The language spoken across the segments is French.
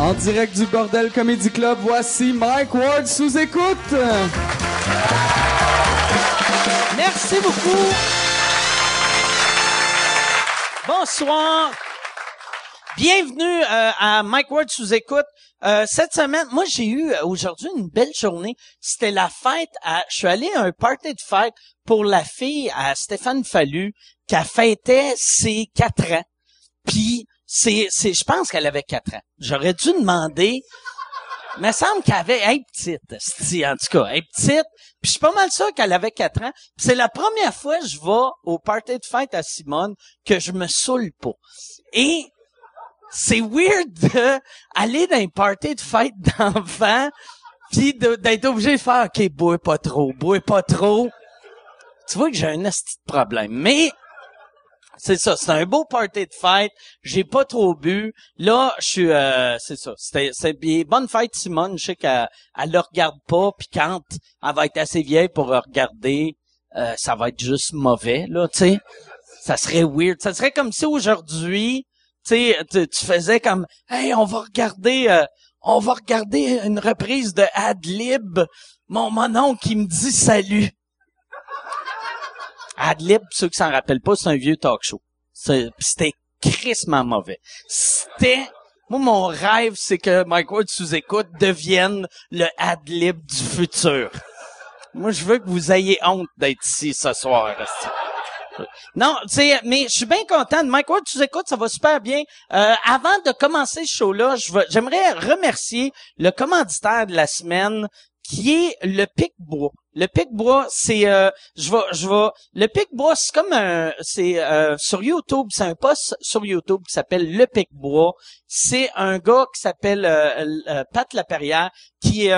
En direct du Bordel Comedy Club, voici Mike Ward sous écoute. Merci beaucoup. Bonsoir. Bienvenue à Mike Ward sous écoute. Cette semaine, moi j'ai eu aujourd'hui une belle journée. C'était la fête je suis allé à un party de fête pour la fille à Stéphane Fallu qui a fêté ses 4 ans. Puis je pense qu'elle avait 4 ans. J'aurais dû demander. Il me semble qu'elle avait, elle est petite, en tout cas, elle est petite. Puis je suis pas mal sûr qu'elle avait 4 ans. Puis c'est la première fois que je vais au party de fête à Simone que je me saoule pas. Et c'est weird d'aller dans un party de fête d'enfants puis d'être obligé de faire, OK, bois pas trop. Tu vois que j'ai un esti de problème. Mais c'est ça, c'est un beau party de fête. J'ai pas trop bu. Là, je suis c'est ça. C'est bien. Bonne fête, Simone. Je sais qu'elle le regarde pas, puis quand elle va être assez vieille pour regarder, ça va être juste mauvais, là, tu sais. Ça serait weird. Ça serait comme si aujourd'hui, tu sais, tu faisais comme hey, on va regarder une reprise de Ad-Lib. Mon oncle qui me dit salut. Ad-Lib, ceux qui s'en rappellent pas, c'est un vieux talk show. C'était crissement mauvais. Moi, mon rêve, c'est que Mike Ward sous-écoute devienne le Ad-Lib du futur. Moi, je veux que vous ayez honte d'être ici ce soir. Non, tu sais, mais je suis bien content de Mike Ward sous-écoute, ça va super bien. Avant de commencer ce show-là, j'aimerais remercier le commanditaire de la semaine, qui est le Pic-Bois. Le Pic-Bois, c'est le Pic-Bois, c'est comme sur YouTube, c'est un post sur YouTube qui s'appelle Le Pic-Bois. C'est un gars qui s'appelle Pat Laperrière qui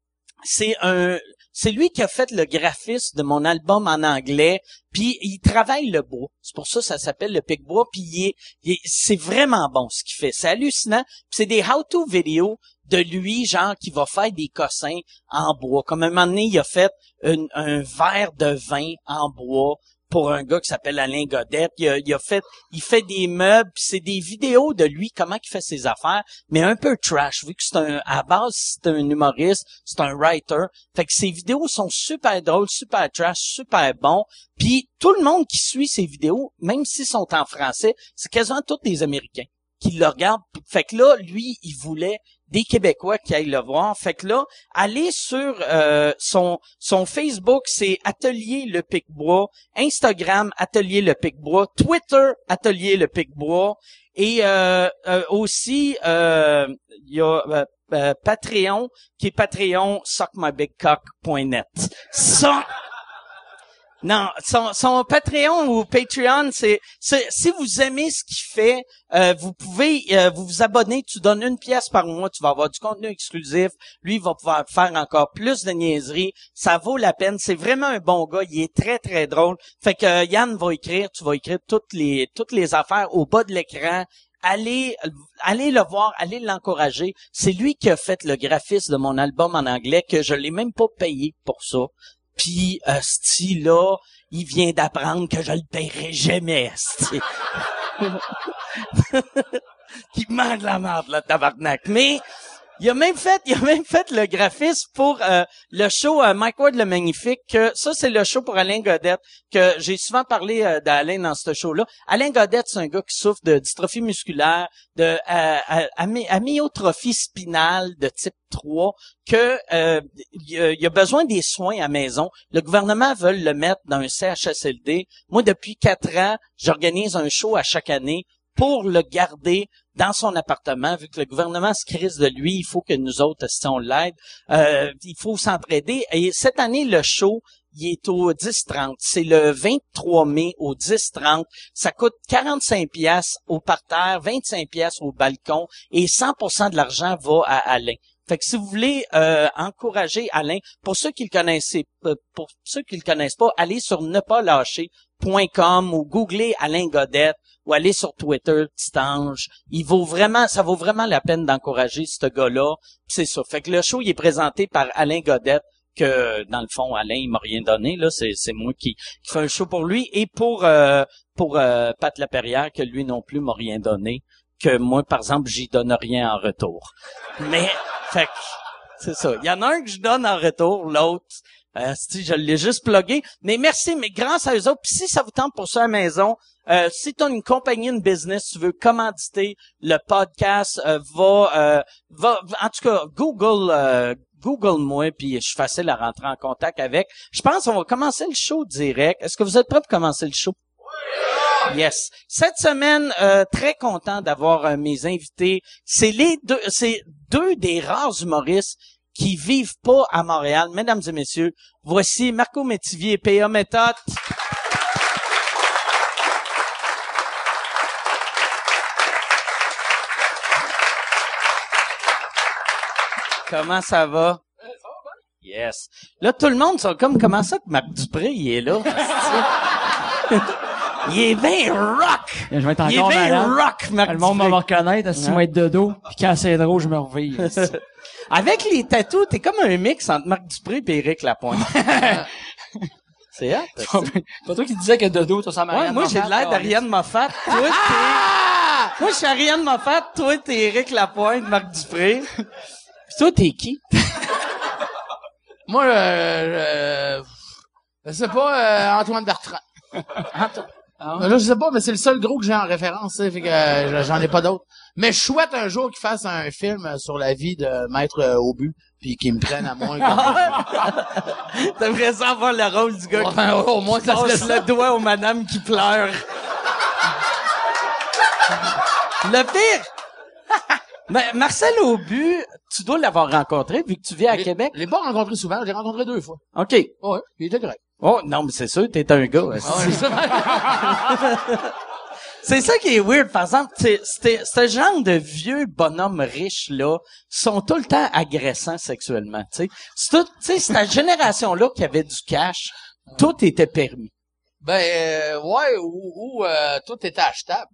c'est lui qui a fait le graphisme de mon album en anglais, puis il travaille le bois. C'est pour ça que ça s'appelle le Pic-Bois, puis c'est vraiment bon ce qu'il fait. C'est hallucinant. Puis c'est des how-to vidéos de lui, genre, qui va faire des cossins en bois. Comme un moment donné, il a fait un verre de vin en bois pour un gars qui s'appelle Alain Godette. Il fait des meubles, pis c'est des vidéos de lui, comment il fait ses affaires, mais un peu trash, vu que à base, c'est un humoriste, c'est un writer. Fait que ses vidéos sont super drôles, super trash, super bons. Puis tout le monde qui suit ses vidéos, même s'ils sont en français, c'est quasiment tous des Américains qui le regardent. Fait que là, lui, il voulait des Québécois qui aillent le voir. Fait que là, allez sur son Facebook, c'est Atelier Le Pic-Bois, Instagram Atelier Le Pic-Bois, Twitter Atelier Le Pic-Bois, et aussi il y a Patreon qui est Patreon suckmybigcock.net. Ça non, son Patreon ou Patreon, c'est si vous aimez ce qu'il fait, vous pouvez vous abonner, tu donnes 1 pièce par mois, tu vas avoir du contenu exclusif, lui il va pouvoir faire encore plus de niaiseries, ça vaut la peine, c'est vraiment un bon gars, il est très très drôle. Fait que Yann va écrire, tu vas écrire toutes les affaires au bas de l'écran. Allez le voir, allez l'encourager. C'est lui qui a fait le graphisme de mon album en anglais que je l'ai même pas payé pour ça. Puis là, il vient d'apprendre que je le paierai jamais, qui mange de la merde, là, tabarnak. Mais il a même fait le graphisme pour le show Mike Ward le Magnifique. Ça, c'est le show pour Alain Godette, que j'ai souvent parlé d'Alain dans ce show-là. Alain Godette, c'est un gars qui souffre de dystrophie musculaire, de amyotrophie spinale de type 3, que il a besoin des soins à maison. Le gouvernement veut le mettre dans un CHSLD. Moi, depuis 4 ans, j'organise un show à chaque année pour le garder dans son appartement, vu que le gouvernement se crisse de lui, il faut que nous autres, si on l'aide, il faut s'entraider. Et cette année, le show, il est au 10-30. C'est le 23 mai au 10-30. Ça coûte 45 piastres au parterre, 25 piastres au balcon, et 100% de l'argent va à Alain. Fait que si vous voulez encourager Alain, pour ceux qui le connaissent pas, allez sur nepalâcher.com ou googlez Alain Godette ou allez sur Twitter, Petit Ange. Ça vaut vraiment la peine d'encourager ce gars-là. C'est ça. Fait que le show, il est présenté par Alain Godette, que dans le fond, Alain, il m'a rien donné, là. C'est moi qui fais un show pour lui, et pour Pat Laperrière, que lui non plus m'a rien donné. que moi, par exemple, j'y donne rien en retour. Mais, fait que, c'est ça. Il y en a un que je donne en retour, l'autre, je l'ai juste plugué. Mais merci, mais grâce à eux autres. Puis si ça vous tente pour ça à la maison, si tu as une compagnie, une business, tu veux commanditer le podcast, va, en tout cas, Google-moi, puis je suis facile à rentrer en contact avec. Je pense qu'on va commencer le show direct. Est-ce que vous êtes prêts pour commencer le show? Yes. Cette semaine, très content d'avoir mes invités. C'est deux des rares humoristes qui vivent pas à Montréal. Mesdames et messieurs, voici Marco Métivier et P.A. Méthode. Comment ça va? Yes. Là, tout le monde sont comme, comment ça que Marc Dupré, il est là? Il est bien rock! Je vais être Il est encore bien malade. rock, Marc Le monde va Dupré. me reconnaître à 6 mètres de dos, puis quand c'est drôle, je me revis. Avec les tatous, t'es comme un mix entre Marc Dupré et Éric Lapointe. C'est hot. C'est pas toi qui disais que de dos, toi, ça m'a Ouais, moi, j'ai de l'air d'Ariane Moffat. Toi, t'es... Moi, je suis Ariane Moffat. Toi, t'es Éric Lapointe, Marc Dupré. Puis toi, t'es qui? Moi, je sais pas, Antoine Bertrand. Là, je sais pas, mais c'est le seul gros que j'ai en référence, tu sais, fait que j'en ai pas d'autres. Mais je souhaite un jour qu'il fasse un film sur la vie de Maître Aubu, puis qu'il me prenne à moi. T'aimerais ça avoir le rôle du gars qui Au moins, ça serait passe ça. le doigt aux madames qui pleurent. Le pire... Ben, Marcel Aubu, tu dois l'avoir rencontré vu que tu vis à Québec. Je l'ai pas rencontré souvent, je l'ai rencontré 2 fois. OK. Ouais, il était correct. Oh, non, mais c'est sûr, t'es un gars. Ah ouais, C'est ça qui est weird, par exemple. Ce genre de vieux bonhommes riches-là sont tout le temps agressants sexuellement, tu sais. C'est ta génération-là qui avait du cash. Tout était permis. Ben, ouais, ou tout était achetable.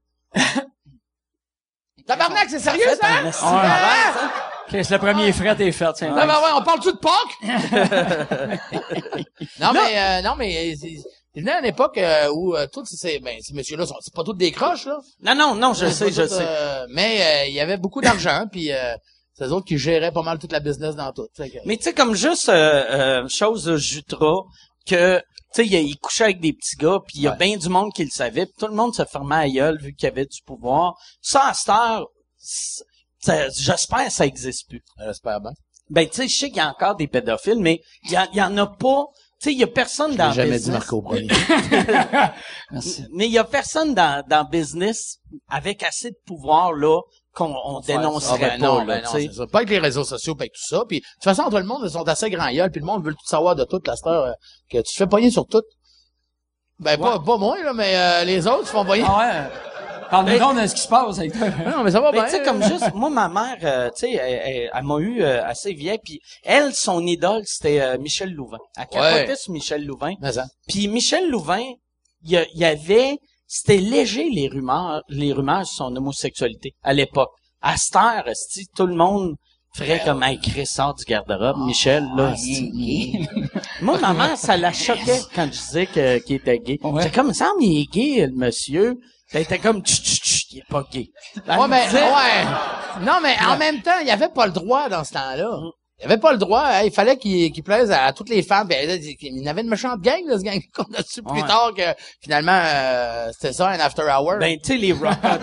Tabarnak, c'est sérieux, ça? Un esti de malaise, hein? Okay, c'est le premier fret est fait, tiens. Non, ben ouais, on parle-tu de Pâques? non, mais c'est venu à une époque où tous ces messieurs-là c'est pas tous des croches, là. Non, je sais. Mais il y avait beaucoup d'argent, puis c'est eux autres qui géraient pas mal toute la business dans tout. Mais tu sais, comme juste chose de Jutra, que tu sais, il couchait avec des petits gars, puis il y a bien du monde qui le savait, puis tout le monde se fermait à la gueule vu qu'il y avait du pouvoir. Ça, à cette heure, j'espère que ça existe plus. J'espère bien. Ben, tu sais, je sais qu'il y a encore des pédophiles, mais il y en a pas. Tu sais, il y a personne dans J'ai jamais business. dit Marco premier. Merci. Mais il y a personne dans business avec assez de pouvoir là qu'on dénoncerait non, là, tu sais. c'est ça. Pas avec les réseaux sociaux, pas avec tout ça. Puis de toute façon, tout le monde ils sont assez grand gueule, puis le monde veut tout savoir de tout, la star, que tu te fais pogner sur tout. Ben pas moi là, mais les autres se font pogner. Ah ouais. Parle-nous donc de ce qui se passe avec toi. Non, mais ça va Mais bien. tu sais, comme juste, moi, ma mère, tu sais, elle m'a eu assez vieille, puis elle, son idole, c'était Michel Louvain. Elle capotait sur Michel Louvain. Mais ça. Puis Michel Louvain, il y avait, c'était léger les rumeurs sur son homosexualité à l'époque. À cette heure, esti, tout le monde ferait comme un Chris sort du garde-robe, Michel, là. esti. Moi, ma mère, ça la choquait quand je disais qu'il était gay. Ouais. J'étais comme, ça, mais il est gay, le monsieur. Elle était comme, il est pas gay. Elle Ouais, me mais disait- ouais. Non, mais en même temps, il avait pas le droit dans ce temps-là. Il avait pas le droit. Hein. Il fallait qu'il plaise à toutes les femmes. Ben, là, il avait une méchante gang, là, ce gang qu'on a su plus tard que finalement c'était ça, un after hour. Ben, tu sais, les rockets,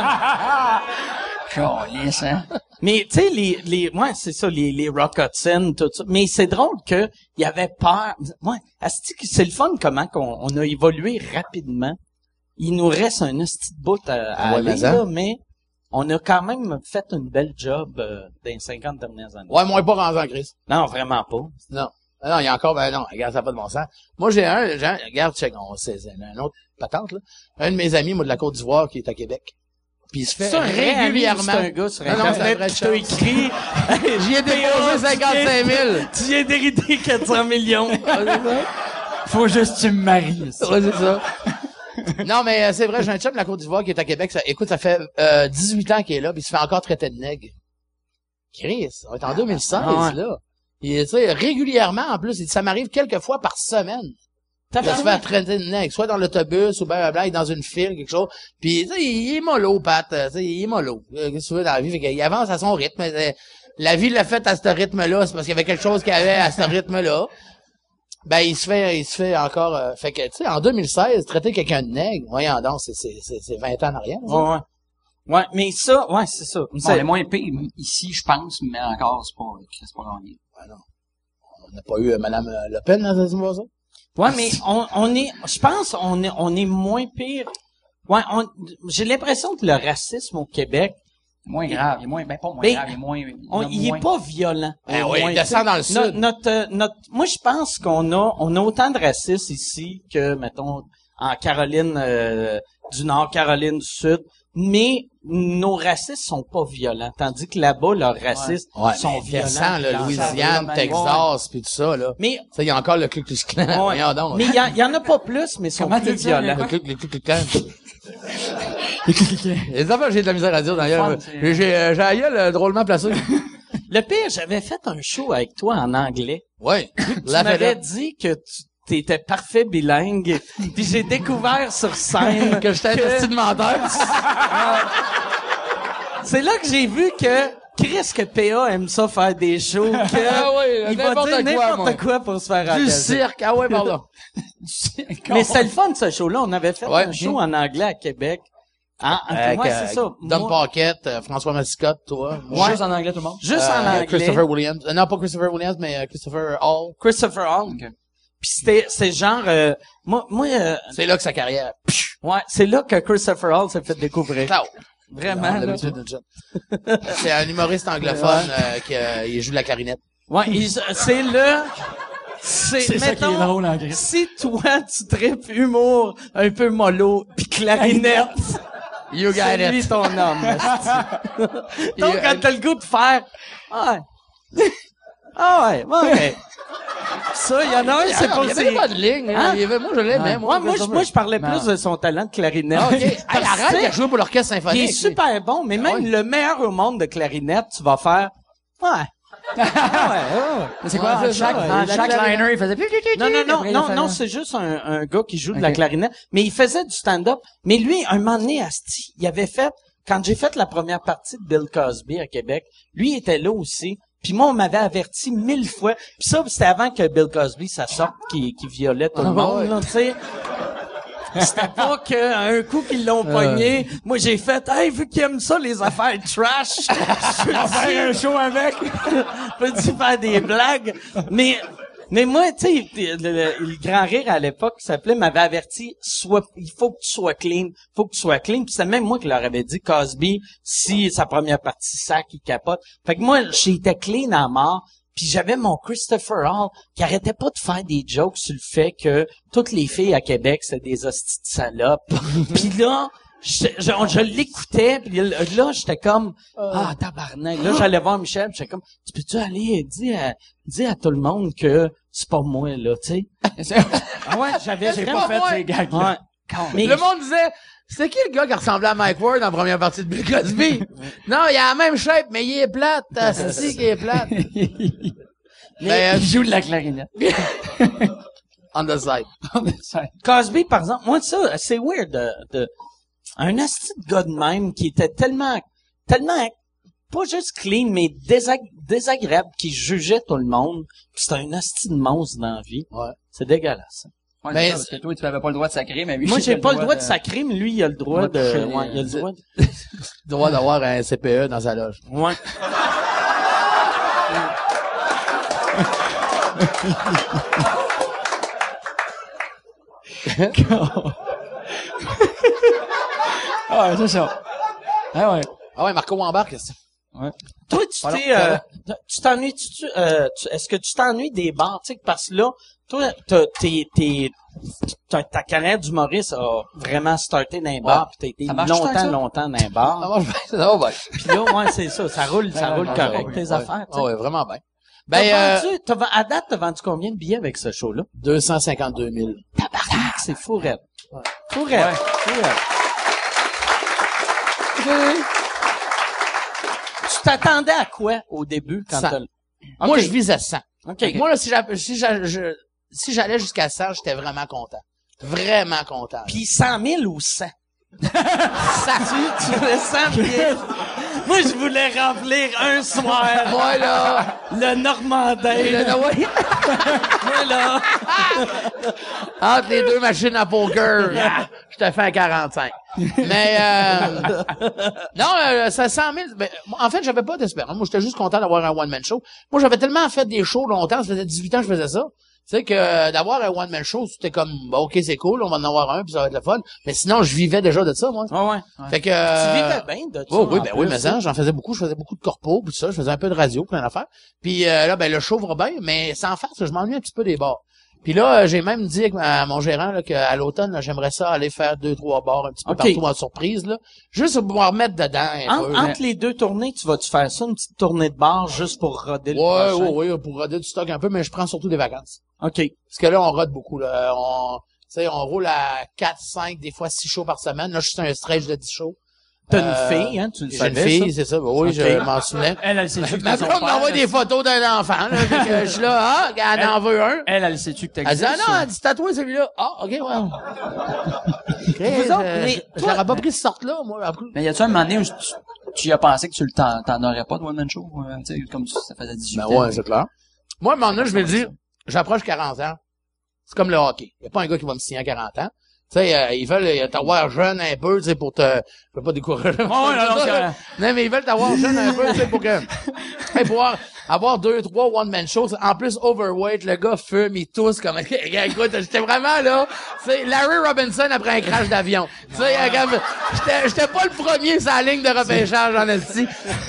Calisse, hein. mais tu sais, ouais, c'est ça, les Rocketson, tout ça. Mais c'est drôle que il y avait peur. Ouais, asti que c'est le fun comment qu'on a évolué rapidement. Il nous reste un esti de bout à Ouais, aller, mais ça. là, mais on a quand même fait une belle job dans les 50 dernières années. Ouais, moi, pas rendu en crise. Non, vraiment pas. Non. Ah non, il y a encore, ben non, regarde, ça n'a pas de bon sens. Moi, j'ai regarde, check, c'est un autre patente, là. Un de mes amis, moi, de la Côte d'Ivoire, qui est à Québec. Puis il se fait C'est un vrai ami, régulièrement. c'est un gars sur Non, non, c'est un Internet vrai qui t'a chum. écrit. J'y ai déposé 55 000. Tu viens d'hériter 400 millions. Faut juste que tu me maries. Ouais, c'est ça. Non, mais c'est vrai, j'ai un chum de la Côte d'Ivoire qui est à Québec. Écoute, ça fait 18 ans qu'il est là, puis il se fait encore traiter de nègre. Chris, on est en 2016, Ah ouais. là. Et tu sais, régulièrement, en plus, ça m'arrive quelques fois par semaine. Il va se faire traiter de nez, soit dans l'autobus ou ben dans une file, quelque chose. Puis, tu sais, il est mollo, Pat. Tu sais, il est mollo. Qu'est-ce que tu veux dans la vie? Fait qu'il avance à son rythme. La vie l'a fait à ce rythme-là. C'est parce qu'il y avait quelque chose qu'il y avait à ce rythme-là. Ben, il se fait encore, fait que, tu sais, en 2016, traiter quelqu'un de nègre, voyons donc, c'est 20 ans en arrière. Ouais. Ouais, mais ça, ouais, c'est ça. Bon, les moins pires ici, je pense, mais encore, c'est pas gagné. Ben non. On n'a pas eu Madame Le Pen dans ce mois-là. Ouais, mais on est, je pense, on est moins pire. Ouais, j'ai l'impression que le racisme au Québec, Moins grave, il est moins, pas moins ben, grave, il est moins, il est pas violent. Ben oui, il descend dans le sud. Moi, je pense qu'on a autant de racistes ici que, mettons, en Caroline du Nord, Caroline du Sud, mais nos racistes sont pas violents, tandis que là-bas, leurs racistes sont violents. Descend, là, Louisiane, Texas, puis tout ça, là. Mais, ça, il y a encore le Ku Klux Klan. ouais, mais il y en a pas plus, mais ils sont plus violents. Le Ku Klux Klan. Les affaires, j'ai de la misère à dire, d'ailleurs. J'ai la gueule drôlement placée. Le pire, j'avais fait un show avec toi en anglais. Ouais. Tu m'avais dit que tu étais parfait bilingue, puis j'ai découvert sur scène que j'étais un petit menteur. C'est là que j'ai vu que Chris, que PA aime ça faire des shows, que il va dire n'importe quoi pour se faire Du engager. cirque, ah ouais, pardon. Mais c'était le fun, ce show-là. On avait fait un show en anglais à Québec. Avec, c'est ça. Dom Paquette, François Mascotte, toi. Juste en anglais, tout le monde? Juste en anglais. Christopher Williams. Non, pas Christopher Williams, mais Christopher Hall. Christopher Hall. Okay. Puis c'est genre, c'est là que sa carrière. Ouais, c'est là que Christopher Hall s'est fait découvrir. Oh. Vraiment, là. C'est un humoriste anglophone, il joue de la clarinette. Ouais, c'est là. C'est ça qui est drôle en gris. Si toi, tu tripes humour un peu mollo pis clarinette, You got c'est lui it. ton homme. Donc, quand t'as le goût de faire, ouais. Ça, il y en a un, c'est pas Il y avait pas de ligne, hein? Moi, je l'aimais, moi, je parlais plus de son talent de clarinette. OK. Hey, arrête, il a joué pour l'orchestre symphonique. Il est super bon, mais même le meilleur au monde de clarinette, tu vas faire, Mais c'est quoi? Ouais, En chaque la liner, il faisait Non, c'est juste un gars qui joue de la clarinette. Mais il faisait du stand-up. Mais lui, un moment donné, asti, il avait fait, quand j'ai fait la première partie de Bill Cosby à Québec, lui, il était là aussi. Puis moi, on m'avait averti 1000 fois. Puis ça, c'était avant que Bill Cosby, ça sorte, qui violait tout le monde, là, tu sais. C'était pas qu'un coup qu'ils l'ont pogné. Moi, j'ai fait, hey, vu qu'ils aiment ça, les affaires trash, je peux faire un show avec. Peux-tu faire des blagues? Mais moi, tu sais, le grand rire à l'époque, s'appelait, m'avait averti, il faut que tu sois clean. Puis c'est même moi qui leur avais dit, Cosby, si sa première partie sac, il capote. Fait que moi, j'étais clean à mort. Puis j'avais mon Christopher Hall qui arrêtait pas de faire des jokes sur le fait que toutes les filles à Québec, c'est des hosties de salopes. Puis là, je l'écoutais, puis là, j'étais comme, tabarnak. Là, j'allais voir Michel, puis j'étais comme, tu peux-tu aller dire à tout le monde que c'est pas moi, là, tu sais? j'ai pas fait ces gags. Ouais. Mais le monde disait, c'est qui le gars qui ressemblait à Mike Ward dans la première partie de Bill Cosby? Non, il a la même shape, mais il est plate. C'est qui est plate. Mais il joue de la clarinette. On the side. Cosby, par exemple, moi, ça, c'est weird un asti de gars de même qui était tellement, pas juste clean, mais désagréable, qui jugeait tout le monde. Puis c'était un asti de monstre dans la vie. Ouais. C'est dégueulasse. Ouais, mais parce que toi, tu n'avais pas le droit de sacrer, mais lui, moi, j'ai pas le droit de sacrer, mais lui, il a le droit de toucher il a le droit de... droit d'avoir un CPE dans sa loge. Ouais. Ah, c'est ça. Ah ouais. Ah ouais, Marco embarque. Ouais. Toi, tu t'ennuies, est-ce que tu t'ennuies des bars, tu sais, parce que là, toi, ta carrière d'humoriste a vraiment starté dans un bar, pis t'as été longtemps dans un bar. Ça va bien. Pis là, ouais, c'est ça, ça roule correct, tes affaires, tu sais. Ouais, vraiment bien. À date, t'as vendu combien de billets avec ce show-là? 252 000. Tabarnak, c'est fou, raide. Ouais. Fou, raide. Tu t'attendais à quoi au début quand 100. t'as... Moi, je visais 100. OK. Moi, là, si j'allais jusqu'à 100, j'étais vraiment content. Vraiment content. Puis 100 000 ou 100? Tu voulais 100 000? Moi, je voulais remplir un soir. Moi, là. Le Normandin. Moi, là. Entre les deux machines à poker, je te fais un 45. Mais, non, ça 100 000, ben, en fait, j'avais pas d'espérance. Moi, j'étais juste content d'avoir un one-man show. Moi, j'avais tellement fait des shows longtemps, ça faisait 18 ans que je faisais ça. Tu sais que d'avoir un one-man show, c'était comme, bah, OK, c'est cool, on va en avoir un, puis ça va être le fun. Mais sinon, je vivais déjà de ça, moi. Ouais. Fait que, Tu vivais bien de ça. Oh, oui, ben oui, mais ça, j'en faisais beaucoup. Je faisais beaucoup de corpos, puis ça. Je faisais un peu de radio, plein d'affaires. Puis là, ben le show va bien, mais sans faire ça, je m'ennuie un petit peu des bars. Puis là, j'ai même dit à mon gérant là, qu'à l'automne, là, j'aimerais ça aller faire 2-3 bars un petit peu partout en surprise, là. Juste pour me remettre dedans. Entre les deux tournées, tu vas-tu faire ça, une petite tournée de bar juste pour roder le prochain? Oui, pour roder du stock un peu, mais je prends surtout des vacances. OK. Parce que là, on rode beaucoup, là. Tu sais, on roule à 4, 5, des fois 6 shows par semaine. Là, je suis un stretch de 10 shows. T'as une fille, hein, tu le savais, j'ai une fille, c'est ça. Oui, okay. Je m'en souvenais. Elle sait-tu que Ma blonde m'envoie des photos d'un enfant, là. Je suis là, elle en veut un. Elle sait-tu que t'existes? Elle dit, non, elle dit, tatoué celui-là. OK, ouais. J'aurais pas pris cette sorte-là, moi, après. Mais y a-tu un moment donné où tu y as pensé que t'en aurais pas de one-man show? Tu sais, comme ça faisait 18 ans. Ouais, c'est clair. Moi, à un moment donné, je vais dire, j'approche 40 ans. C'est comme le hockey. Y a pas un gars qui va me signer à 40 ans. Tu sais, ils veulent t'avoir jeune un peu, tu sais, pour te... Je veux pas décourager. Non, mais ils veulent t'avoir jeune un peu, tu sais, pour que... Hey, pouvoir avoir 2-3 one-man shows. En plus, overweight, le gars fume, il tousse comme... Écoute, j'étais vraiment, là... C'est Larry Robinson après un crash d'avion. Tu sais, j'étais pas le premier sur la ligne de repêchage, en esti.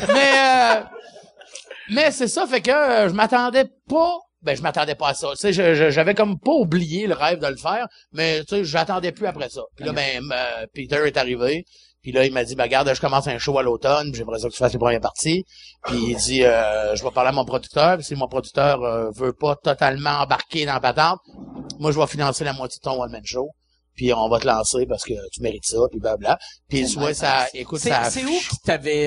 Mais c'est ça, fait que je m'attendais pas... Ben, je m'attendais pas à ça. Tu sais, j'avais comme pas oublié le rêve de le faire, mais tu sais, j'attendais plus après ça. Puis là, Peter est arrivé. Puis là, il m'a dit, ben, regarde, je commence un show à l'automne, puis j'aimerais ça que tu fasses les premières parties. Puis il dit, je vais parler à mon producteur, puis si mon producteur veut pas totalement embarquer dans la patente, moi, je vais financer la moitié de ton one-man show. Puis on va te lancer parce que tu mérites ça, puis blablabla. Puis ouais, ça, écoute, ça... C'est où qui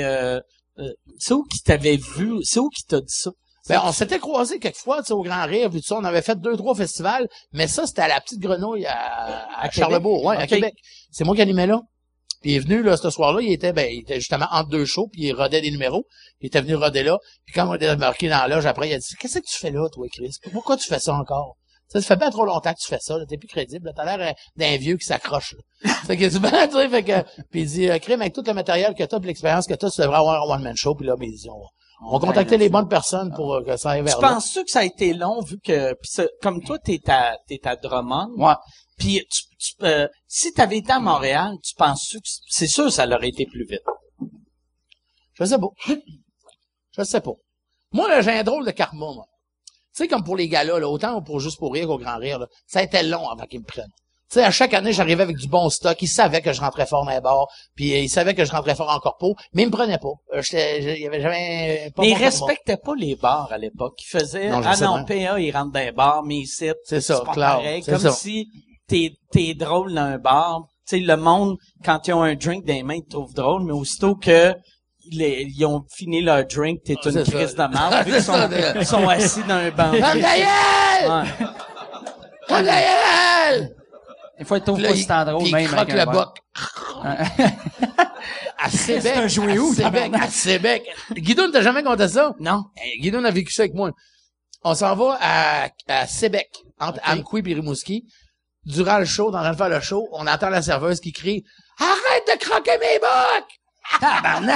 t'avait vu? C'est où qui t'a dit ça? Ben, on s'était croisés quelquefois, tu sais, au Grand Rire, puis tout ça. On avait fait 2-3 festivals, mais ça, c'était à la Petite Grenouille à Charlebourg, ouais, à Québec. C'est moi qui animais là. Puis il est venu, là, ce soir-là, il était justement entre deux shows, puis il rodait des numéros. Il était venu roder là. Puis quand on était marqué dans la loge, après, il a dit, qu'est-ce que tu fais là, toi, Chris? Pourquoi tu fais ça encore? Ça fait pas trop longtemps que tu fais ça, là. T'es plus crédible, là. T'as l'air d'un vieux qui s'accroche, là. Fait que souvent, tu sais, fait que, puis il dit, Crime, avec tout le matériel que t'as, puis l'expérience que t'as, tu devrais avoir un one-man show, puis là, ben, ils disent, on contactait les bonnes personnes pour que ça aille vers là. Tu penses-tu que ça a été long, vu que, comme toi, t'es à Drummond? Ouais. Puis si t'avais été à Montréal, tu penses-tu que c'est sûr ça aurait été plus vite? Je sais pas. Je sais pas. Moi, là, j'ai un drôle de karma, moi. Tu sais, comme pour les gars-là, là, autant pour Juste pour rire qu'au Grand Rire, là, ça a été long avant qu'ils me prennent. Tu sais, à chaque année, j'arrivais avec du bon stock. Ils savaient que je rentrais fort dans les bars, puis ils savaient que je rentrais fort en corpo, mais ils me prenaient pas. Il y avait jamais pas. Mais ils respectaient pas les bars à l'époque. Ils faisaient, PA, ils rentrent dans les bars, mais ici, c'est ça, pas clair. pareil. Comme si t'es drôle dans un bar. Tu sais, le monde, quand ils ont un drink dans les mains, ils te trouvent drôle, mais aussitôt que ils ont fini leur drink, t'es une crise de merde, vu qu'ils sont assis dans un banc. Comme la gueule! Des fois, ils trouvent pas si tant drôle, même. Puis il croque le boc. À Sébec. C'est un jouet où, à Sébec. Guidoune, t'as jamais compté ça? Non. Guidoune a vécu ça avec moi. On s'en va à Sébec, entre Amqui et Rimouski. Durant le show, dans le faire le show, on entend la serveuse qui crie « Arrête de croquer mes bocs! » Tabarnak!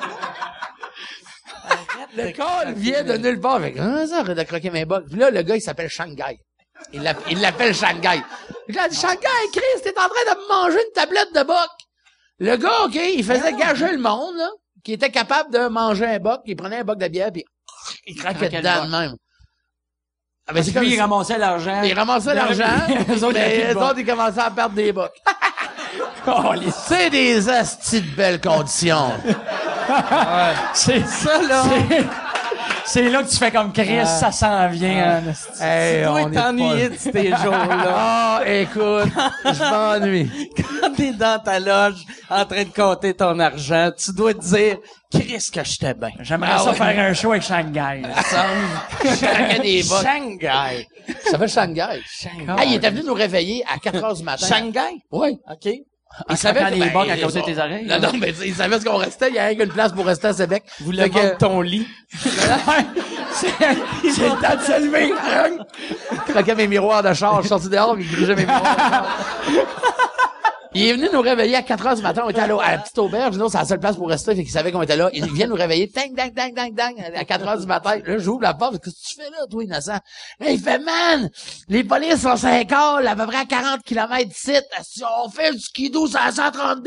Le col vient de nulle part. Fait que, ça, arrête de croquer mes bocs. Puis là, le gars, il s'appelle Shanghai. Il l'appelle Shanghai. Il a dit, Shanghai, Chris, t'es en train de me manger une tablette de boc. Le gars, OK, il faisait gager le monde, là, qui était capable de manger un boc, il prenait un boc de bière, puis il craquait dedans de même. Ah, ben, c'est comme il ramassait l'argent. Il ramassait l'argent, mais les autres, ils commençaient à perdre des bocs. C'est des astis de belles conditions. Ouais. C'est ça, là. C'est là que tu fais comme Chris, ça s'en vient. Hey, tu dois t'ennuyer de ces jours-là. Ah, écoute, je m'ennuie. Quand t'es dans ta loge, en train de compter ton argent, tu dois te dire, Chris, que j'étais bien. J'aimerais ça faire un show avec Shanghai. Shanghai des bottes. Shanghai. Ça s'appelle Shanghai. Ah, il était venu nous réveiller à 4 heures du matin. Shanghai? Oui. OK. Il savait les bocs à côté de tes oreilles. Non, non, mais il savait ce qu'on restait. Il y avait une place pour rester à Sébec. Vous voulez vendre ton lit? C'est le temps de se lever. Je craquais mes miroirs de char. Je suis sorti dehors, mais il grugeait mes miroirs de char. Il est venu nous réveiller à 4 heures du matin. On était à la petite auberge. Nous, c'est la seule place pour rester. Fait qu'il savait qu'on était là. Il vient nous réveiller. Dang, dang, dang, dang, dang. À 4 heures du matin. Là, j'ouvre la porte. Qu'est-ce que tu fais là, toi, innocent? Là, il fait, man, les polices sont 5 heures, à peu près à 40 km d'ici. On fait du skidoo sur la 132!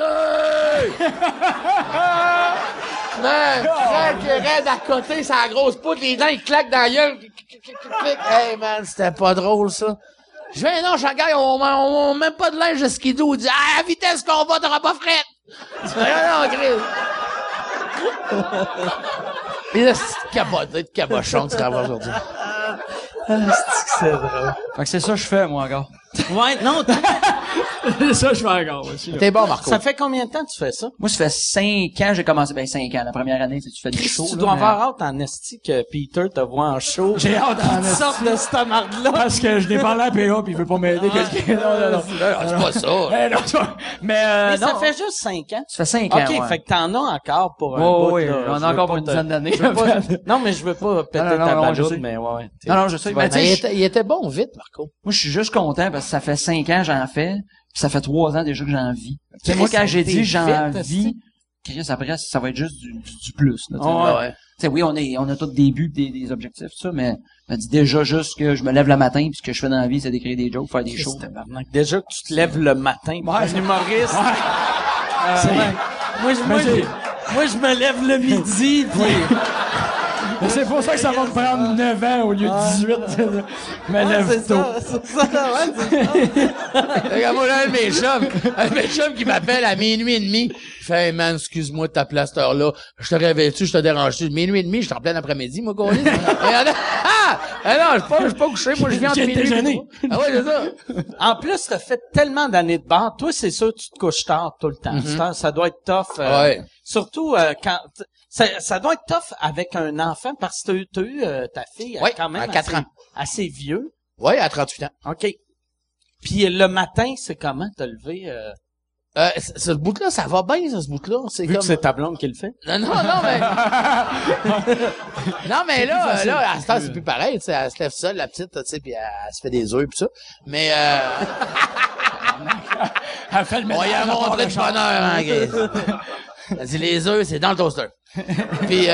Man, qui raide à côté, c'est la grosse poutre, les dents, ils claquent dans la gueule. Hey, man, c'était pas drôle, ça. Je vais, non, Shanghai, on même pas de linge de skidoo. Il dit, à la vitesse qu'on va, t'auras pas frette. Non, Chris. Mais là, c'est capoté, de cabochon que tu travailles aujourd'hui. C'est drôle. Fait que c'est ça que je fais, moi, encore. Ouais, non, C'est ça que je fais encore, aussi. T'es bon, Marco. ça fait combien de temps que tu fais ça? Moi, ça fait 5 ans, j'ai commencé, 5 ans. La première année, tu fais des shows. Tu là, dois mais- avoir hâte en esti que Peter te voit en show. J'ai hâte en Tu esti. sortes de cette marde-là. Parce que je n'ai parlé à PA pis il veut pas m'aider. Non. C'est pas ça. Non, tu vois. Mais Mais non. ça fait juste 5 ans. Ça fait 5 ans, OK, ouais. fait que t'en as encore pour un Oh, bout, oui, là. on Je a veux encore pas pour une te- dizaine d'années. je veux pas- Non, mais je veux pas péter Non, ta non, je bajoute, sais. mais ouais. Non, non, je sais. Tu vas Mais être- tu sais, Il était bon vite, Marco. moi, je suis juste content parce que ça fait 5 ans que j'en fais. Puis ça fait 3 ans déjà que j'en vis. Tu sais, moi, quand j'ai dit j'en vis, Chris, après, ça va être juste du plus, là, tu sais. Ouais. Tu sais, oui, on a tous des buts, des objectifs, tout ça, mais je me dis déjà juste que je me lève le matin puis ce que je fais dans la vie, c'est d'écrire des jokes, faire des shows. Tabarnak. Déjà que tu te lèves le matin pour un humoriste. Ouais. Moi, je me lève le midi, puis... Mais c'est pour ça que ça va me prendre 9 ans au lieu de 18. Je me lève tôt. c'est ça, ouais, c'est ça. Regarde, moi, là, un de mes chums qui m'appelle à minuit et demi. Il fait, hey, man, excuse-moi de t'appeler à cette heure-là. Je te réveille-tu, je te dérange-tu. Minuit et demi, je suis en plein après-midi, moi, quoi. Non, je suis pas couché, moi, je viens entre J'ai minuit et déjeuné. deux. Ah ouais, c'est ça. En plus, t'as fait tellement d'années de bar. Toi, c'est sûr, tu te couches tard tout le temps. Ça doit être tough. Ouais. Surtout quand... Ça doit être tough avec un enfant parce que t'as eu ta fille Ouais, quand même à 4 ans. assez vieux. Ouais, à 38 ans. OK. Puis le matin, c'est comment t'as levé? Ce bout-là, ça va bien, ça, ce bout-là. C'est Vu comme... que c'est ta blonde qui le fait. Non, mais... non, mais là, à cette heure, c'est plus pareil, tu sais, elle se lève seule, la petite, tu sais, puis elle se fait des œufs pis ça. Mais, Elle fait le on y a ménage montré dans de ton bonheur, hein, Grace. Elle dit, les œufs, c'est dans le toaster. Puis,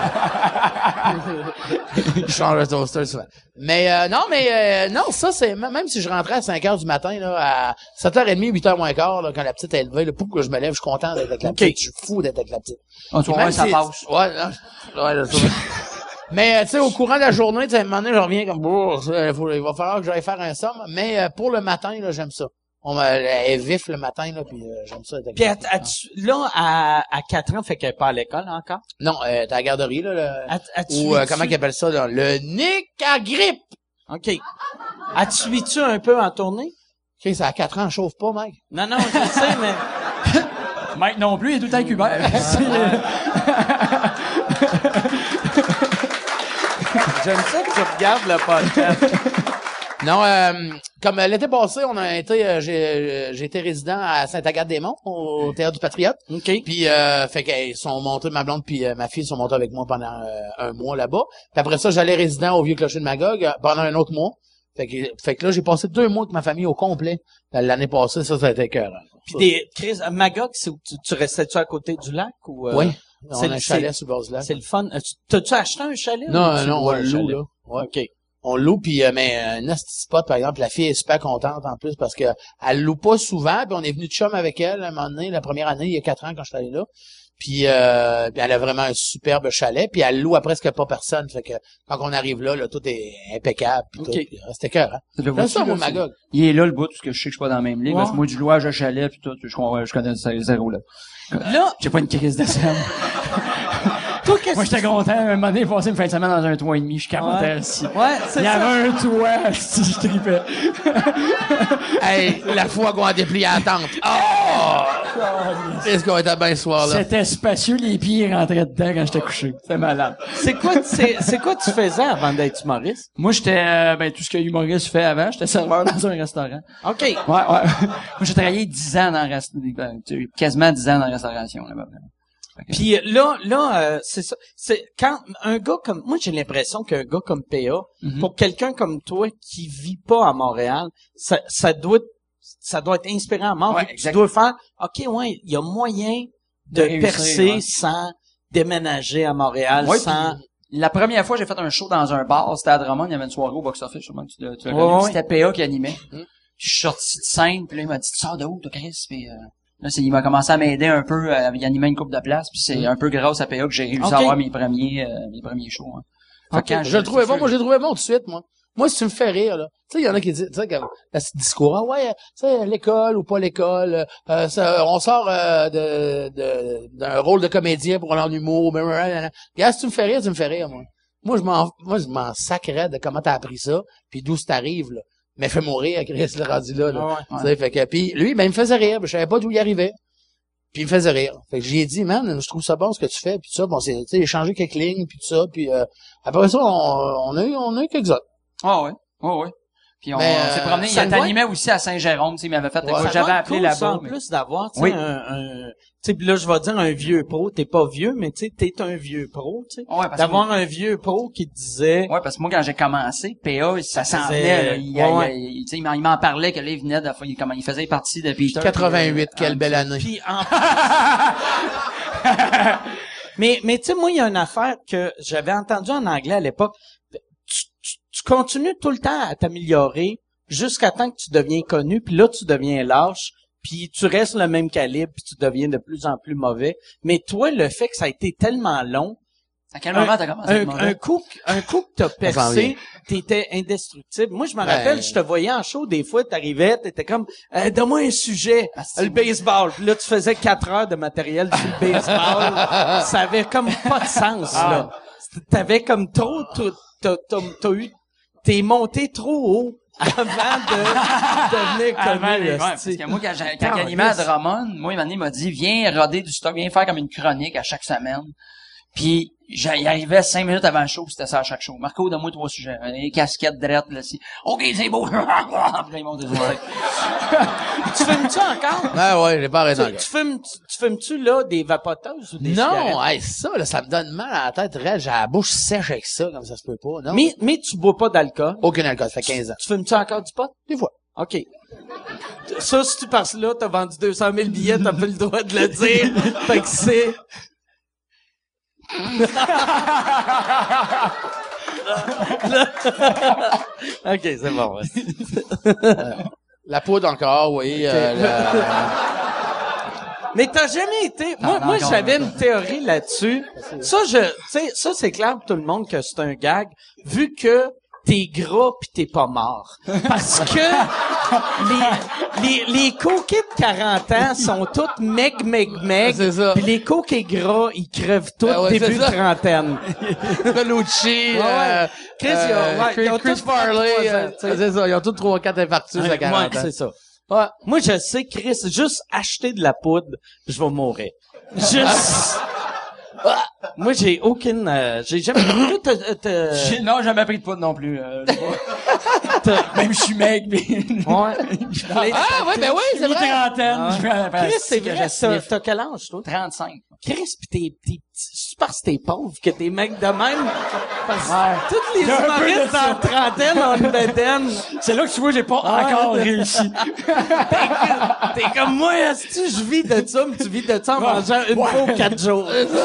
je change le toaster souvent. Mais, non, ça, c'est, même si je rentrais à 5 heures du matin, là, à 7h30, 8h moins quart, là, quand la petite est levée, là, pour que je me lève, je suis content d'être avec la petite. Je suis fou d'être avec la petite. Ah, tu Puis vois, même ça si- passe. Ouais, non, ouais, c'est ça. Mais, tu sais, au courant de la journée, tu sais, à un moment donné, je reviens comme, il va falloir que j'aille faire un somme. Mais, pour le matin, là, j'aime ça. Elle est vif le matin, là, puis j'aime ça. Puis là, à 4 ans, fait qu'elle est pas à l'école encore. Non, t'es à la garderie, là, ou As-tu comment qu'ils appellent ça, là, le nick à grippe. OK. As-tu un peu en tournée? OK, ça à 4 ans, chauffe pas, mec. Non, je sais, mais... Mike non plus, il est tout le temps cubain. J'aime ça que tu regardes le podcast. Non, comme l'été passé, on a été, j'ai été résident à Sainte-Agathe-des-Monts, au Théâtre du Patriote. OK. Puis, fait qu'ils sont montés, ma blonde puis ma fille sont montées avec moi pendant un mois là-bas. Puis après ça, j'allais résident au Vieux Clocher de Magog pendant un autre mois. Fait que là, j'ai passé 2 mois avec ma famille au complet. L'année passée, ça a été écœurant. Puis Chris, Magog, c'est où tu restais-tu à côté du lac ou? Oui. On c'est a un chalet sur le bord du lac. C'est le fun. T'as-tu acheté un chalet? Non, ou tu non, on loues un le loue, chalet? là. Ouais. OK. On loue, puis mais un nasty spot, par exemple, la fille est super contente en plus parce que elle loue pas souvent, puis on est venu de chum avec elle à un moment donné, la première année, il y a 4 ans quand je suis allé là. Puis elle a vraiment un superbe chalet, puis elle loue à presque pas personne. Fait que quand on arrive là, tout est impeccable, puis tout. OK. Puis, c'était cœur, hein. C'est ça, mon Magog. Il est là, le bout, parce que je sais que je suis pas dans la même ligue. Ouais. Parce que moi, du louage de chalet, pis tout, je connais zéro, là. Là, J'ai pas une crise de scène. Toi, qu'est-ce Moi, j'étais content. Un moment donné, passer une fin de semaine dans un toit et demi. Je capotais aussi. Ouais, c'est Il y ça. avait un toit, si je tripais. Hey, la fois qu'on a déplié la tente. Oh! Est-ce qu'on était bien ce soir-là? C'était spacieux, les pieds rentraient dedans quand j'étais couché. C'était malade. C'est quoi tu faisais avant d'être humoriste? Moi, j'étais, tout ce que humoriste fait avant. J'étais serveur dans un restaurant. OK. Ouais. Moi, j'ai travaillé 10 ans dans quasiment 10 ans dans la restauration, là-bas. Puis là, c'est ça. C'est quand un gars comme moi, j'ai l'impression qu'un gars comme PA, pour quelqu'un comme toi qui vit pas à Montréal, ça doit être inspirant à mort. Ouais, Tu dois faire, OK, ouais, il y a moyen de réussir, percer ouais. sans déménager à Montréal, Ouais, sans... La première fois, j'ai fait un show dans un bar, c'était à Drummond, il y avait une soirée au box-office, sûrement que tu l'as Ouais, connu. ouais. C'était PA qui animait. Je suis sorti de scène, puis là, il m'a dit, tu sors de où, toi, Chris? Puis là, il m'a commencé à m'aider un peu, à y animer une couple de places, puis c'est un peu grâce à PA que j'ai réussi Ok. à avoir mes premiers shows. Hein. Fait que quand Je le trouvais bon. Moi, j'ai trouvé bon tout de suite, moi. Moi, si tu me fais rire, là. Tu sais, il y en a qui disent, tu sais, comme, ce discours, ah ouais, tu sais, l'école ou pas l'école, on sort, d'un rôle de comédien pour aller en humour, regarde, si tu me fais rire, tu me fais rire, moi. Moi, je m'en sacrais de comment t'as appris ça, puis d'où ça t'arrive, là. Mais fais mourir, Chris, le rendu là, là. Ouais. Tu sais, fait que, puis lui, ben, il me faisait rire, je savais pas d'où il arrivait. Puis il me faisait rire. Fait que j'ai dit, man, je trouve ça bon ce que tu fais, puis tout ça, bon, c'est, tu sais, échanger quelques lignes, puis tout ça, puis après ça, on a eu quelques autres. Ah ouais. Puis on s'est promené, ça il doit animait aussi à Saint-Jérôme, tu sais, il m'avait fait, Ouais. moi, Ça j'avais doit être appelé cool, là-bas. ça, en mais- plus d'avoir, tu sais, Oui. tu sais, pis là, je vais dire un vieux pro, t'es pas vieux, mais tu sais, t'es un vieux pro, tu sais. Ouais, parce que D'avoir un vieux pro qui te disait, ouais, parce que moi, quand j'ai commencé, PA, ça s'en faisait- venait, là. ouais. Tu sais, il m'en parlait que là, il venait il faisait partie de Peter. 88, quelle belle année. puis en mais tu sais, moi, il y a une affaire que j'avais entendue en anglais à l'époque. Tu continues tout le temps à t'améliorer jusqu'à temps que tu deviens connu, puis là, tu deviens lâche, puis tu restes le même calibre, puis tu deviens de plus en plus mauvais. Mais toi, le fait que ça a été tellement long, À quel moment t'as commencé à demander? un coup que t'as s'en percé, vient. t'étais indestructible. Moi, je me rappelle, je te voyais en show, des fois, t'arrivais, t'étais comme, donne-moi un sujet, c'est le baseball. Puis là, tu faisais 4 heures de matériel sur le baseball. Ça avait comme pas de sens, là. T'avais comme trop, t'as eu, t'es monté trop haut avant de devenir Avant connu, les- là, parce c'est- que moi, quand j'animais à Drummond, moi, il m'a dit, viens roder du stock, viens faire comme une chronique à chaque semaine. Puis, il arrivait 5 minutes avant le show, c'était ça à chaque show. Marco, donne-moi 3 sujets. Les casquettes drettes, là, si. OK, c'est beau. Puis là, ils montent des oreilles. Tu fumes-tu encore? Ah ouais, j'ai pas arrêté encore. Tu fumes-tu, là, des vapoteuses ou des Non, cigarettes? hey, ça, là, ça me donne mal à la tête, réel. J'ai la bouche sèche avec ça, comme ça se peut pas, non? Mais tu bois pas d'alcool. Aucun alcool, ça fait 15 ans. Tu fumes-tu encore du pot? Des fois. OK. Ça, si tu passes là, t'as vendu 200 000 billets, t'as pas le droit de le dire. Fait que c'est... OK, c'est bon. Ouais. La poudre encore, oui. Mais t'as jamais été... Moi, encore, j'avais une théorie là-dessus. Ça, tu sais, ça, c'est clair pour tout le monde que c'est un gag, vu que t'es gras pis t'es pas mort. Parce que les coquets de 40 ans sont toutes meg. C'est ça. Pis les coquets gras, ils crevent tous Ben ouais, début c'est de ça. trentaine. Bellucci, Ouais. Chris, ils ont Chris tous Farley, 3 ans, tu sais. c'est ça, ils ont tous 3 ou 4 infarctus à 40 Ouais, ans. c'est ça. Ouais. Moi, je sais, Chris, juste acheter de la poudre, je vais mourir. Juste... Moi, j'ai aucune... j'ai jamais... Non, j'ai jamais pris de poudre non plus. Même je suis mec, mais... Ouais. Ah, ouais, ben oui, c'est vrai. trentaine. Chris, c'est vrai, t'as quel âge, toi? 35. Chris, pis t'es petit. C'est parce que t'es pauvre que t'es mec de même. Parce que Ouais. toutes les Il y a un peu humoristes de ça. en trentaine ont une bedaine. C'est là que tu vois, j'ai pas encore réussi. T'es comme moi, si je vis de ça, mais tu vis de ça en mangeant une fois ou 4 jours.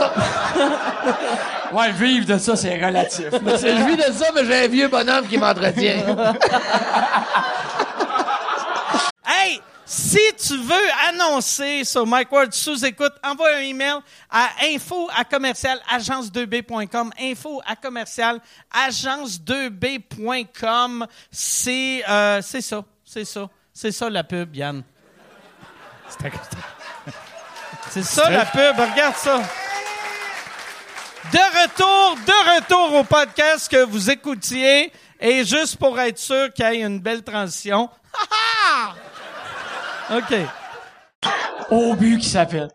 Ouais, vivre de ça, c'est relatif. Je vis de ça, mais j'ai un vieux bonhomme qui m'entretient. Hey! Si tu veux annoncer sur Mike Ward sous-écoute, envoie un email à info@agence2b.com. info@agence2b.com. C'est ça. C'est ça la pub, Yann. C'est ça la pub. Regarde ça. De retour au podcast que vous écoutiez. Et juste pour être sûr qu'il y ait une belle transition. OK. Au but qui s'appelle.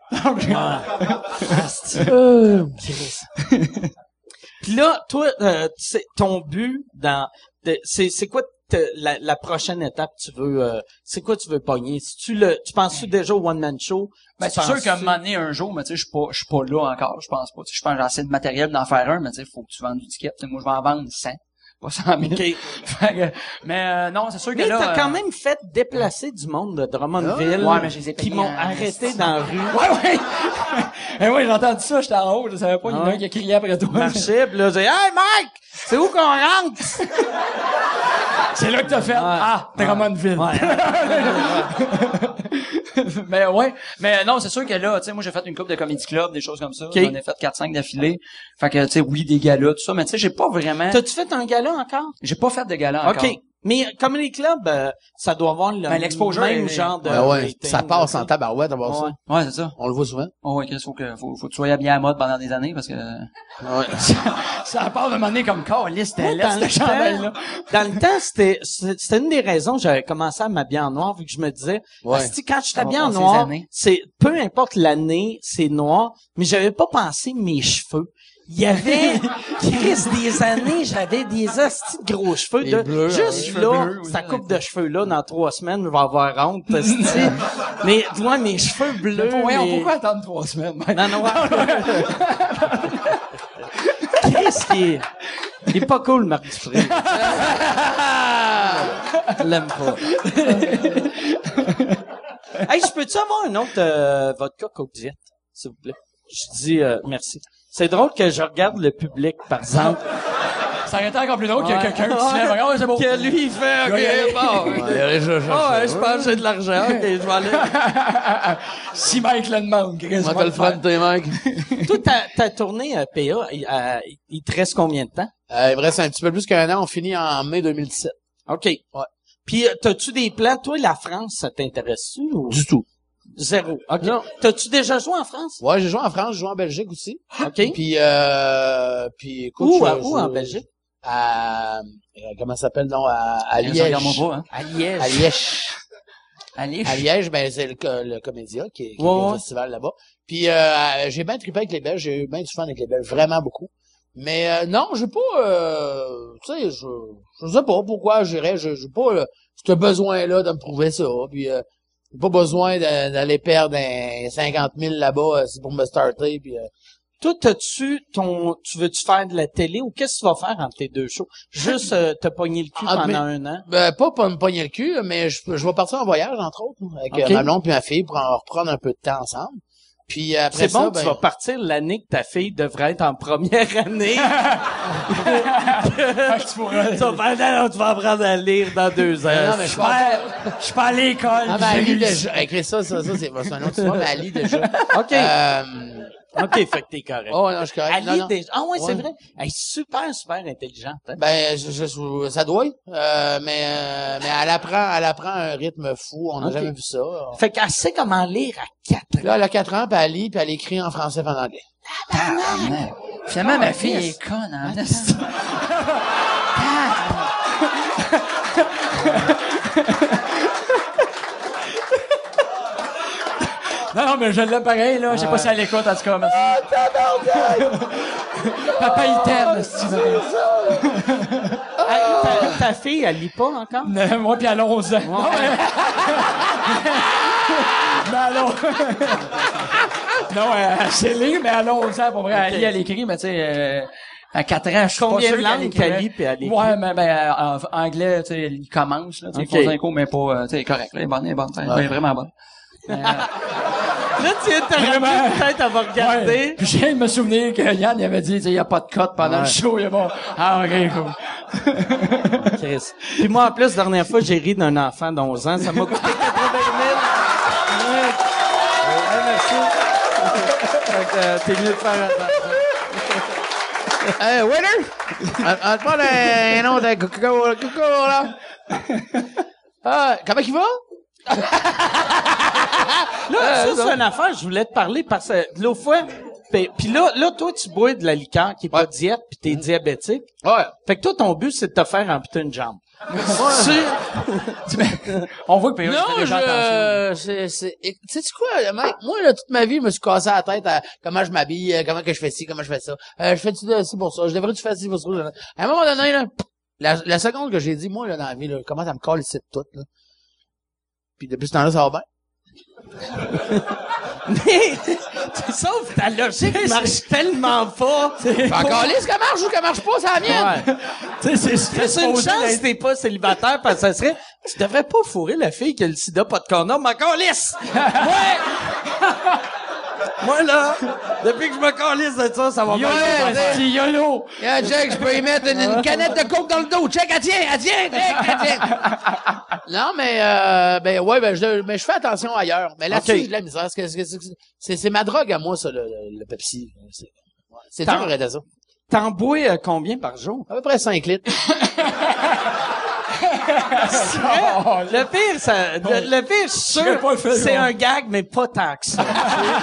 Puis là, toi, ton but c'est quoi la prochaine étape tu veux c'est quoi tu veux pogner? Si tu penses-tu déjà au one man show? Ben, c'est sûr qu'à un moment donné, un jour, mais tu sais, je suis pas là encore, je pense pas. Je pense que j'ai assez de matériel d'en faire un, mais tu sais, faut que tu vendes du ticket. T'sais, moi, je vais en vendre 100. Pas 100 000. Okay. Mais non, c'est sûr que mais là... t'as quand même fait déplacer du monde de Drummondville. Ouais, mais je les ai qui payés m'ont en arrêté dans la rue. Ouais. Eh ouais, j'ai entendu ça, j'étais en haut, je savais pas, il y en a un qui a crié après toi. Marchais, pis là, j'ai dit, hey Mike! C'est où qu'on rentre? C'est là que t'as fait. Drummondville. Ouais. Mais ouais. Mais non, c'est sûr que là, tu sais, moi, j'ai fait une couple de comedy club, des choses comme ça. Okay. J'en ai fait 4-5 d'affilée. Fait que, tu sais, oui, des galas, tout ça. Mais tu sais, j'ai pas vraiment... T'as-tu fait un gala encore? J'ai pas fait de gala encore. OK. Mais Comedy Club, ça doit avoir le l'exposure même est- genre de... Ouais, rating, ça passe là, en tabarouette d'avoir ça. Ouais. Ouais, c'est ça. On le voit souvent. Oh, ouais, Chris, faut que tu sois habillé à la mode pendant des années, parce que... Ouais. ça part de m'amener comme liste, Moi, là, cette chandelle-là. dans le temps, c'était une des raisons que j'avais commencé à m'habiller en noir, vu que je me disais, Ouais. asti, quand je t'habille en Ces noir, années. c'est, peu importe l'année, c'est noir, mais j'avais pas pensé mes cheveux. Il y avait, Chris, des années, j'avais des astis de gros cheveux. Des bleus, juste cheveux là, bleus, sa oui, coupe de cheveux-là, dans 3 semaines, je vais avoir honte, asti. Mais, moi, mes cheveux bleus. Voyons, mais- pourquoi attendre 3 semaines? Mike? Non, non, Qu'est-ce qui est... Il est pas cool, Marc Dupré. Je l'aime pas. Hey, je peux-tu avoir un autre vodka Coke Diet, s'il vous plaît? Je dis merci. C'est drôle que je regarde le public, par exemple. Ça aurait été encore plus drôle qu'il y a quelqu'un qui se lève. Regarde, c'est beau. Que lui, il fait, OK, bon. Ouais, je pense que j'ai de l'argent. OK, je vais aller. Si Mike le demande, Chris, Moi, t'as le fronté, mec. Toi, ta tournée PA, il te reste combien de temps? Il me reste un petit peu plus qu'un an. On finit en mai 2017. OK. Ouais. Puis, t'as-tu des plans? Toi, la France, ça t'intéresse-tu? Ou... Du tout. Zéro. OK. Non. T'as-tu déjà joué en France? Ouais, j'ai joué en France, j'ai joué en Belgique aussi. OK. Puis écoute, Où je- en Belgique? Comment ça s'appelle, non? À Liège. Regarde-moi pas, hein. À Liège. À Liège. Allez. À Liège, ben, c'est le Comédia qui est Ouais, le ouais. festival là-bas. Puis j'ai bien trippé avec les Belges, j'ai eu bien du fun avec les Belges, vraiment beaucoup. Mais non, j'ai pas, tu sais, je sais pas pourquoi j'irais, j'ai pas ce besoin-là de me prouver ça. Puis j'ai pas besoin d'aller perdre 50 000 là-bas c'est pour me starter. Puis Toi, tu veux-tu faire de la télé ou qu'est-ce que tu vas faire entre tes deux shows? Juste te pogner le cul Ah, pendant mais- un an? pas me pogner le cul, mais je vais partir en voyage entre autres avec Ok. ma blonde puis ma fille pour en reprendre un peu de temps ensemble. Puis après C'est bon ça, que tu vas partir l'année que ta fille devrait être en première année. Tu pourras... Tu vas faire, non, tu vas apprendre à lire dans 2 ans. Non, mais je pense pas. Je suis pas à l'école. Ah, puis mais j'ai elle lit réussi. déjà. Écris ça, c'est un autre histoire, mais elle lit déjà. OK. OK, fait que t'es correct. Oh, non, je suis correct. Elle Non, lit non. déjà. Ah ouais, c'est Ouais. vrai. Elle est super intelligente. Hein? Ben, ça doit. Mais elle apprend un rythme fou. On n'a Ok. jamais vu ça. Fait qu'elle sait comment lire à 4 ans. Là, elle a 4 ans, puis elle lit, puis elle écrit en français et en anglais. Tabarnak. Finalement, ma fille est conne, hein. esti. Non, mais je l'aime pareil, là. Je sais pas si elle écoute, en tout cas. Papa, il t'aime, esti. Ta fille, elle lit pas encore? Moi, puis elle a 11 ans. Non, mais elle a... Non, elle sait lire, mais elle a 11 ans, pour vrai. Elle lit, elle écrit, mais tu sais... à 4 ans, je suis pas Combien sûr de langues écrirait. qu'elle lit puis elle écrit? Ouais, mais en anglais, tu sais, il commence, là, tu sais, Ok. il faut un cours, mais pas, tu sais, correct, là, elle est bonne, elle est vraiment bonne. Là, tu viens de te rappeler, peut-être, elle va regarder. Ouais. Puis je viens de me souvenir que Yann, il avait dit, tu sais, il y a pas de cote pendant le show, il est bon. Ah, ok, cool. Chris. Puis moi, en plus, dernière fois, j'ai ri d'un enfant d'11 ans. Ça m'a coûté 80 000. Ouais, merci. Fait que, t'es mieux de faire attention. Waiter! On te prend un autre Coca-Cola. Comment il va? Là, ça, c'est une affaire, je voulais te parler parce que l'autre fois, Puis là, toi, tu bois de la liqueur qui est pas diète, puis t'es diabétique. Ouais. Fait que toi, ton but, c'est de te faire amputer une jambe. On voit que P.O. Non, fait déjà attention. tu sais quoi, mec? Moi, là, toute ma vie, je me suis cassé la tête à comment je m'habille, comment que je fais ci, comment je fais ça. Je fais-tu ci pour ça? Je devrais-tu faire ci pour ça? À un moment donné, là, la seconde que j'ai dit, moi, là, dans la vie, là, comment ça me colle ici de tout, là. Puis depuis ce temps-là, ça va bien. Mais, sauf ta logique marche tellement pas. Encore lisse qu'elle marche ou qu'elle marche pas, c'est la mienne. Ouais. C'est une chance que t'es pas célibataire parce que ça serait, tu devrais pas fourrer la fille qui a le sida, pas de condom, mais encore lisse! Moi, là, depuis que je me calisse de ça va bien. YOLO! Yeah, check, je peux y mettre une canette de coke dans le dos. Check, elle tient. Non, mais, mais je fais attention ailleurs. Mais là-dessus, j'ai de la misère. C'est ma drogue à moi, ça, le Pepsi. C'est dur d'arrêter ça. T'en bois combien par jour? À peu près 5 litres. Le pire, le pire, je suis sûr, c'est un gag, mais pas tant que ça.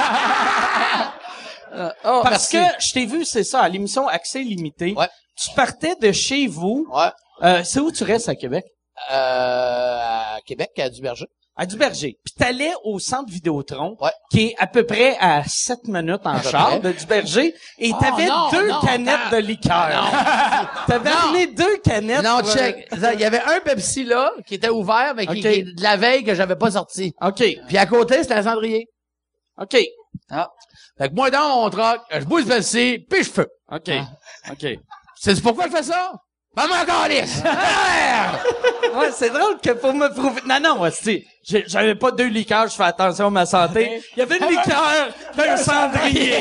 Parce que je t'ai vu, c'est ça, à l'émission Accès Limité. Ouais. Tu partais de chez vous. Ouais. C'est où tu restes à Québec? À Québec, à Duberger. À Duberger. Puis t'allais au centre Vidéotron, Ouais. qui est à peu près à 7 minutes en char de Duberger, et t'avais deux canettes de liqueur. T'avais amené 2 canettes. Non, check. Il y avait un Pepsi là, qui était ouvert, mais qui est de la veille que j'avais pas sorti. OK. Puis à côté, c'était un cendrier. OK. Ah. Fait que moi, dans mon truck, je bois du Pepsi, puis je feu. OK. OK. C'est pourquoi je fais ça? Maman calisse! Ouais, c'est drôle que pour me prouver... Non, hostie. J'avais pas 2 liqueurs, je fais attention à ma santé. Il y avait une liqueur d'un cendrier.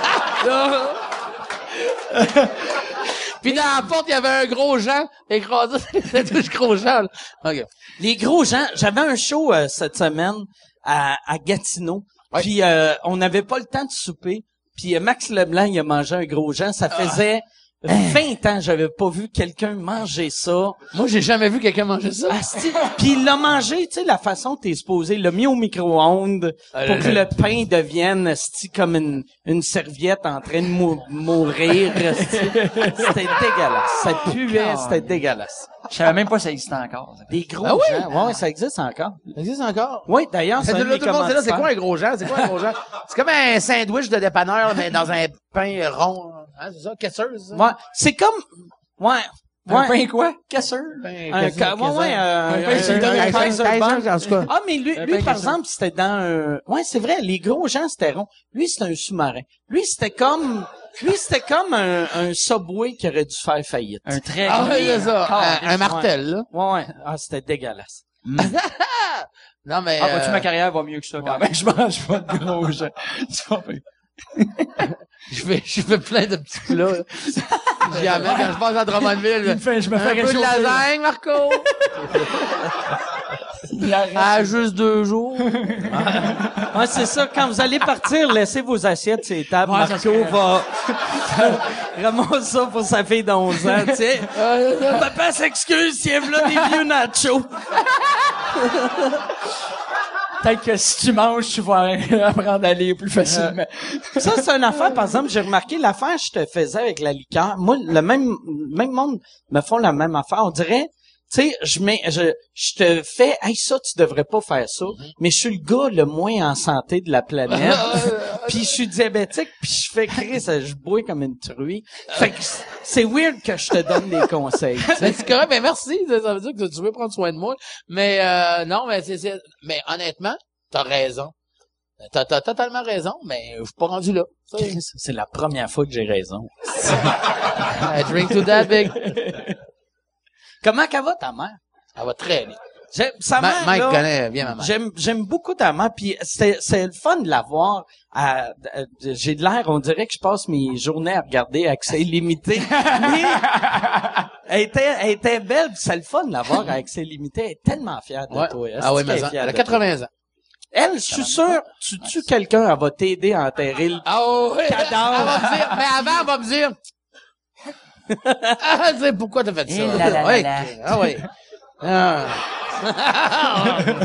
Puis dans la porte, il y avait un gros Jean écrasé. C'était tout gros Jean, là. OK. Les gros gens, j'avais un show cette semaine à Gatineau. Ouais. Puis on n'avait pas le temps de souper. Puis Max Leblanc, il a mangé un gros Jean. Ça faisait 20 ans, j'avais pas vu quelqu'un manger ça. Moi, j'ai jamais vu quelqu'un manger ça. Asti. Puis il l'a mangé, tu sais, la façon que t'es supposé, il l'a mis au micro-ondes pour que le pain devienne, asti, comme une serviette en train de mourir, asti. C'était dégueulasse. Ça puait, c'était dégueulasse. Je savais même pas si ça existait encore. Des gros Ah oui? gens. Ouais, ça existe encore. Ça existe encore? Oui, d'ailleurs, c'est Tout un le des monde, c'est là, c'est quoi un commanditaires. gros Jean? C'est quoi un gros Jean? C'est comme un sandwich de dépanneur, mais dans un pain rond. Hein, c'est ça? Casseuse, ça? Ouais, c'est comme, ouais. Un pain quoi? Casseur? Un Kaiser en tout cas. Ah, mais lui par exemple, c'était dans un... Ouais, c'est vrai, les gros gens, c'était rond. Lui, c'était un sous-marin. Lui, c'était comme un Subway qui aurait dû faire faillite. Un très Ah gros. oui, c'est ça. Un martel, là. Ouais. Ah, c'était dégueulasse. Non, mais... Ah, vois-tu, ma carrière va mieux que ça quand même. Je mange pas de gros gens. C'est pas vrai. je fais plein de petits plats, là. J'y amène quand je passe à Drummondville. Je me fais Un peu de lasagne, Marco. Juste 2 jours. Ouais, c'est ça. Quand vous allez partir, laissez vos assiettes sur les tables. Ouais, Marco va ramasse ça pour sa fille d'11 ans, tu sais. Papa s'excuse s'il y a là des vieux nachos. Peut-être que si tu manges, tu vas apprendre à lire plus facilement. Ça, c'est une affaire, par exemple, j'ai remarqué l'affaire que je te faisais avec la liqueur. Moi, le même monde me font la même affaire. On dirait, tu sais, je te fais, hey, ça, tu devrais pas faire ça. Mais je suis le gars le moins en santé de la planète. Puis je suis diabétique, puis je fais Chris, je bois comme une truie. Fait que c'est weird que je te donne des conseils. Ben, c'est correct, ben merci, ça veut dire que tu veux prendre soin de moi. Mais non, mais mais honnêtement, t'as raison. T'as totalement raison, mais je suis pas rendu là. Chris, c'est la première fois que j'ai raison. I drink to that big. Comment qu'elle va, ta mère? Elle va très bien. Sa mère, Mike là, connaît bien ma mère. J'aime beaucoup ta mère, puis c'est le fun de la voir. J'ai de l'air, on dirait que je passe mes journées à regarder Accès Limité. Mais elle était belle, puis c'est le fun de la voir à Accès Limité. Elle est tellement fière de toi. Ah oui, mais elle a 80 ans. Elle, je suis sûr, tu tues quelqu'un, elle va t'aider à enterrer le Ah oui! cadavre. Elle va me dire, mais avant, elle va me dire... Ah, tu sais, pourquoi t'as fait ça? Eh là là là Ouais, là. ah oui. Ah.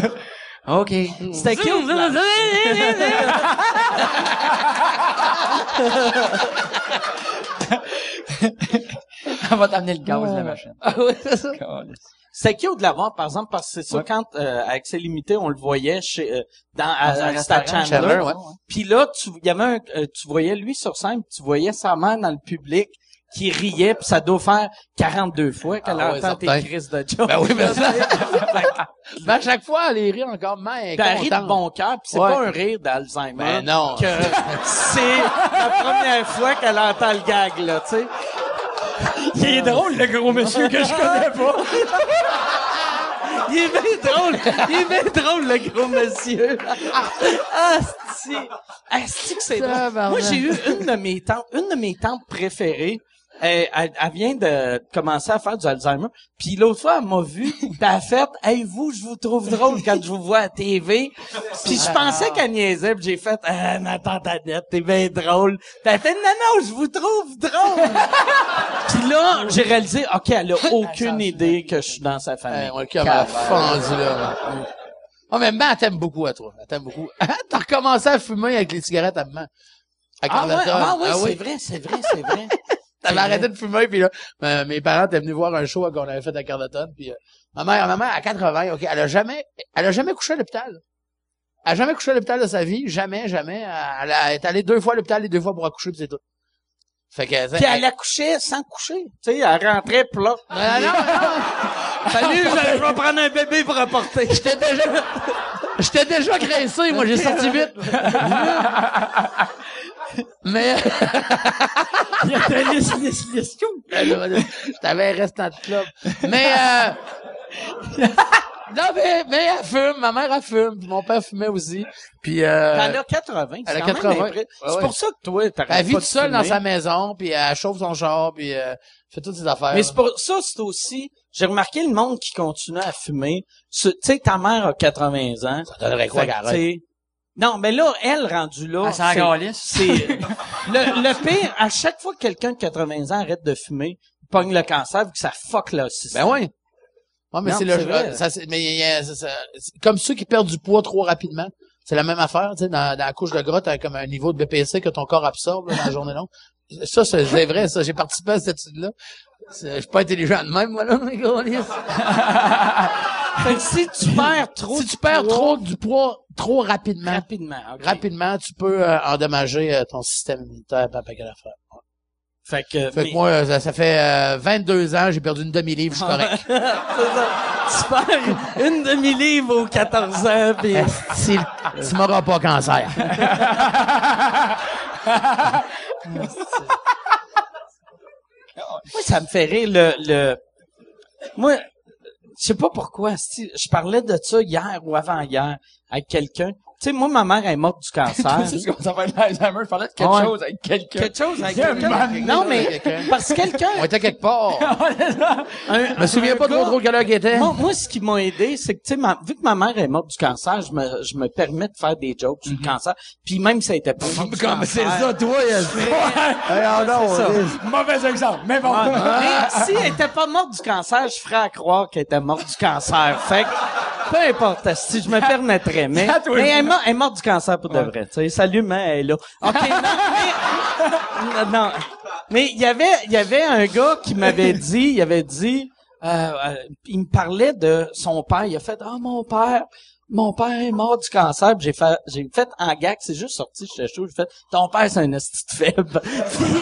OK. C'était cute, là. On va t'amener le gaz de la machine. Ah oui, c'est ça. C'était cute de l'avoir, par exemple, parce que c'est ça, Ouais. quand, avec C'est limité, on le voyait chez, Dans un à restaurant, Chandler. ouais. Puis là, il y avait tu voyais lui sur scène, puis tu voyais sa mère dans le public qui riait, puis ça doit faire 42 fois qu'elle Ah ouais, entend tes certain. crises de joke. Ben oui, ben ça. Ben, à chaque fois, elle rit encore, mais Puis elle rit de bon cœur, puis c'est Ouais. pas un rire d'Alzheimer. Ben non. Que c'est la première fois qu'elle entend le gag, là, tu sais. Il est drôle, le gros monsieur que je connais pas. Il est bien drôle, le gros monsieur. Asti que c'est drôle. Tabarnak. Moi, j'ai eu une de mes tantes préférées. Elle vient de commencer à faire du Alzheimer. Puis l'autre fois, elle m'a vu, pis elle a fait « Hey, vous, je vous trouve drôle quand je vous vois à la TV. » Puis je pensais qu'elle niaisait, pis j'ai fait « Ah, ma tante Annette, t'es bien drôle. » Puis elle a fait « Non, je vous trouve drôle. » Puis là, j'ai réalisé « OK, elle a aucune idée que je suis dans sa famille. » Ouais, le cœur m'a fendu, là. Oh, mais maman, elle t'aime beaucoup, à toi. Elle t'aime beaucoup. T'as recommencé à fumer avec les cigarettes à maman. À Ah ouais, Carleton. c'est vrai. T'avais arrêté de fumer, puis là, mes parents étaient venus voir un show qu'on avait fait à Carleton, puis ma mère, à 80, OK, elle a jamais couché à l'hôpital. Elle a jamais couché à l'hôpital de sa vie, jamais. Elle est allée 2 fois à l'hôpital, les 2 fois pour accoucher, puis c'est tout. Fait que, Puis elle accouchait sans coucher. Tu sais, elle rentrait plat. non. Salut, je vais prendre un bébé pour apporter. J'étais déjà graissé, moi, j'ai sorti vite. Mais, Il y a des listes. je t'avais un restant de club. Mais, non, mais elle fume, ma mère elle fume, puis mon père fumait aussi. Puis, Elle a 80. elle a c'est quand 80. même impré- C'est Ouais. pour ça que toi, t'arrêtes elle vit pas toute de seule dans fumer. sa maison, puis elle chauffe son char, puis fait toutes ses affaires. Mais c'est pour ça, c'est aussi, j'ai remarqué le monde qui continue à fumer. Tu sais, ta mère a 80 ans. Ça donnerait quoi Fait que, qu'elle arrête? tu sais, non, mais là, elle, rendue là, Elle s'en calisse. c'est, le pire, à chaque fois que quelqu'un de 80 ans arrête de fumer, il pogne le cancer, vu que ça fuck le système. Ben oui. Ouais, mais Non, c'est c'est vrai. c'est comme ceux qui perdent du poids trop rapidement. C'est la même affaire, tu sais, dans la couche de gras, t'as comme un niveau de BPC que ton corps absorbe, là, dans la journée longue. Ça, c'est vrai, ça. J'ai participé à cette étude-là. Je suis pas intelligent de même, moi, là, les gars. Fait que si tu perds trop, Si tu perds trop du poids trop rapidement, rapidement, tu peux endommager ton système immunitaire, pas paquet d'affaires. Fait que, Fait que moi, ça fait 22 ans, j'ai perdu une demi-livre, je suis correct. tu perds une demi-livre aux 14 ans, pis Tu m'auras pas cancer. moi, ça me fait rire, moi, je sais pas pourquoi, je parlais de ça hier ou avant-hier avec quelqu'un. Tu sais, moi, ma mère est morte du cancer. C'est ce qu'on s'appelle l'Alzheimer. Je parlais de quelque Ouais. chose avec quelqu'un. Quelque chose avec Il y a quelqu'un. un moment Non, mais, quelqu'un. parce que quelqu'un, On était quelque part. Je me souviens pas gars- trop quelle heure qu'il était. Moi, ce qui m'a aidé, c'est que, tu sais, vu que ma mère est morte du cancer, je me permets de faire des jokes sur le cancer. Puis même si ça était pas du Comme c'est cancer. ça, toi, non, ça. Mauvais exemple, mais bon. Mais si elle était pas morte du cancer, je ferais à croire qu'elle était morte du cancer. Fait que, peu importe, si je me permettrais, mais À toi. elle est morte du cancer pour de vrai. Tu sais, salut, mais elle est là. OK, non. Mais il y avait un gars qui m'avait dit, il me parlait de son père. Il a fait, mon père est mort du cancer. Puis j'ai fait en gag, c'est juste sorti, j'étais chaud, j'ai fait, ton père c'est un esti de faible. Puis,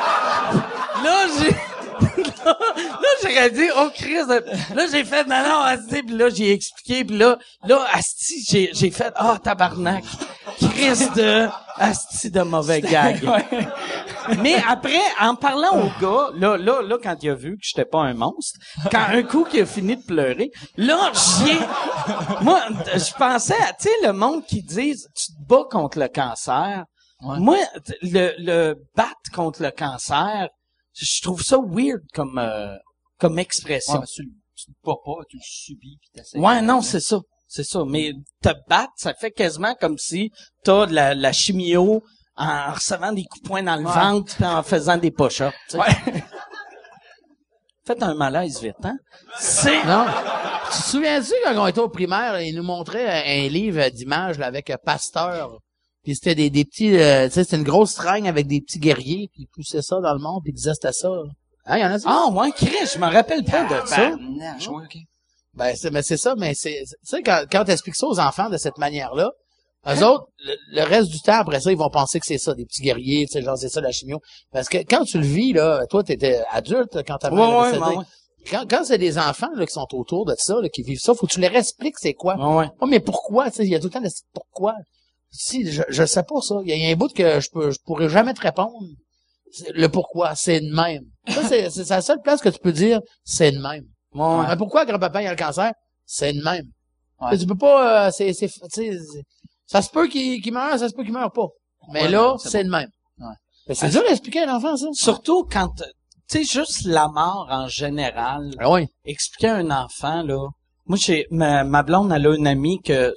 là, j'aurais dit, oh, Christ, là, j'ai fait, non, asti, puis là, j'ai expliqué, puis là, asti, j'ai fait, tabarnak, Christ asti de mauvais gag. Mais après, en parlant au gars, là, quand il a vu que j'étais pas un monstre, quand un coup qu'il a fini de pleurer, là, moi, je pensais à, tu sais, le monde qui disent, tu te bats contre le cancer. Ouais. Moi, le battre contre le cancer, je trouve ça weird comme expression. Ouais, tu te bats pas, tu le subis pis t'essaies. Ouais, non, c'est ça. C'est ça. Mais te battre, ça fait quasiment comme si t'as de la chimio en recevant des coups de poing dans le ventre pis en faisant des push-ups. Tu sais. Ouais. Faites un malaise vite, hein? Non. Tu te souviens-tu, quand on était au primaire, il nous montrait un livre d'images là, avec Pasteur. Puis c'était des petits, tu sais, c'était une grosse seringue avec des petits guerriers, puis ils poussaient ça dans le monde, puis ils disaient c'était ça. Hein, il y en a ça? Ah, ouais, Chris, je me rappelle pas de ça. OK. Ben, c'est ça, mais tu sais, quand t'expliques ça aux enfants de cette manière-là, eux autres, le reste du temps, après ça, ils vont penser que c'est ça, des petits guerriers, tu sais, genre, c'est ça, la chimio. Parce que quand tu le vis, là, toi, t'étais adulte, quand ta mère avait décédé. Quand c'est des enfants, là, qui sont autour de ça, là, qui vivent ça, faut que tu leur expliques c'est quoi. Ouais. Oh, mais pourquoi, tu sais, il y a tout le temps pourquoi. Si, je sais pas ça. Il y a un bout que je pourrais jamais te répondre. Le pourquoi, c'est de même. Ça, c'est la seule place que tu peux dire, c'est de même. Ouais. Mais pourquoi grand-papa il a le cancer? C'est de même. Ouais. Tu peux pas, ça se peut qu'il meure, ça se peut qu'il meure pas. Mais Ouais, là, c'est c'est de même. Ouais. Mais c'est dur d'expliquer à l'enfant, ça. Surtout quand, tu sais, juste la mort en général. Ah oui. Expliquer à un enfant, là. Moi, ma blonde, elle a une amie que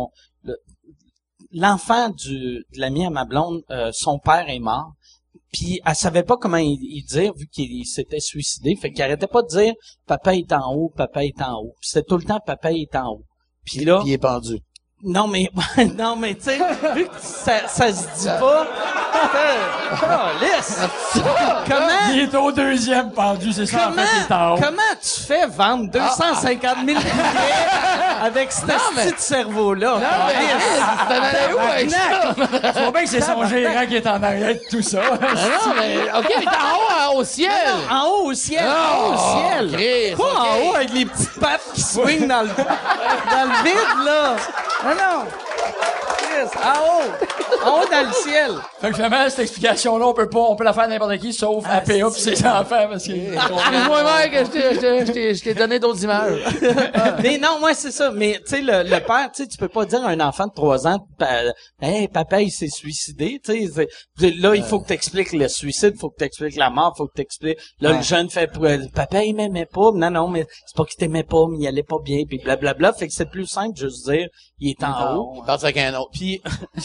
l'enfant de l'ami à ma blonde, son père est mort. Puis elle savait pas comment il dire vu qu'il s'était suicidé. Fait qu'il arrêtait pas de dire papa est en haut, papa est en haut. Puis c'était tout le temps papa est en haut. Puis là, Puis il est pendu. non mais tu sais, vu que ça se dit pas. Lisse. Comment Il est au deuxième pendu, c'est ça, en fait, il est en haut. comment tu fais vendre 250 000 billets avec ce petit cerveau-là? T'en allais où avec ça? Tu vois bien que c'est son gérant qui est en arrière de tout ça. Non, mais, OK, il est en haut, hein, au ciel. En haut au ciel, en haut au ciel. Chris, Pas OK. en haut avec les petites pattes qui swingent dans le vide, là. Non. Chris, en haut dans le ciel. Fait que finalement, cette explication-là, on peut la faire à n'importe qui, sauf à PA pis ses enfants, parce que... Excuse-moi, Mike, je t'ai donné d'autres images. Mais non, moi, c'est ça. Mais, tu sais, le père, tu sais, tu peux pas dire à un enfant de 3 ans, hey, papa, il s'est suicidé, tu sais. Là, il faut que t'expliques le suicide, faut que t'expliques la mort, faut que t'expliques. Là, le jeune fait, papa, il m'aimait pas. Non, mais c'est pas qu'il t'aimait pas, mais il allait pas bien, puis blablabla. Fait que c'est plus simple, juste dire, il est en haut. Il part avec un autre. Puis,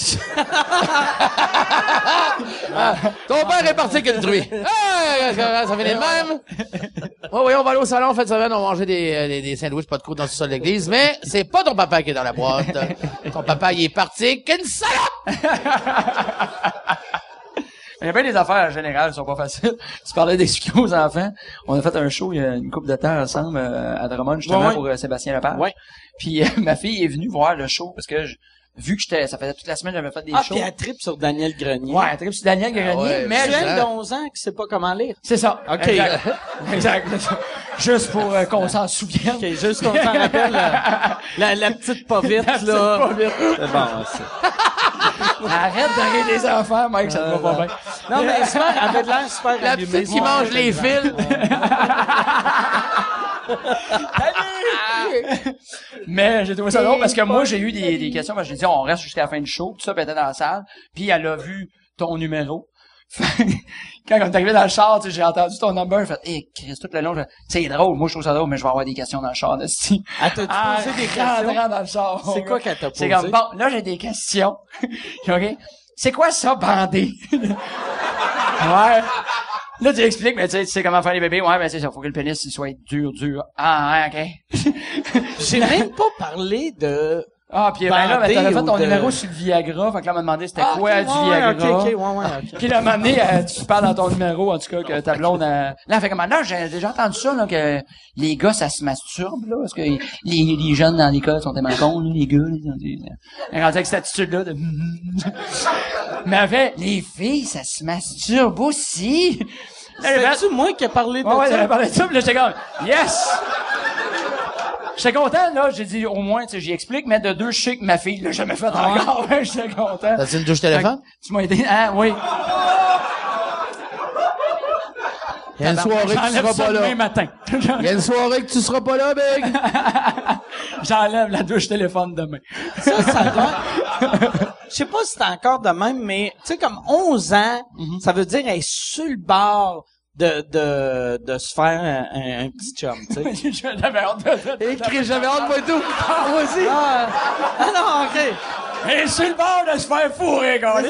Ton père est parti avec une truie. Hey, ça fait les mêmes. Oui, on va aller au salon en fin de semaine, on va manger des sandwichs pas de croûte dans le sol de l'église, mais c'est pas ton papa qui est dans la boîte. Ton papa, il est parti avec une salope! Il y a bien des affaires en général qui sont pas faciles. Tu parlais d'expliquer aux enfants. On a fait un show il y a une couple de temps ensemble à Drummond, justement, pour Sébastien Lepage. Ouais. Puis ma fille est venue voir le show parce que vu que ça faisait toute la semaine j'avais fait des shows. puis elle tripe sur Daniel Grenier. Ouais, elle tripe sur Daniel Grenier, ouais, mais Tu viens de 11 ans qui sait pas comment lire. c'est ça. OK. Exact. Juste pour qu'on s'en souvienne. OK, juste qu'on s'en rappelle, la petite pas vite, là. C'est bon, c'est... Arrête de rire des enfants, Mike, ça te va pas bien. Non, mais super, elle avait de l'air super La allumée. petite qui mange les fils. Mais j'ai trouvé ça drôle parce que moi, j'ai eu des questions. Parce que j'ai dit, on reste jusqu'à la fin du show. Tout ça, puis elle était dans la salle. Puis elle a vu ton numéro. Quand on est arrivé dans le char, tu sais, j'ai entendu ton number. J'ai fait, Chris, tout le long, c'est drôle. Moi, je trouve ça drôle, mais je vais avoir des questions dans le char, esti. Elle t'a posé des questions? Rentrant dans le char. C'est quoi qu'elle t'a posé? C'est comme, bon, là, j'ai des questions. OK? C'est quoi ça, bandé? Ouais. Là, tu expliques, mais tu sais comment faire les bébés. Ouais, ben c'est ça, faut que le pénis, il soit dur. Ah, ouais, OK. J'ai même pas parlé de... Ah, puis ben là, bandé t'avais fait ton ou de- numéro sur le Viagra. Fait que là, elle m'a demandé c'était quoi ok, du ouais, Viagra. OK. Puis là, à un moment donné, tu parles dans ton numéro, en tout cas, que ta blonde... Là, elle fait comme, non, j'ai déjà entendu ça, là, que les gars, ça se masturbe, là, parce que les jeunes dans l'école sont tellement cons, là, les gars, là, elle rendu avec cette attitude-là de... Mais elle fait, les filles, ça se masturbe aussi. C'est-tu moi qui ai parlé de Ouais, ça? j'avais parlé de ça, puis là, j'étais comme, yes! J'étais content, là, j'ai dit, au moins, tu sais, j'y explique, mais de deux, je sais que ma fille l'a jamais fait encore, ouais, j'étais content. T'as-tu une douche téléphone? Tu m'as aidé, hein, oui. Il y a une soirée que tu J'enlève seras ça pas là. demain matin. Il y a une soirée que tu seras pas là, Big. J'enlève la douche téléphone demain. Ça doit... Je sais pas si c'est encore de même, mais tu sais, comme 11 ans, ça veut dire être sur le bord de se faire un petit chum, tu sais. J'avais hâte de... Chris, j'avais hâte, moi, tout. Moi aussi. Ah non, OK. Et sur le bord de se faire fourrer, gars.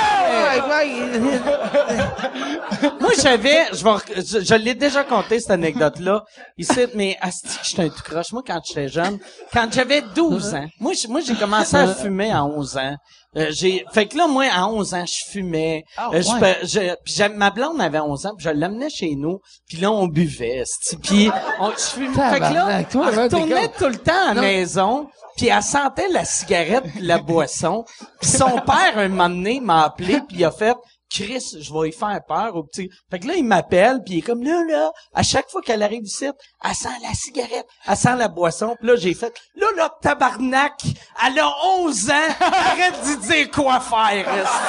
Moi, je l'ai déjà conté, cette anecdote-là. Ici, mais, asti, j'étais un tout croche. Moi, quand j'étais jeune, quand j'avais 12 ans, moi, j'ai commencé à fumer à 11 ans. Fait que là, moi, à 11 ans, je fumais. Puis ma blonde avait 11 ans, puis je l'amenais chez nous, puis là, on buvait, puis je fumais. Fait que là, on retournait tout le temps à la maison, puis elle sentait la cigarette, la boisson. Puis son père, un moment donné, m'a appelé, puis il a fait Chris, je vais y faire peur au petit. Fait que là, il m'appelle, puis il est comme là, à chaque fois qu'elle arrive ici, elle sent la cigarette, elle sent la boisson. Puis là, j'ai fait là, tabarnak, elle a 11 ans, arrête d'y dire quoi faire.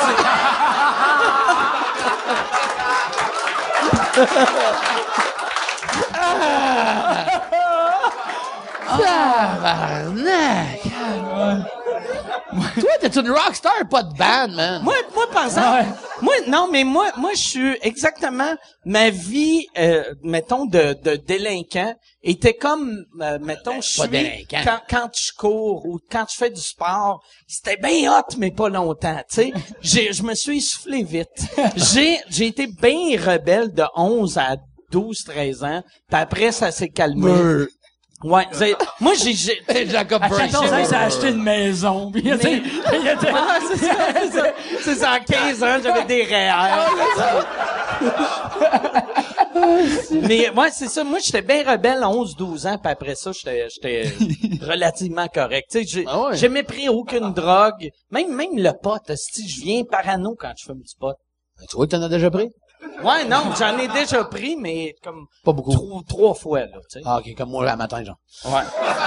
Tabarnak! Toi, t'es une rockstar, pas de band, man. Moi, par exemple, moi, je suis exactement, ma vie, mettons, de délinquant était comme, mettons, je suis, quand je cours ou quand je fais du sport, c'était bien hot, mais pas longtemps, tu sais. Je me suis essoufflé vite. J'ai été bien rebelle de 11 à 12, 13 ans, puis après, ça s'est calmé. Ouais, moi j'ai Jacob Burns. Il s'est acheté une maison. Puis c'est ça, à 15 ans, j'avais des REER. Mais ouais, c'est ça, moi j'étais bien rebelle à 11-12 ans, puis après ça, j'étais relativement correct. Tu sais, j'ai jamais pris aucune drogue, même le pot, je viens parano quand je fume du pot. Tu vois que t'en as déjà pris? Ouais, non, j'en ai déjà pris, mais comme pas beaucoup. 3 fois, là, tu sais. Ah, ok, comme moi, à matin, genre. Ouais.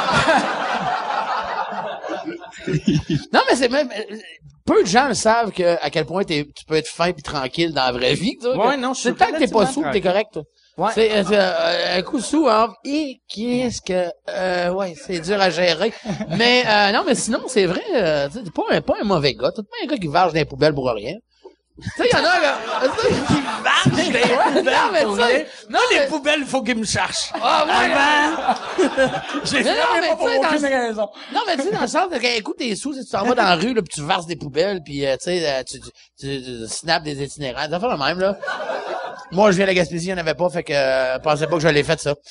Non, mais c'est même, peu de gens le savent à quel point tu peux être fin pis tranquille dans la vraie vie, tu vois. Ouais, non, je suis c'est tant que t'es pas sous que t'es correct, toi. Ouais. C'est, un coup sous, hein. Et qu'est-ce que, ouais, c'est dur à gérer. Mais, non, mais sinon, c'est vrai, t'es pas un mauvais gars. T'es pas un gars qui varge dans les poubelles pour rien. Tu sais, il y en a, qui varge des poubelles pour rien. Non, les poubelles, faut qu'ils me cherchent. Ah, ouais. J'ai Non, mais pas pour aucune raison. Non, mais tu sais, dans le sens, écoute, t'es sous, tu t'en vas dans la rue, là, pis tu varses des poubelles, pis, tu sais, tu snaps des itinérants. Ça fait le même, là. Moi, je viens de la Gaspésie, il n'y en avait pas, fait que, je pensais pas que j'allais fait ça.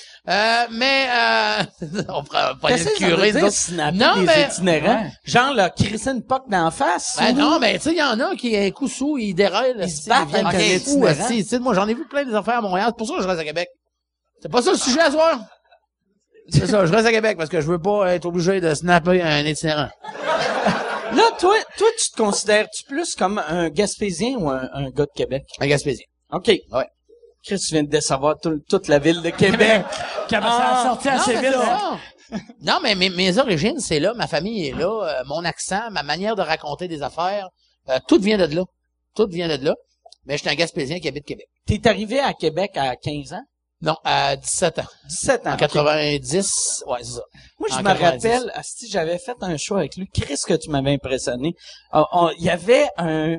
On prend pas le curé, non, mais itinérants. Ouais. Genre, là, crisser une poque d'en face. Ben non, mais tu sais, il y en a qui, un coup sous, ils déraillent, ils se battent avec un itinérant. Moi, j'en ai vu plein des affaires à Montréal, c'est pour ça que je reste à Québec. C'est pas ça le sujet à soir. C'est ça, je reste à Québec parce que je veux pas être obligé de snapper un itinérant. Là, toi, tu te considères-tu plus comme un Gaspésien ou un gars de Québec? Un Gaspésien. OK. Ouais. Chris, tu viens de décevoir toute la ville de Québec. Ça a sorti assez vite. Non, mais mes origines, c'est là. Ma famille est là. Mon accent, ma manière de raconter des affaires, tout vient de là. Tout vient de là. Mais je suis un Gaspésien qui habite Québec. T'es arrivé à Québec à 15 ans? Non, à 17 ans. 17 ans. En 90, ouais, c'est ça. Moi, je me rappelle, Asti, j'avais fait un show avec lui. Chris, que tu m'avais impressionné. Il y avait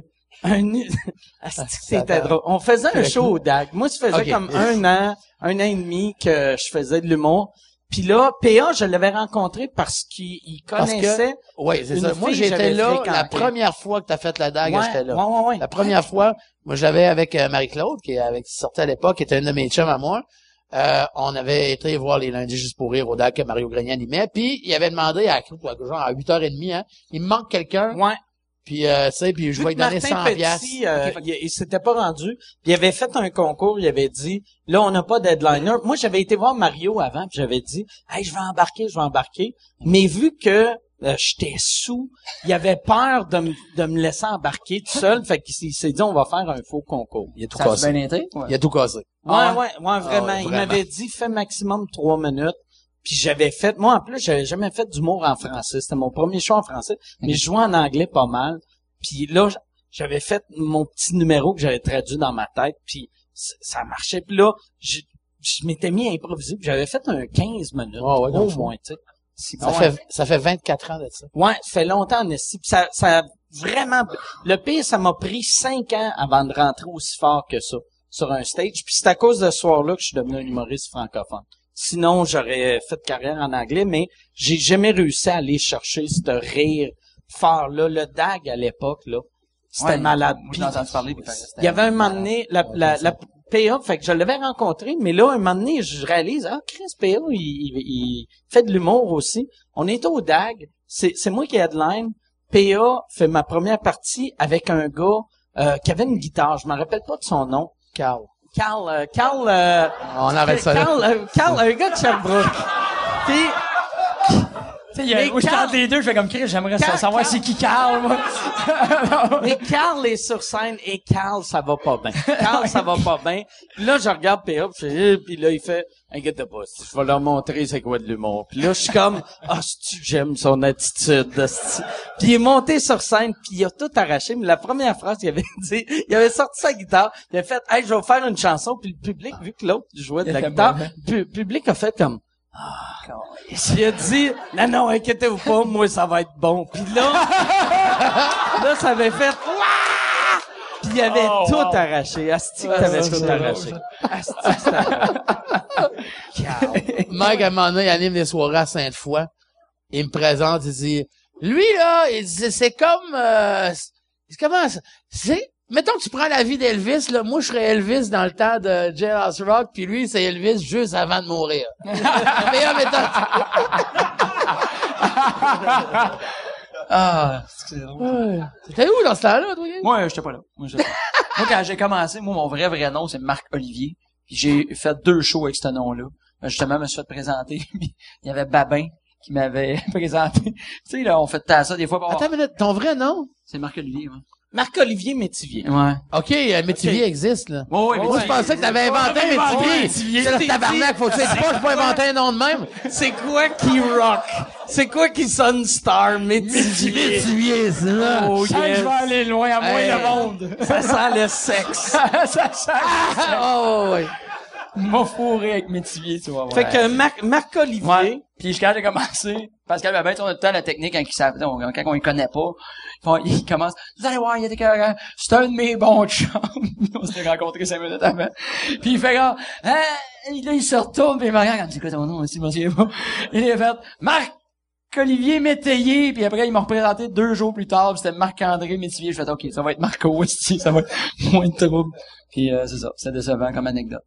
Asti, c'était drôle. On faisait un show au DAG. Moi, ça faisait comme un an et demi que je faisais de l'humour. Puis là, PA, je l'avais rencontré parce qu'il connaissait. Oui, c'est ça. Moi, j'étais là la première fois que t'as fait la DAG, j'étais là. Ouais. La première fois, moi, j'avais avec Marie-Claude, qui sortait à l'époque, qui était une de mes chums à moi. On avait été voir les lundis juste pour rire au DAG que Mario Grenier animait. Puis, il avait demandé genre à 8h30, hein. Il me manque quelqu'un. Ouais. Puis, tu sais, puis je vais lui donner 100 piastres. Il s'était pas rendu. Puis il avait fait un concours, il avait dit, là, on n'a pas d'headliner. Moi, j'avais été voir Mario avant, puis j'avais dit, hey, je vais embarquer. Mais vu que j'étais sous, il avait peur de me laisser embarquer tout seul, fait qu'il s'est dit, on va faire un faux concours. Il a tout cassé. Ça a bien été? Ouais. Il a tout cassé. Ouais, vraiment. Il m'avait dit, fais maximum 3 minutes. Puis j'avais fait, moi en plus, j'avais jamais fait d'humour en français. C'était mon premier show en français, mais je jouais en anglais pas mal. Puis là, j'avais fait mon petit numéro que j'avais traduit dans ma tête, puis ça marchait. Puis là, je m'étais mis à improviser, puis j'avais fait un 15 minutes, au moins, tu sais. Ça fait 24 ans de ça. Ouais, ça fait longtemps en esti. Puis ça vraiment, le pire, ça m'a pris 5 ans avant de rentrer aussi fort que ça sur un stage. Puis c'est à cause de ce soir-là que je suis devenu un humoriste francophone. Sinon, j'aurais fait carrière en anglais, mais j'ai jamais réussi à aller chercher ce rire fort, là. Le DAG, à l'époque, là. C'était Ouais, malade. Moi, Puis, j'ai entendu parler. Puis il y avait un moment donné, la PA, fait que je l'avais rencontré, mais là, un moment donné, je réalise, Chris PA, il fait de l'humour aussi. On est au DAG. C'est moi qui headline. PA fait ma première partie avec un gars, qui avait une guitare. Je me rappelle pas de son nom. Carl. Carl, On arrête ça là. Carl, un gars de Sherbrooke. Puis, Tu sais, moi, je tente les deux, je fais comme Chris, j'aimerais savoir c'est qui Carl, moi. mais Carl est sur scène et Carl, ça va pas bien. Carl, ça va pas bien. Puis là, je regarde PA, puis là, il fait, inquiète pas, je vais leur montrer c'est quoi de l'humour. Puis là, je suis comme, j'aime son attitude. Puis il est monté sur scène, puis il a tout arraché. Mais la première phrase qu'il avait dit, il avait sorti sa guitare, il a fait, je vais faire une chanson. Puis le public, vu que l'autre jouait de la guitare, le public a fait comme, il a dit, non, inquiétez-vous pas, moi, ça va être bon. Puis là, ça avait fait, Ouah! Puis il avait tout arraché. Asti que t'avais tout arraché. Asti que t'avais arraché. Mike, à un moment donné, il anime des soirées à Sainte-Foy. Il me présente, il dit, lui, là, il dit, c'est comme, comment ça? Mettons que tu prends la vie d'Elvis, là, moi, je serais Elvis dans le temps de Jailhouse Rock, puis lui, c'est Elvis juste avant de mourir. Mais là, C'est drôle. T'étais où dans ce temps-là, toi? Moi, j'étais pas là. Moi, quand j'ai commencé, mon vrai nom, c'est Marc Olivier. Puis j'ai fait 2 shows avec ce nom-là. Justement, je me suis fait présenter. Il y avait Babin qui m'avait présenté. Tu sais, là, on fait ça des fois. Attends une minute, ton vrai nom? C'est Marc Olivier, ouais. Marc-Olivier Métivier. Ouais. OK, Métivier existe, là. Ouais, Moi, je pensais que t'avais inventé Métivier. C'est le tabarnak, faut que tu sais pas, je peux inventer un nom de même. C'est quoi qui rock? C'est quoi qui sonne star? Métivier. Métivier, c'est là. Oh, Je vais aller loin à moins de monde. Ça sent le sexe. Ça sent. Oh, ouais. M'a fourré avec Métivier, tu vois. Fait que Marc-Olivier. Ouais. Puis quand j'ai commencé, Pascal Babin, on a tout le temps la technique quand on les connaît pas. Il commence, vous allez voir, il était carrément, c'est un de mes bons chums. On s'était rencontrés 5 minutes avant. Puis il fait comme, là, il se retourne, puis il me regarde, c'est quoi ton nom aussi, je m'en souviens pas. Il a fait, Marc-Olivier Métayer, puis après, il m'a représenté 2 jours plus tard, puis c'était Marc-André Métivier. Je fais, OK, ça va être Marco aussi, ça va être moins de trouble. Puis c'est ça, c'est décevant comme anecdote.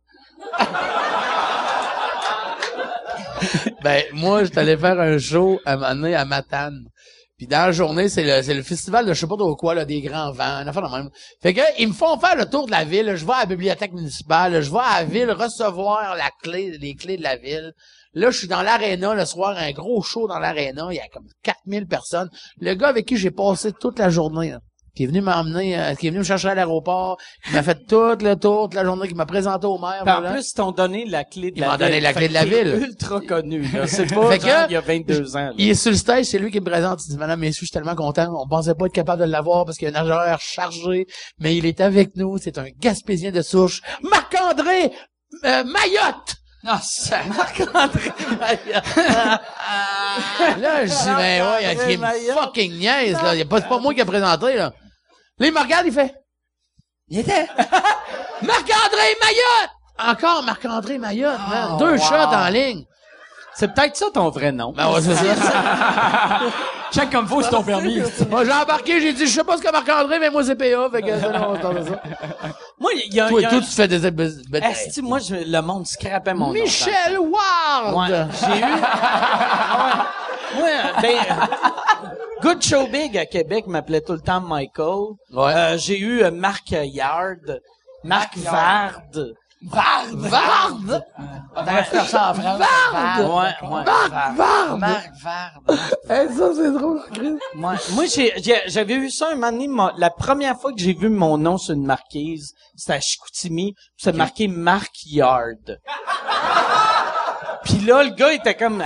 Ben, moi, j'étais allé faire un show à un moment donné à Matane. Puis dans la journée, c'est le festival de je sais pas trop quoi, là, des grands vents, une affaire de même. Fait que, ils me font faire le tour de la ville. Je vais à la bibliothèque municipale. Je vais à la ville recevoir les clés de la ville. Là, je suis dans l'aréna le soir, un gros show dans l'aréna. Il y a comme 4000 personnes. Le gars avec qui j'ai passé toute la journée, là, qui est venu m'emmener, qui est venu me chercher à l'aéroport, qui m'a fait tout le tour toute la journée, qui m'a présenté au maire. En plus, ils t'ont donné la clé de la ville. Ils m'ont donné la clé de la ville. Ultra connu, là. C'est pas Fait genre, que, il y a 22 ans, là. Il est sur le stage, c'est lui qui me présente. Il dit, madame, messieurs, je suis tellement content. On pensait pas être capable de l'avoir parce qu'il y a un horaire chargé, mais il est avec nous. C'est un Gaspésien de souche. Marc-André, Mayotte! Non, ça. Marc-André Mayotte. Là, je dis, ben ouais, il me fucking niaise, là. C'est pas moi qui ai présenté, là. Là, il me regarde, il fait, il était Marc-André Mayotte! Encore Marc-André Mayotte, man. 2 shots en ligne. C'est peut-être ça ton vrai nom. Ben ouais, c'est ça. Check comme faut, c'est ton permis. Moi, j'ai embarqué, j'ai dit, je sais pas ce que Marc-André, mais moi, c'est PA, fait que, non, on ça. Moi, il y a, Toi, tu fais des Esti, moi, le monde scrapait mon nom. Michel Ward! Ouais, j'ai eu... Moi, Good Show Big à Québec m'appelait tout le temps Michael. Ouais. J'ai eu Marc Yard, Marc Vard. Vard! T'aurais pu faire ça en France. Ouais. Marc Vard. Hey, ça, c'est drôle, Chris. Moi, j'avais vu ça un moment donné, la première fois que j'ai vu mon nom sur une marquise, c'était à Chicoutimi, c'était marqué Marc Yard. Puis là, le gars, il était comme,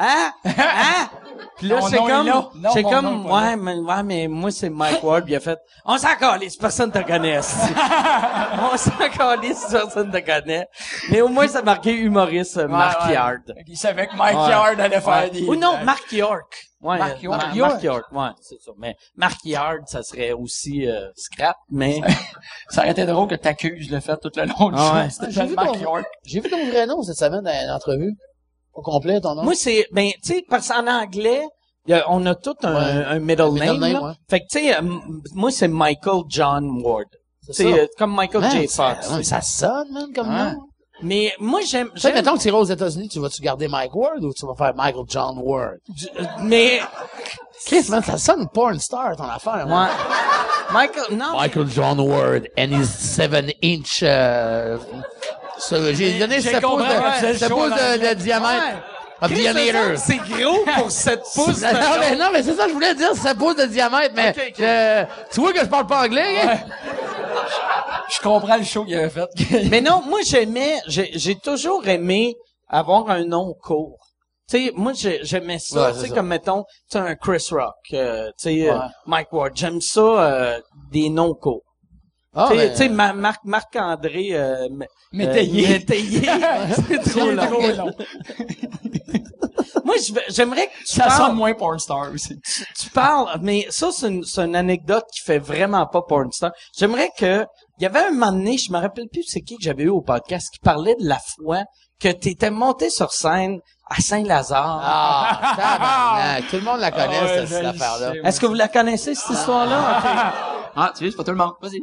Puis là, c'est comme, mais moi, c'est Mike Ward, puis il a fait, on s'en calisse, personne te connaît, on s'en calisse, personne te connaît. Mais au moins, ça marquait humoriste, Marc Yard. Il savait que Mike Yard allait faire des... Ou non, Marc York. Ouais, Marc York. Marc York, ouais, c'est ça. Mais Marc Yard, ça serait aussi scrap, mais... Ça aurait été drôle que t'accuses le fait tout le long du ouais. show. C'était Marc York. J'ai vu ton vrai nom cette semaine dans une entrevue. Au complet, ton nom. Moi, c'est, tu sais, parce qu'en anglais, On a tout un middle name, là. Ouais. Fait que, tu sais, moi, c'est Michael John Ward. C'est C'est comme Michael Man, J. Fox. ça sonne, man, comme Ouais. nom. Mais moi, j'aime... Tu sais, mettons que tu iras aux États-Unis, tu vas-tu garder Mike Ward ou tu vas faire Michael John Ward? Mais... Chris, man, ça sonne porn star, ton affaire, man. Ouais. Michael... Non, Michael John Ward and his 7-inch, j'ai donné J'ai 7 pouces compris, ouais, de, 7 pouces de diamètre. Ouais. Of Chris, diameter. c'est gros pour 7 pouces. Non, mais c'est ça, je voulais dire, 7 pouces de diamètre, mais, Ok. tu vois que je parle pas anglais, hein? Je comprends le show qu'il avait fait. Mais non, moi, j'ai toujours aimé avoir un nom court. Tu sais, moi, j'aimais ça, Ouais, tu c'est sais, ça. comme, mettons, tu sais, un Chris Rock, tu sais, Ouais. Mike Ward. J'aime ça, des noms courts. Ah, Tu sais, ben, tu sais, Marc-André, Métayer. Métayer. C'est trop long. Moi, j'aimerais que tu Ça parles, sonne moins porn star aussi. tu parles, mais ça, c'est une anecdote qui fait vraiment pas porn star. J'aimerais que, il y avait un moment donné, je me rappelle plus c'est qui que j'avais eu au podcast, qui parlait de la fois que t'étais monté sur scène à Saint-Lazare. Ah, tabarnak. Tout le monde la connaît, Ah ouais, cette je affaire-là. sais. Est-ce que vous la connaissez, cette histoire-là? Ah, tu sais, c'est pas tout le monde. Vas-y.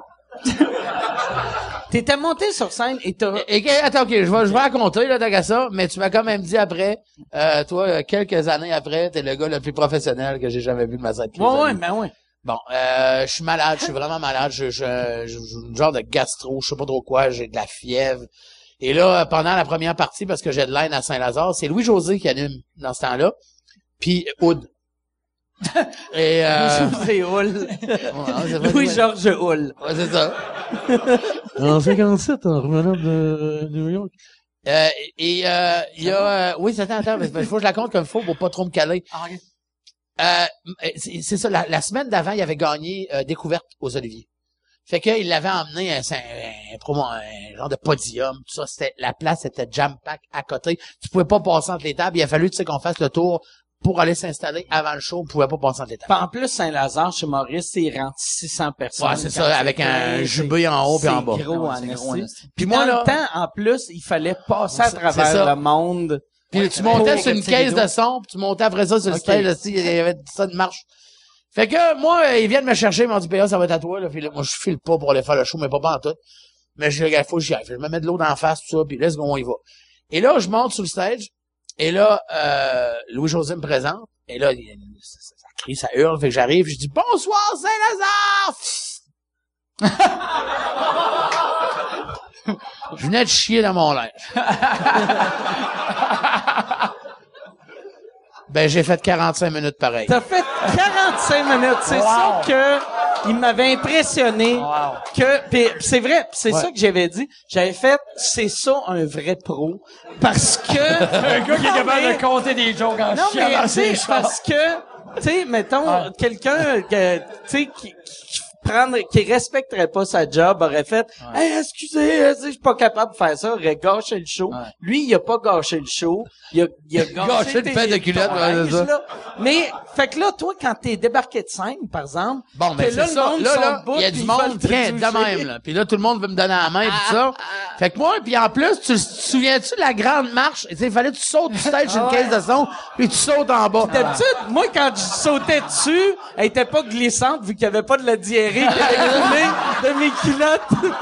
T'étais monté sur scène et t'as... Attends, ok, je vais raconter, là, tant qu'à ça, mais tu m'as quand même dit après, toi, quelques années après, t'es le gars le plus professionnel que j'ai jamais vu de ma tête. Ouais, ben ouais. Bon, je suis malade, je suis vraiment malade, j'ai une genre de gastro, je sais pas trop quoi, j'ai de la fièvre. Et là, pendant la première partie, parce que j'ai de l'aine à Saint-Lazare, c'est Louis-José qui anime dans ce temps-là, puis Oud. Et Louis-José Hull. Louis-Georges Hull. Ouais, c'est ça. En 57, en revenant de New York. Il y a, oui, attends, il faut que je la compte comme il faut pour pas trop me caler. Ah, ok. C'est ça, la semaine d'avant, il avait gagné Découverte aux Oliviers. Fait qu'il l'avait emmené un genre de podium, tout ça, la place était jam-pack à côté. Tu pouvais pas passer entre les tables. Il a fallu, tu sais, qu'on fasse le tour pour aller s'installer avant le show. On pouvait pas passer entre les tables. Puis en plus, Saint-Lazare, chez Maurice, il rentre 600 personnes. Ouais, c'est quand ça, avec un jubé en haut puis en bas. C'est gros, Ouais, c'est gros, en en esti. esti. Puis moi, dans là- le temps, en plus, il fallait passer à C'est travers ça. le monde. Puis tu montais pour sur une petit caisse rideau. de son, puis tu montais après ça sur le Ok. stage, là, il y avait ça de marche. Fait que moi, ils viennent me chercher, ils m'ont dit PA, ça va être à toi, là. Puis là, moi, je file pas pour aller faire le show, mais pas en tout. Mais je dis, regarde, faut que j'y aille. Fait que je me mets de l'eau dans la face, tout ça, puis let's go, on y va. Et là, je monte sur le stage, et là, Louis-José me présente, et là, ça crie, ça hurle, fait que j'arrive, je dis, bonsoir, Saint-Lazare! Je venais de chier dans mon linge. Ben, j'ai fait 45 minutes pareil. T'as fait 45 minutes. C'est ça que il m'avait impressionné. Que, pis c'est vrai, c'est ça que j'avais dit. J'avais fait, c'est ça un vrai pro. Parce que... Un gars qui est capable de compter des jokes en Non, chiant mais, dans tu sais, ses chars. parce que, tu sais, mettons, quelqu'un, que, tu sais, qui respecterait pas sa job aurait fait, hey, excusez, je suis pas capable de faire ça, aurait gâché le show. Ouais. Lui, il a pas gâché le show. Il a Gâché le fait de culotte, ouais, c'est ça. là. Mais, fait que là, toi, quand t'es débarqué de scène, par exemple, Bon, ben que c'est là, le ça. monde Là, sont là, debout, il y a puis du ils monde veulent te qui est de toucher. même, là. Puis là, tout le monde veut me donner la main, pis ça. Fait que moi, puis en plus, tu te souviens-tu de la grande marche? Tu sais, il fallait que tu sautes du stage sur une caisse de son, puis tu sautes en bas. D'habitude, moi, quand je sautais dessus, elle était pas glissante, vu qu'il y avait pas de la diarrhée qui avait coulé de mes culottes.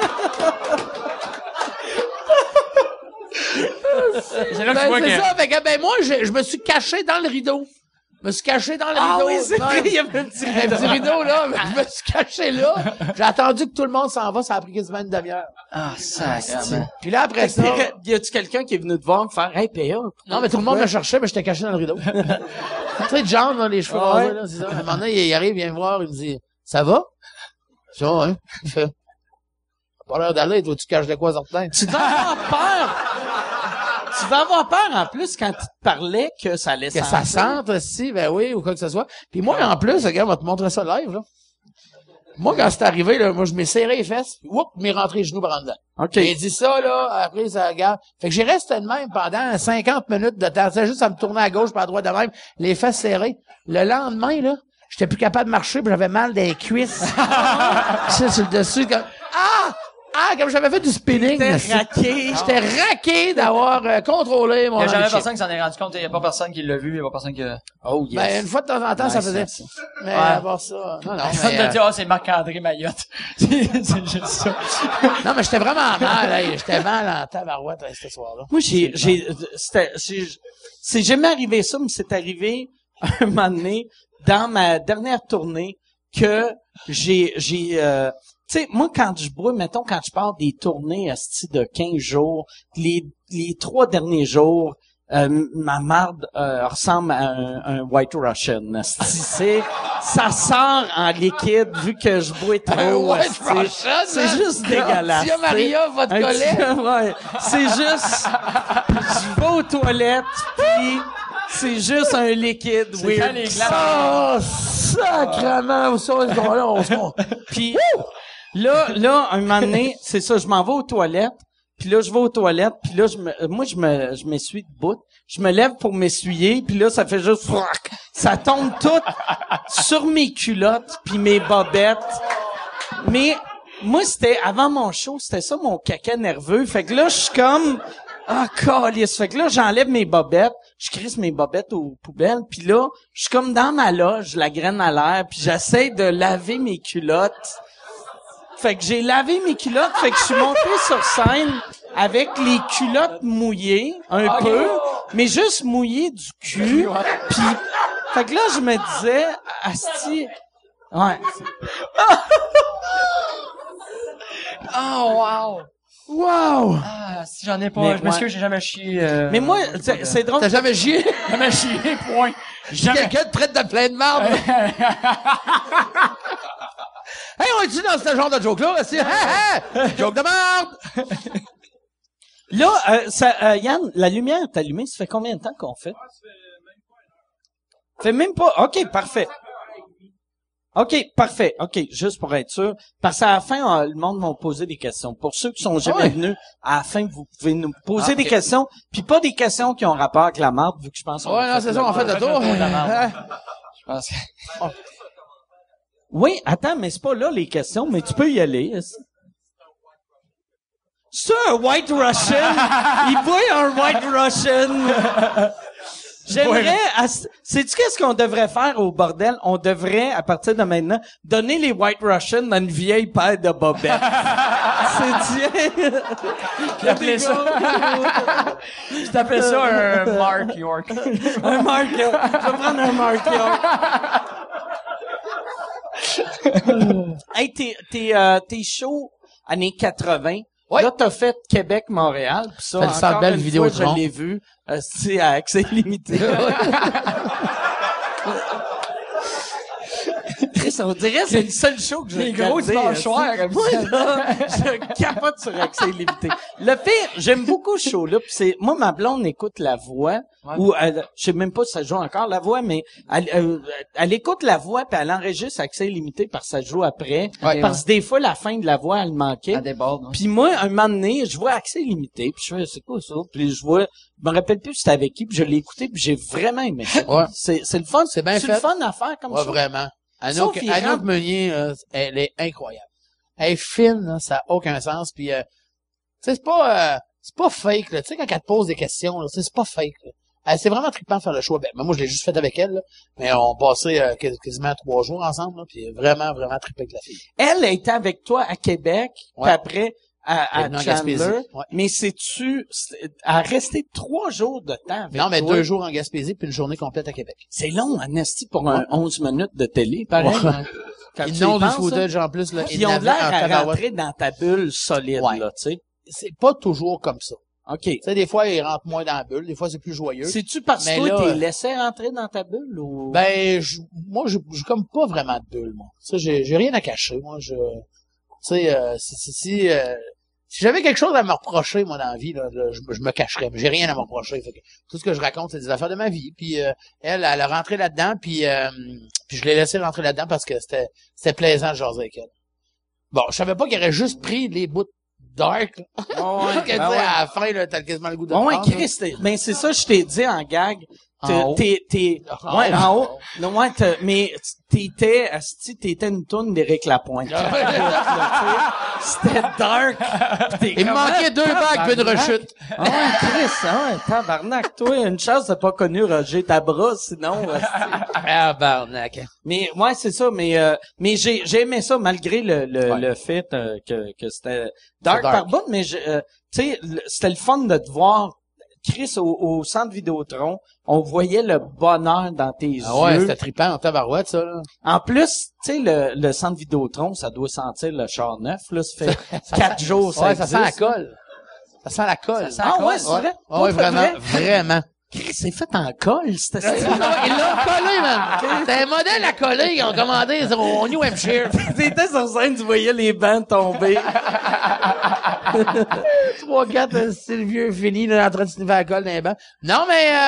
C'est là que tu Ben, vois c'est que... ça. Fait que, ben, moi, je me suis caché dans le rideau. Je me suis caché dans le Ah rideau. oui, c'est Ouais. vrai, il y avait un petit Un rideau. petit rideau, là. Je me suis caché là. J'ai attendu que tout le monde s'en va. Ça a pris quasiment une demi-heure. Ah, ça, Puis là, après ça... Y a-tu quelqu'un qui est venu te voir me faire, hey, PA? Non, mais tout le monde me cherchait, mais j'étais caché dans le rideau. Tu sais, John, là, les cheveux Ah ouais? rasés, là, c'est ça. À un moment donné, il arrive, il vient me voir, il me dit, ça va? Je dis, ouais, hein. Il fait, t'as pas l'air d'aller, toi, tu caches de quoi, certain? Tu vas avoir peur. Tu vas avoir peur, en plus, quand il te parlait que ça allait Que ça sente aussi, ben oui, ou quoi que ce soit. Puis moi, en plus, regarde, on va te montrer ça live, là. Moi, quand c'est arrivé, là, moi, je m'ai serré les fesses, oups, m'ai rentré les genoux par en dedans. OK. Il dit ça, là, après, ça regarde. Fait que j'ai resté de même pendant 50 minutes de temps. C'est juste à me tourner à gauche par à droite de même, les fesses serrées. Le lendemain, là, j'étais plus capable de marcher, puis j'avais mal des cuisses. Ça, sur le dessus, comme, ah! comme j'avais fait du spinning. T'es raqué. J'étais raqué d'avoir contrôlé mon Il y a jamais handshake. personne qui s'en est rendu compte. Il y a pas personne qui l'a vu. Il y a pas personne qui... Oh, yes. Ben, une fois de temps en temps, ça faisait. Mais à part ça, non, Personne mais, te dit, c'est Marc-André Mayotte. c'est juste ça. non, mais j'étais vraiment mal, hey. J'étais mal en tabarouette, ce soir-là. Moi, c'est jamais arrivé ça, mais c'est arrivé un moment donné, dans ma dernière tournée, que tu sais, moi, quand je bois, mettons, quand je pars des tournées, asti, de 15 jours, les 3 derniers jours, ma marde ressemble à un White Russian. asti. Ça sort en liquide vu que je bois trop. White asti. Russian, C'est juste dégueulasse. Tia Maria, votre collègue. Ouais, c'est juste, je vais aux toilettes, puis c'est juste un liquide Quand weird. les qui glandes- Oh, sacrement, ça, ce gars-là, on se Puis là, un moment donné, c'est ça, je m'en vais aux toilettes. Puis là, je vais aux toilettes, puis là, je m'essuie debout. Je me lève pour m'essuyer, puis là, ça fait juste... Ça tombe tout sur mes culottes, puis mes bobettes. Mais moi, c'était... Avant mon show, c'était ça, mon caca nerveux. Fait que là, je suis comme... Ah, câlisse. Fait que là, j'enlève mes bobettes, je crisse mes bobettes aux poubelles, puis là, je suis comme dans ma loge, la graine à l'air, puis j'essaie de laver mes culottes. Fait que j'ai lavé mes culottes, fait que je suis monté sur scène avec les culottes mouillées, un peu, mais juste mouillées du cul. Puis, fait que là, je me disais, asti, ouais. Oh, wow. Wow! Ah, si j'en ai pas, Mais je m'excuse, j'ai jamais chié, Mais moi, c'est drôle. T'as jamais chié? jamais chié, point. Jamais. Quelqu'un te traite de plein de marde. Hey, on est-tu dans ce genre de joke-là? Joke de merde! Là, Yann, la lumière est allumée. Ça fait combien de temps qu'on fait? Fait même pas. OK, parfait. OK, parfait. OK, juste pour être sûr. Parce qu'à la fin, le monde m'a posé des questions. Pour ceux qui sont jamais venus, à la fin, vous pouvez nous poser des questions. Puis pas des questions qui ont rapport avec la marde, vu que je pense... Ouais, non, c'est ça, on fait le tour. Je pense que... Oui, attends, mais c'est pas là les questions, mais tu peux y aller. C'est un White Russian. Il voit un White Russian. J'aimerais, sais-tu qu'est-ce qu'on devrait faire au bordel? On devrait, à partir de maintenant, donner les White Russians dans une vieille paire de bobettes. Puis appeler ça... Je t'appelle ça un Mark York. Un Mark York. Je vais prendre un Mark York. Hey, t'es chaud années 80. Ouais. Là, t'as fait Québec-Montréal. Pis ça, Fait le Centre encore Bell une vidéo fois, je l'ai vu. C'est à accès limité. Chris, on dirait que c'est le seul show que j'ai Les gros dimanches-soirs, comme moi, ça. là, je capote sur accès illimité. Le pire, j'aime beaucoup ce show-là. Puis c'est, moi, ma blonde écoute La Voix, ou je sais même pas si ça joue encore La Voix, mais elle écoute La Voix puis elle enregistre accès illimité parce que ça joue après. Ouais, Parce que des fois, la fin de La Voix, elle manquait. À déborde, non? Puis moi, un moment donné, je vois accès illimité, puis je fais, c'est quoi ça? Puis je vois, je me rappelle plus c'était avec qui, puis je l'ai écouté, puis j'ai vraiment aimé ça. Ouais. C'est le fun. C'est bien C'est fait. le fun à faire comme Ouais, ça. vraiment. Sauf qu'il Anouk rentre- Meunier, elle est incroyable. Elle est fine, là, ça a aucun sens. Puis, tu sais, c'est pas fake, là. Tu sais, quand elle te pose des questions, là, tu sais, c'est pas fake, là. C'est vraiment trippant de faire le choix. Ben, moi, je l'ai juste fait avec elle, là. Mais on passait quasiment 3 jours ensemble, là. Puis vraiment, vraiment trippé avec la fille. Elle était avec toi à Québec, Ouais. puis après à Elle est venue en Chandler. Gaspésie. Ouais. Mais à rester 3 jours de temps avec Non, mais toi. 2 jours en Gaspésie, puis une journée complète à Québec. C'est long, Anastie, pour un 11 minutes de télé, pareil. Ouais. Quand Ils tu y n'ont du penses, footage en plus, là. Puis ils ont de l'air à tabarouette. rentrer dans ta bulle solide, Ouais. là, tu sais. C'est pas toujours comme ça. OK. Tu sais, des fois, ils rentrent moins dans la bulle, des fois, c'est plus joyeux. C'est-tu parce Mais que toi, là, t'es laissé rentrer dans ta bulle, ou? Ben, moi, j'ai comme pas vraiment de bulle, moi. Ça, j'ai rien à cacher, moi. Tu sais, si j'avais quelque chose à me reprocher, moi, dans la vie, là, je me cacherais. Mais j'ai rien à me reprocher. Fait que tout ce que je raconte, c'est des affaires de ma vie. Puis elle a rentré là-dedans, puis je l'ai laissé rentrer là-dedans parce que c'était plaisant de jaser avec elle. Bon, je savais pas qu'il aurait juste pris les bouts dark. Là. Oh, ouais, Que, tu sais, ben ouais. à la fin, là, t'as quasiment le goût de Ouais, prendre, là. Chris, ben c'est ça, je t'ai dit en gag. En haut. Ouais, en haut. Non, ouais, mais t'étais une toune d'Éric Lapointe. C'était dark. Il me manquait 2 bagues puis une rechute. Ah ouais, Chris, tabarnak, toi, une chance t'as pas connu Roger Tabra, sinon. Ah, barnac. Mais ouais, c'est ça, mais j'ai aimé ça malgré le fait que c'était dark par bout, mais tu sais, c'était le fun de te voir Chris au centre Vidéotron, on voyait le bonheur dans tes yeux. Ah ouais, c'était trippant en tabarouette, ça, là. En plus, tu sais, le centre Vidéotron, ça doit sentir le char neuf, là. Ça fait 4 jours, ça ouais, existe. ça sent la colle. Ça sent la colle. Ouais, c'est vrai? Ouais, vraiment, vraiment. Chris, c'est fait en colle, c'était Ils l'ont collé, man. C'était un modèle à coller qu'ils ont commandé au New Hampshire. T'étais sur scène, tu voyais les bancs tomber. 3-4, c'est le vieux fini, là, en train de se faire la colle dans les bancs. Non,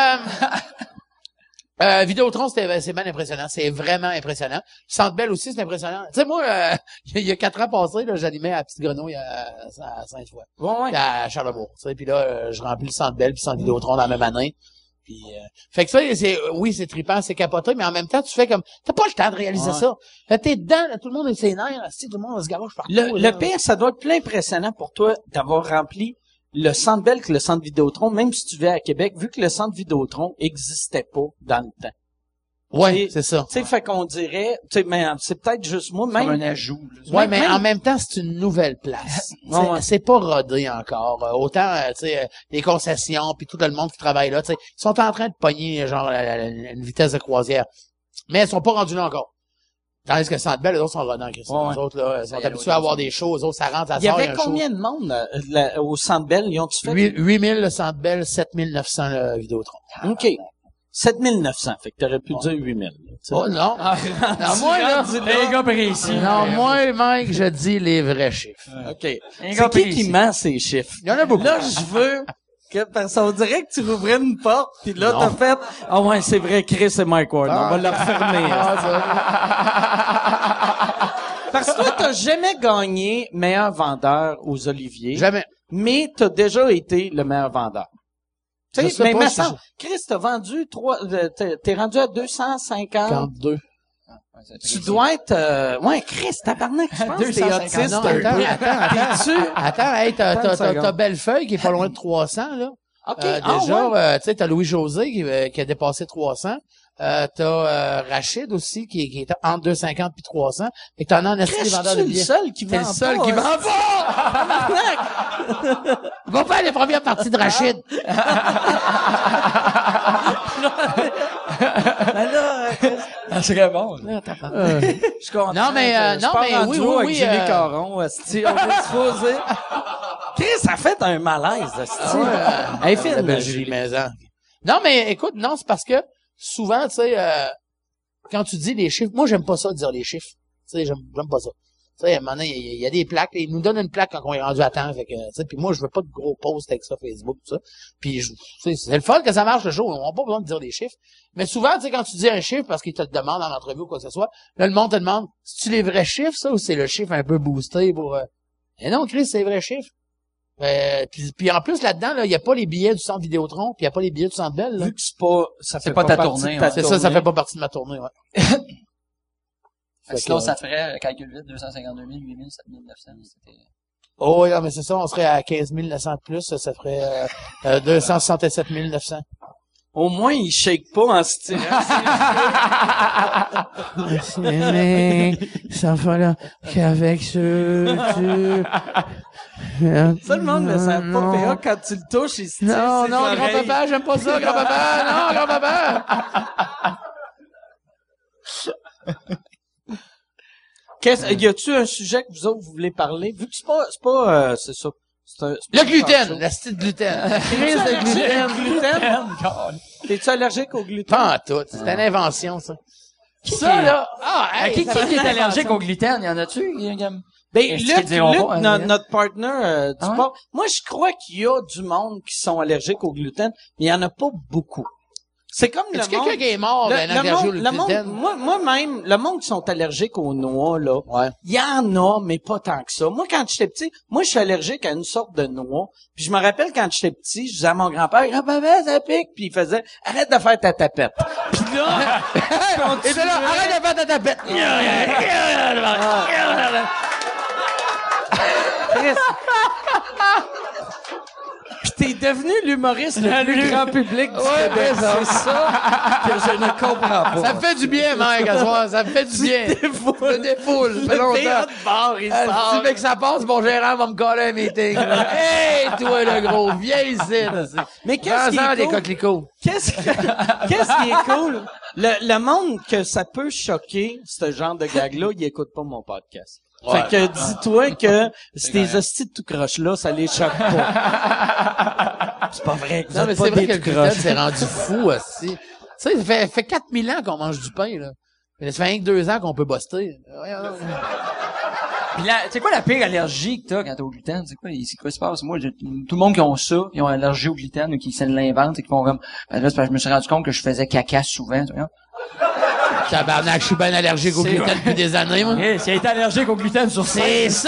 mais, Vidéotron, c'est bien impressionnant. C'est vraiment impressionnant. Centre Bell aussi, c'est impressionnant. Tu sais, moi, il y a 4 ans passés, là, j'animais à Petite Grenouille à Sainte-Foy. Ouais. Puis à Charlebourg. Tu sais, puis là, je remplis le Centre Bell puis Centre Vidéotron dans la même année. Puis, fait que ça, c'est trippant, c'est capoté, mais en même temps, tu fais comme, t'as pas le temps de réaliser ça. Là, t'es dedans, là, tout le monde est ses nerfs, tout le monde se garoche partout. Le pire, ça doit être plus impressionnant pour toi d'avoir rempli le Centre Bell que le Centre Vidéotron, même si tu vivais à Québec, vu que le Centre Vidéotron existait pas dans le temps. Ouais, c'est ça. Tu sais, fait qu'on dirait, tu sais, mais c'est peut-être juste moi, même. Comme un ajout. Là. Ouais, mais en même temps, c'est une nouvelle place. C'est pas rodé encore. Autant, tu sais, les concessions puis tout le monde qui travaille là, tu sais, ils sont en train de pogner, genre, une vitesse de croisière. Mais ils sont pas rendus là encore. Tandis que Centre Bell, les autres sont rodants, Christian. Les autres, là, sont habitués à avoir des shows. Les autres, ça rentre, ça sort. Il y avait combien de monde, au Centre Bell? Ils ont-tu fait? 8000 le Centre Bell, 7900 le Vidéotron. OK. 7900. Fait que t'aurais pu dire 8000. Oh, non. Non, moi, là. Les gars précis. Non, moi, Mike, je dis les vrais chiffres. OK. C'est qui ment ces chiffres? Il y en a beaucoup. Là, je veux que, parce qu'on dirait que tu rouvrais une porte, pis là, t'as fait, ah ouais, c'est vrai, Chris et Mike Ward. On va le refermer. Parce que toi, t'as jamais gagné meilleur vendeur aux Oliviers. Jamais. Mais t'as déjà été le meilleur vendeur. Tu sais, mais pas, maintenant, Chris, t'as vendu t'es rendu à 250. 42. Tu dois être, ouais, Chris, tabarnak, je pense que t'es autiste. Non, attends, hey, t'as Bellefeuille qui est pas loin de 300, là. OK. Déjà, tu sais, t'as Louis-José qui a dépassé 300. T'as Rachid aussi qui est entre 250 puis 300. Et t'en as en esti des vendeurs de billets. C'est le seul qui vend pas. C'est le seul qui vend pas! Va faire les premières parties de Rachid. C'est très bon. Je suis content. Non, mais oui. Julie Caron, esti, on va se poser. Chris, ça fait un malaise, esti. Elle fait une Julie Maison. Non, mais écoute, non, c'est parce que souvent, tu sais, quand tu dis les chiffres, moi, j'aime pas ça dire les chiffres. Tu sais, j'aime pas ça. Tu sais, à un moment donné, il y a des plaques, ils nous donnent une plaque quand on est rendu à temps, fait que, tu sais, puis moi, je veux pas de gros posts avec ça, Facebook, tout ça. Puis, tu sais, c'est le fun que ça marche le show, on n'a pas besoin de dire des chiffres. Mais souvent, tu sais, quand tu dis un chiffre, parce qu'ils te le demandent en entrevue ou quoi que ce soit, là, le monde te demande, c'est-tu les vrais chiffres, ça, ou c'est le chiffre un peu boosté pour, Eh non, Chris, c'est les vrais chiffres. Puis en plus, là-dedans, là, il y a pas les billets du Centre Vidéotron, puis il y a pas les billets du Centre Bell, là. Vu que ça fait pas ta partie tournée, de ta ouais. C'est tournée. ça fait pas partie de ma tournée, ouais. Sinon, ça ferait, calcul vite, 252 000, 8 000, 7 900, c'était... Oh, oui, non, mais c'est ça, on serait à 15 900 de plus, ça ferait 267 900. Au moins, il shake pas en se tirant. Ça va là, qu'avec ce... Ça, le monde ne savait pas, PA, quand tu le touches, il se tire Non, ses non, oreilles. grand-papa, j'aime pas ça, grand-papa, non, grand-papa. Y a-tu un sujet que vous autres vous voulez parler? Vu que c'est ça. Le gluten, la style gluten. Crise de gluten. T'es-tu allergique au gluten? Pas en tout, c'est une invention, ça. Ça, là, Qui est allergique au gluten? Y en a-tu? Ben, Luc, notre partner du sport, moi, je crois qu'il y a du monde qui sont allergiques au gluten, mais il y en a pas beaucoup. C'est comme le Est-ce monde... quelqu'un qui est mort d'une allergie au gluten? Moi-même, le monde qui sont allergiques aux noix, là, Ouais. il y en a, mais pas tant que ça. Moi, quand j'étais petit, je suis allergique à une sorte de noix. Puis je me rappelle quand j'étais petit, je disais à mon grand-père, grand-papa, ça pique. Puis il faisait, arrête de faire ta tapette. Puis là, Et c'est là, arrête de faire ta tapette. Chris. Puis t'es devenu l'humoriste le plus grand public du Québec. C'est ça que je ne comprends pas. Ça me fait du bien, Mike, à soir. Ça me fait du bien. Je me défoule. Ça fait Le pire longtemps. de bord, il sort. Si que ça passe, mon gérant va me coller un meeting. Hey, toi, le gros, viens ici. Mais qu'est-ce qui est des cool? coquelicots. Qu'est-ce qui est cool? Le monde que ça peut choquer, ce genre de gag-là, il écoute pas mon podcast. Ouais. Fait que dis-toi que ces hosties de tout croche-là, ça les choque pas. C'est pas vrai que vous Non, mais êtes pas c'est vrai des que le tout gluten croches. s'est rendu fou aussi. Tu sais, ça fait 4000 ans qu'on mange du pain, là. Mais ça fait rien que 2 ans qu'on peut buster. Puis là, tu sais quoi la pire allergie que t'as quand t'as au gluten? C'est quoi qui se passe? Moi, tout le monde qui ont ça, ils ont allergie au gluten ou qui se l'inventent et qui font comme, ben là, c'est parce que je me suis rendu compte que je faisais caca souvent, tu vois. Tabarnak, je suis bien allergique au gluten depuis des années, moi. S'il a été allergique au gluten sur C'est ça!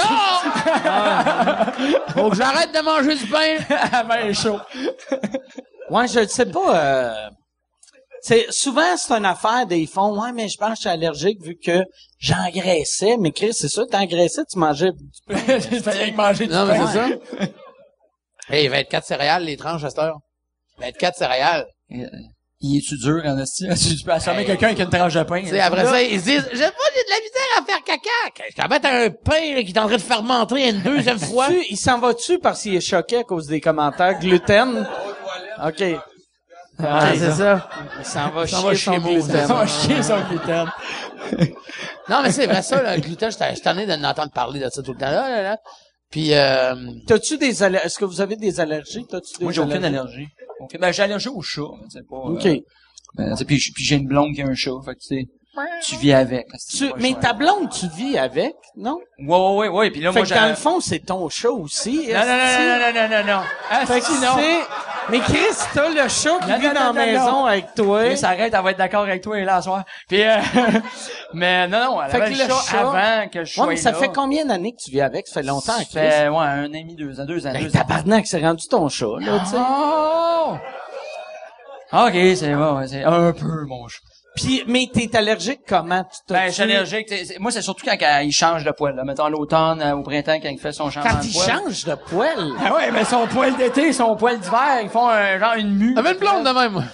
Faut que j'arrête de manger du pain. ben chaud. Ouais, je ne sais pas. Souvent c'est une affaire des fonds. Ouais, mais je pense que je suis allergique vu que j'engraissais. Mais Chris, c'est ça, t'engraissais, tu mangeais du pain. Il fallait rien que manger du Non, mais pain. c'est ça. Hey, 24 céréales, les tranches à cette heure. 24 céréales. Il est-tu dur en esti? Tu peux assommer quelqu'un avec une tranche de pain. Tu sais, après ça, ils se disent, j'ai de la misère à faire caca. Je t'en un pain, là, qui est en train de fermenter une deuxième fois. Il s'en va-tu parce qu'il est choqué à cause des commentaires gluten? OK. Ah, c'est ça. Il s'en va s'en va chier son chier, mon gluten. Ça va chier son gluten. Non, mais c'est vrai ça, le gluten, je suis tanné d'entendre parler de ça tout le temps. Là. Puis, T'as-tu des allergies? Est-ce que vous avez des allergies? T'as-tu des Moi, j'ai aucune allergie. Okay. Ben, j'ai allergie au chat, mais c'est pas... OK. Ben, tu sais, puis j'ai une blonde qui a un chat, fait que tu sais, tu vis avec. Mais ta blonde, tu vis avec, non? Ouais, puis là, Fait moi, que dans le fond, c'est ton chat aussi. Non. Fait que c'est... Mais Chris, t'as le chat qui vit dans la maison avec toi. Ça arrête, elle va être d'accord avec toi, là, ce soir. Puis, mais non, elle Fait avait que le le chat chat- avant que je sois Ouais, mais ça là. fait combien d'années que tu vis avec? Ça fait longtemps, Ça Chris. fait, 1 an et demi, 2 ans. Ben, tabarnak, c'est rendu ton chat, là, tu sais. Oh! OK, c'est un peu mon chat. Puis, mais t'es allergique comment? Ben, je suis allergique. Moi, c'est surtout quand il change de poil, là. Mettons, à l'automne, au printemps, quand il fait son changement Quand de il poil. change de poil. Ah ouais, mais son poil d'été, son poil d'hiver, ils font genre une mue. elle avait une blonde de même, moi.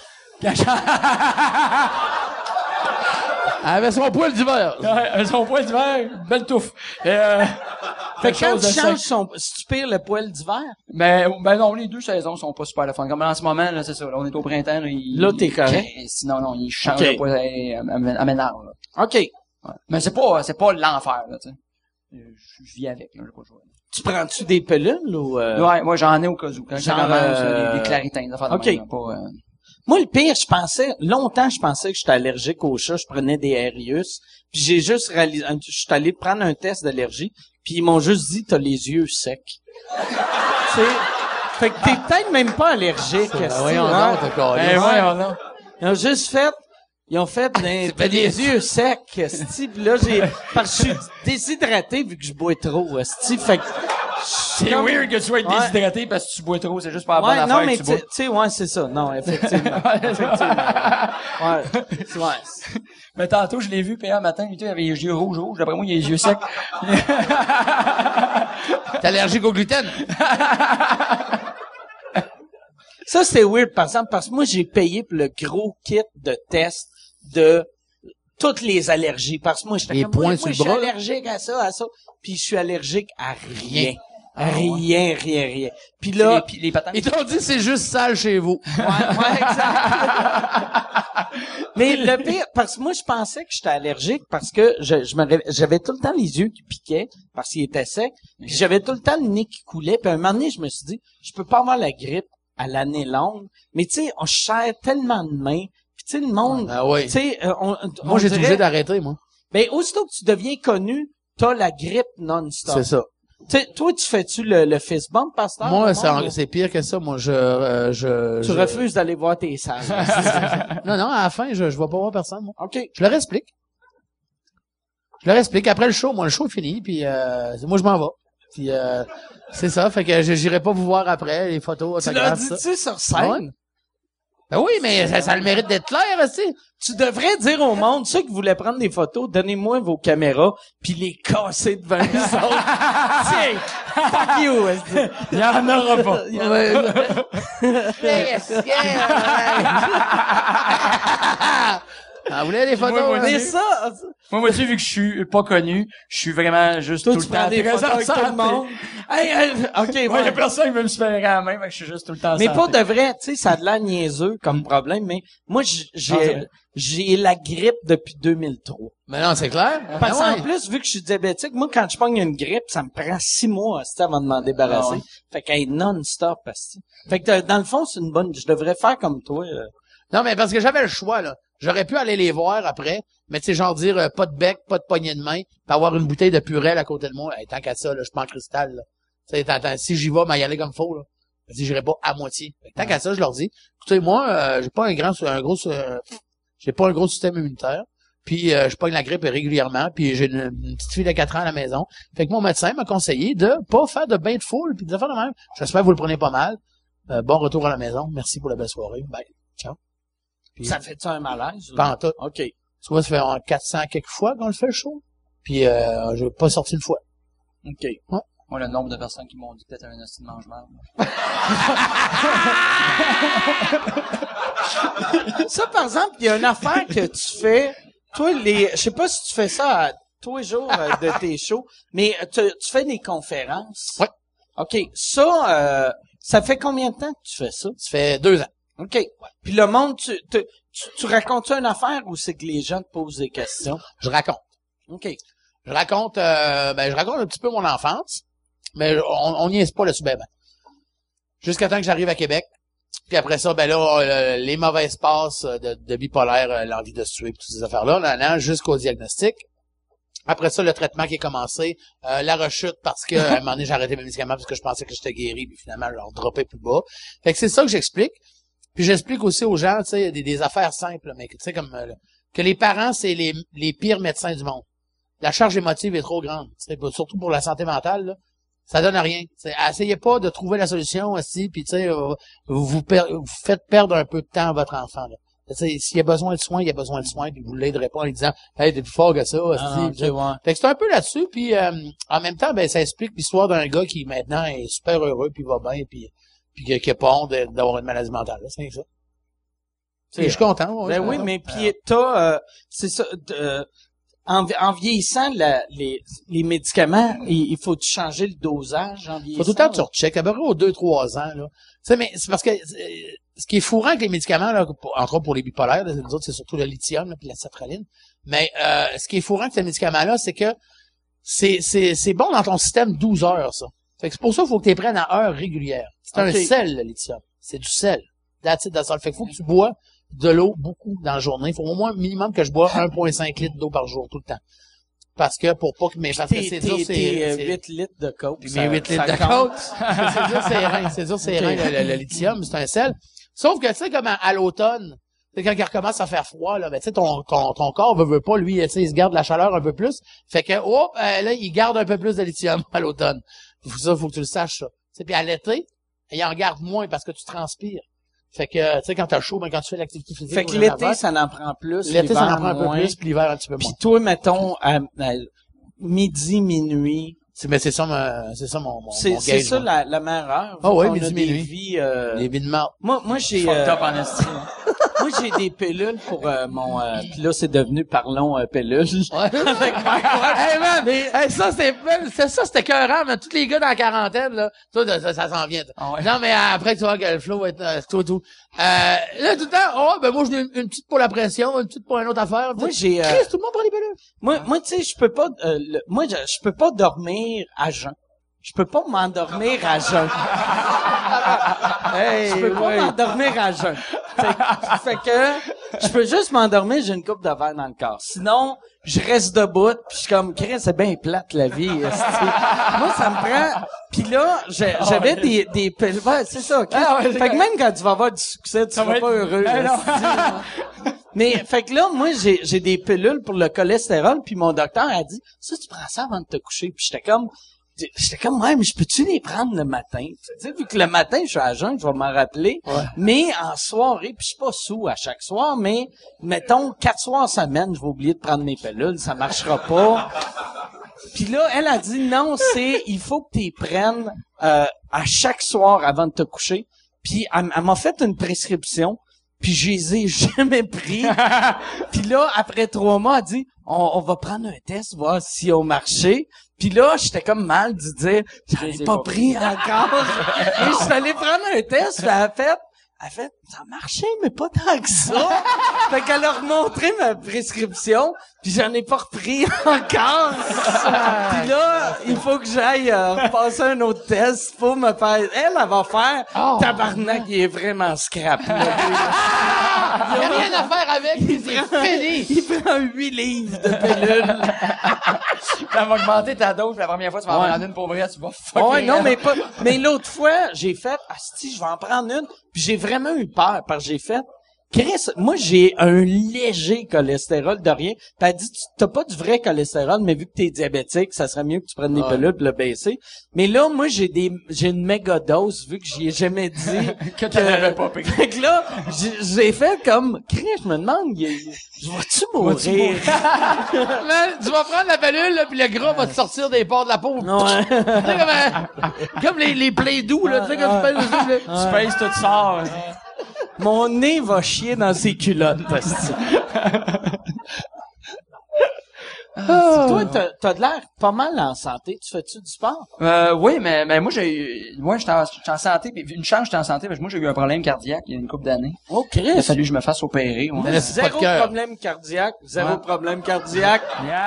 Elle avait son poil d'hiver. Ouais, son poil d'hiver, belle touffe. Fait que quand tu changes si tu pires le poil d'hiver, Ben non, les 2 saisons sont pas super le fun. Comme en ce moment, là, c'est ça. Là, on est au printemps, Là, t'es correct. Sinon, non, il change Ok. le poil à m'énerve, là. OK. Ouais. Mais c'est pas l'enfer, là, tu sais. Je vis avec, là, j'ai pas le choix. Tu prends-tu des pelules ou... Ouais, moi, j'en ai au cas où. Quand Genre, ça commence, des claritins, des affaires de ok. même, là, pas, Moi, le pire, je pensais que j'étais allergique aux chats, je prenais des Arius, puis j'ai juste réalisé, je suis allé prendre un test d'allergie, puis ils m'ont juste dit, t'as les yeux secs. Tu sais, fait que t'es peut-être même pas allergique. esti, Voyons hein. donc, t'as calé. Ben, voyons donc. Ils ont juste ils ont fait t'as les yeux secs, esti, puis là, parce que je suis déshydraté vu que je bois trop, esti, fait que... C'est comme- weird que tu sois Ouais. déshydraté parce que tu bois trop, c'est juste pas la bonne Ouais, affaire non, mais que tu tu bois. sais, ouais, c'est ça. Non, effectivement. Ouais. Mais tantôt, je l'ai vu, puis un matin, lui, il avait les yeux rouges. D'après moi, il a les yeux secs. T'es allergique au gluten? Ça, c'est weird, par exemple, parce que moi, j'ai payé pour le gros kit de test de toutes les allergies. Parce que moi, j'étais Les comme, points moi, sur le je suis bras. allergique à ça. Puis je suis allergique à rien. Rien. Puis là, Les patates. Ils t'ont dit c'est juste sale chez vous. ouais, exact. Mais le pire, parce que moi, je pensais que j'étais allergique parce que j'avais tout le temps les yeux qui piquaient parce qu'ils étaient secs. Puis j'avais tout le temps le nez qui coulait. Puis un moment donné, je me suis dit, je peux pas avoir la grippe à l'année longue. Mais tu sais, on serre tellement de mains. Puis tu sais, le monde, Ah oui. tu sais, Moi, j'ai été dirait- obligé d'arrêter, moi. Ben, aussitôt que tu deviens connu, t'as la grippe non-stop. C'est ça. Toi, tu fais-tu le fist bump, pasteur? Moi, c'est pire que ça. Moi, Tu refuses d'aller voir tes salles. Non, à la fin, je vais pas voir personne, moi. OK. Je leur explique. Après le show, le show est fini, puis moi, je m'en vais. Puis c'est ça, fait que j'irai pas vous voir après, les photos, Tu l'as autographes, ça. dit-tu sur scène? Ouais. Ben oui, mais ça a le mérite d'être clair, aussi. Tu devrais dire au monde, ceux qui voulaient prendre des photos, donnez-moi vos caméras, puis les casser devant les autres. Tiens, fuck you, est-ce que- Il y en aura pas. Ah, vous voulez des photos? Moi, hein? Mais ça, Moi, vois-tu, vu que je suis pas connu, je suis vraiment juste toi, tout tu le temps prends des photos avec tout le présenté. monde. Hey, OK, Moi, il y a ouais. personne qui veut me se faire à la main, fait que je suis juste tout le temps Mais santé. pour de vrai, tu sais, ça a de l'air niaiseux comme problème, mais moi, j'ai la grippe depuis 2003. Mais non, c'est clair. Parce Ah qu'en ouais. plus, vu que je suis diabétique, moi, quand je pogne une grippe, ça me prend 6 mois avant de m'en débarrasser. Ah ouais. Fait qu'elle est non-stop, asti. Fait que dans le fond, c'est une bonne... Je devrais faire comme toi. Non, mais parce que j'avais le choix, là. J'aurais pu aller les voir après, mais tu sais, genre dire pas de bec, pas de poignée de main, puis avoir une bouteille de purée à côté de moi. Hey, tant qu'à ça, là, je suis pas en cristal, là. Tu sais, si j'y vais, y aller comme faut, là. Si j'irai pas à moitié. Fait que tant qu'à ça, je leur dis, écoutez, moi, j'ai pas j'ai pas un gros système immunitaire. Puis je pogne la grippe régulièrement, puis j'ai une petite fille de 4 ans à la maison. Fait que mon médecin m'a conseillé de pas faire de bain de foule, puis de faire de même. J'espère que vous le prenez pas mal. Bon retour à la maison. Merci pour la belle soirée. Bye. Ciao. Puis, Ça fait-tu un malaise? ou- pas en tout. OK. Tu vois, ça fait 400 quelques fois qu'on le fait le show. Puis j'ai pas sorti une fois. OK. Moi, le nombre de personnes qui m'ont dit peut-être un hostie de mange-mal. Ça, par exemple, il y a une affaire que tu fais. Toi, je sais pas si tu fais ça tous les jours de tes shows, mais tu fais des conférences. Ouais. OK. Ça fait combien de temps que tu fais ça? Ça fait 2 ans. OK. Puis le monde, tu racontes-tu une affaire ou c'est que les gens te posent des questions? Je raconte. OK. Je raconte un petit peu mon enfance, mais on n'y est pas là-dessus ben. Jusqu'à temps que j'arrive à Québec. Puis après ça, les mauvaises passes de bipolaire, l'envie de se tuer, toutes ces affaires-là, jusqu'au diagnostic. Après ça, le traitement qui est commencé, la rechute parce que à un moment donné, j'ai arrêté mes médicaments parce que je pensais que j'étais guéri, puis finalement, je leur droppais plus bas. Fait que c'est ça que j'explique. Puis j'explique aussi aux gens, tu sais, des affaires simples, mais tu sais, comme que les parents, c'est les pires médecins du monde. La charge émotive est trop grande, tu sais, surtout pour la santé mentale, là. Ça donne rien. T'sais, essayez pas de trouver la solution aussi, puis tu sais, vous faites perdre un peu de temps à votre enfant. Là. S'il y a besoin de soins, il y a besoin de soins, puis vous l'aiderez pas en lui disant hey, t'es plus fort que ça. Okay, ouais. Fait que c'est un peu là-dessus, puis en même temps, ça explique l'histoire d'un gars qui maintenant est super heureux, puis va bien, puis qui a pas honte d'avoir une maladie mentale. Là. C'est ça. Je suis content. Ouais, Ben oui, mais puis t'as c'est ça. En vieillissant, les médicaments, il faut changer le dosage en vieillissant. Faut tout le temps que tu recheckes, à peu près aux 2-3 ans, là. Tu sais, mais c'est parce que, ce qui est fourrant avec les médicaments, là, entre autres pour les bipolaires, là, nous autres, c'est surtout le lithium, là, puis la sertraline. Mais, ce qui est fourrant avec ces médicaments-là, c'est que c'est bon dans ton système 12 heures, ça. Fait que c'est pour ça qu'il faut que tu les prennes à heure régulière. C'est un sel, le lithium. C'est du sel. That's it, that's all. Fait qu'il faut que tu bois de l'eau beaucoup dans la journée. Il faut au moins un minimum que je bois 1,5 litres d'eau par jour tout le temps. Parce que pour pas que parce que c'est dur, c'est 8 litres de coke. Puis mes 8 litres de coke. C'est dur, c'est rein. C'est dur, c'est rein, le lithium. C'est un sel. Sauf que, tu sais, comme à l'automne, tu sais, quand il recommence à faire froid, là, ben, tu sais, ton corps veut pas, lui, tu sais, il se garde la chaleur un peu plus. Fait que, là, il garde un peu plus de lithium à l'automne. Ça, faut que tu le saches, ça. Tu sais, puis à l'été, il en garde moins parce que tu transpires. Fait que, tu sais, quand t'as chaud, quand tu fais l'activité physique. Fait que l'été, ça en prend plus. L'été, ça en prend un peu moins. plus, puis l'hiver, un petit peu moins. Puis toi, mettons, à midi, minuit. Mais c'est ça mon C'est gauge, ça moi. la meilleure heure. Ah oui, On midi, a des minuit. vies, Les vies de marde. Moi, j'ai, Fucked up en esti. moi, j'ai des pilules pour mon, pis là, c'est devenu parlons pilules. Ouais. Hey man, hey, ça c'était écœurant, mais tous les gars dans la quarantaine là, toi ça s'en vient. Ah ouais. Non mais après tu vois que le flow va être tout. Là tout le temps, moi j'ai une petite pour la pression, une petite pour une autre affaire. Moi, j'ai, Chris, tout le monde prend des pilules. moi, tu sais, je peux pas, je peux pas dormir à jeun. Je peux pas m'endormir à jeun. Je peux pas m'endormir à jeun. Fait que je peux juste m'endormir, j'ai une coupe de verre dans le corps. Sinon, je reste debout, puis je suis comme, Chris, c'est bien plate, la vie. Moi, ça me prend... Puis là, j'avais des pilules. Ouais, c'est ça. Chris. Fait que même quand tu vas avoir du succès, tu seras pas heureux. Mais, fait que là, moi, j'ai des pilules pour le cholestérol, puis mon docteur a dit, ça, tu prends ça avant de te coucher. Puis j'étais comme, ouais, mais je peux-tu les prendre le matin? Tu sais, vu que le matin, je suis à jeun, je vais m'en rappeler. Ouais. Mais en soirée, puis je suis pas sous à chaque soir, mais mettons 4 soirs semaine, je vais oublier de prendre mes pilules, ça marchera pas. Puis là, elle a dit non, il faut que tu les prennes à chaque soir avant de te coucher. Puis elle m'a fait une prescription. Puis je les ai jamais pris. Puis là, après 3 mois, elle dit, on va prendre un test, voir si on marchait. Puis là, j'étais comme mal de dire, j'en ai pas pris encore. Et je suis allé prendre un test, puis elle a fait, ça marchait, mais pas tant que ça. Fait qu'elle a remontré ma prescription, puis j'en ai pas repris encore. Puis là, il faut que j'aille passer un autre test pour me faire... Elle va faire tabarnak, il est vraiment scrap. Il y a rien à faire avec, il prend 8 livres de pilules. Elle va augmenter ta dose, la première fois, tu vas en prendre une pour vrai, tu vas fucker. Ouais, non, mais l'autre fois, j'ai fait, je vais en prendre une, puis j'ai vraiment eu peur, parce que j'ai fait, Chris, moi, j'ai un léger cholestérol de rien. Puis elle dit, t'as pas du vrai cholestérol, mais vu que t'es diabétique, ça serait mieux que tu prennes des pilules pour le baisser. Mais là, moi, j'ai une méga dose, vu que j'y ai jamais dit que t'en avais pas pris. Fait que là, j'ai fait comme, Chris, je me demande, je vais-tu mourir? Tu vas prendre la pilule, là, puis le gras va te sortir des pores de la peau. Ouais. Comme les plaies doux, là, tu sais, quand tu pèses dessus, là. Tu pèses tout ça. Mon nez va chier dans ses culottes. Toi, t'as de l'air pas mal en santé. Tu fais-tu du sport? Oui, mais moi, j'étais en santé, puis une chance, j'étais en santé, parce que moi, j'ai eu un problème cardiaque il y a une couple d'années. Oh, Chris! Il a fallu que je me fasse opérer. Ouais. Zéro problème cardiaque. Zéro problème cardiaque.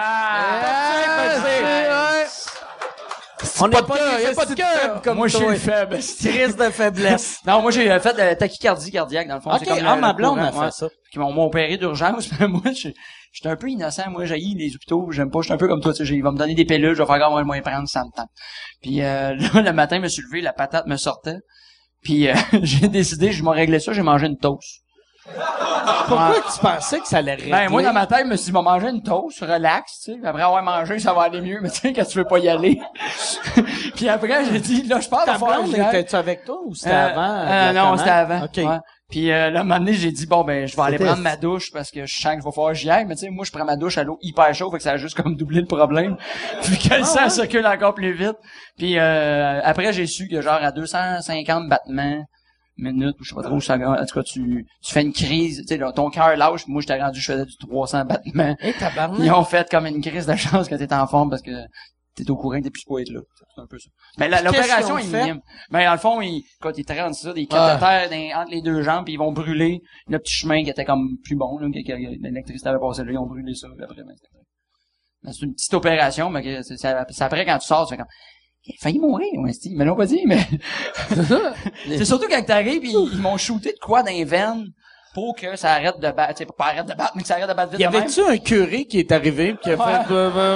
On n'est pas de cœur comme moi, je suis toi. faible. Crise de faiblesse. Non, moi, j'ai fait de tachycardie cardiaque, dans le fond. OK, c'est comme ma blonde a fait ça. Qui m'ont opéré d'urgence, mais moi, j'étais un peu innocent. Moi, j'haïs les hôpitaux. J'aime pas. J'étais un peu comme toi, tu sais. Il va me donner des pilules. Je vais faire moi, le prendre, ça me tente. Puis, là, le matin, je me suis levé, la patate me sortait. Puis, j'ai décidé, je m'en réglais ça, j'ai mangé une toast. Pourquoi tu pensais que ça allait régler? Ben, moi, dans ma tête, je me suis dit, je vais manger une toast, relax, tu sais. Après avoir mangé, ça va aller mieux. Mais tu sais, quand tu veux pas y aller. Puis après, j'ai dit, là, je pars Ta de faire blonde, étais-tu avec toi ou c'était avant? Non, c'était avant. OK. Ouais. Puis là, un moment donné, j'ai dit, bon, ben, je vais aller prendre ma douche parce que je sens que je vais falloir que j'y aille. Mais tu sais, moi, je prends ma douche à l'eau hyper chaude, fait que ça a juste comme doublé le problème. Puis que le sang circule encore plus vite. Puis après, j'ai su que genre à 250 battements minutes, ou je sais pas trop, en tout cas, tu fais une crise, tu sais, ton cœur lâche, moi, j'étais rendu, je faisais du 300 battements. Tabarnak. Ils ont fait comme une crise de chance que t'es en forme parce que t'es au courant que t'es plus supposé être là. C'est un peu ça. Mais l'opération est minime. Mais dans le fond, quand ils te rendent ça, des cathéters entre les deux jambes, puis ils vont brûler le petit chemin qui était comme plus bon, là, que l'électricité avait passé là, ils ont brûlé ça, après, c'est une petite opération, mais c'est après quand tu sors, tu fais comme, il a failli mourir, Westy. Ils me l'ont pas dit, mais c'est surtout quand t'arrives, ils m'ont shooté de quoi dans les veines pour que ça arrête de battre, tu sais, pas arrête de battre, mais que ça arrête de battre vite. Y avait-tu un curé qui est arrivé qui a fait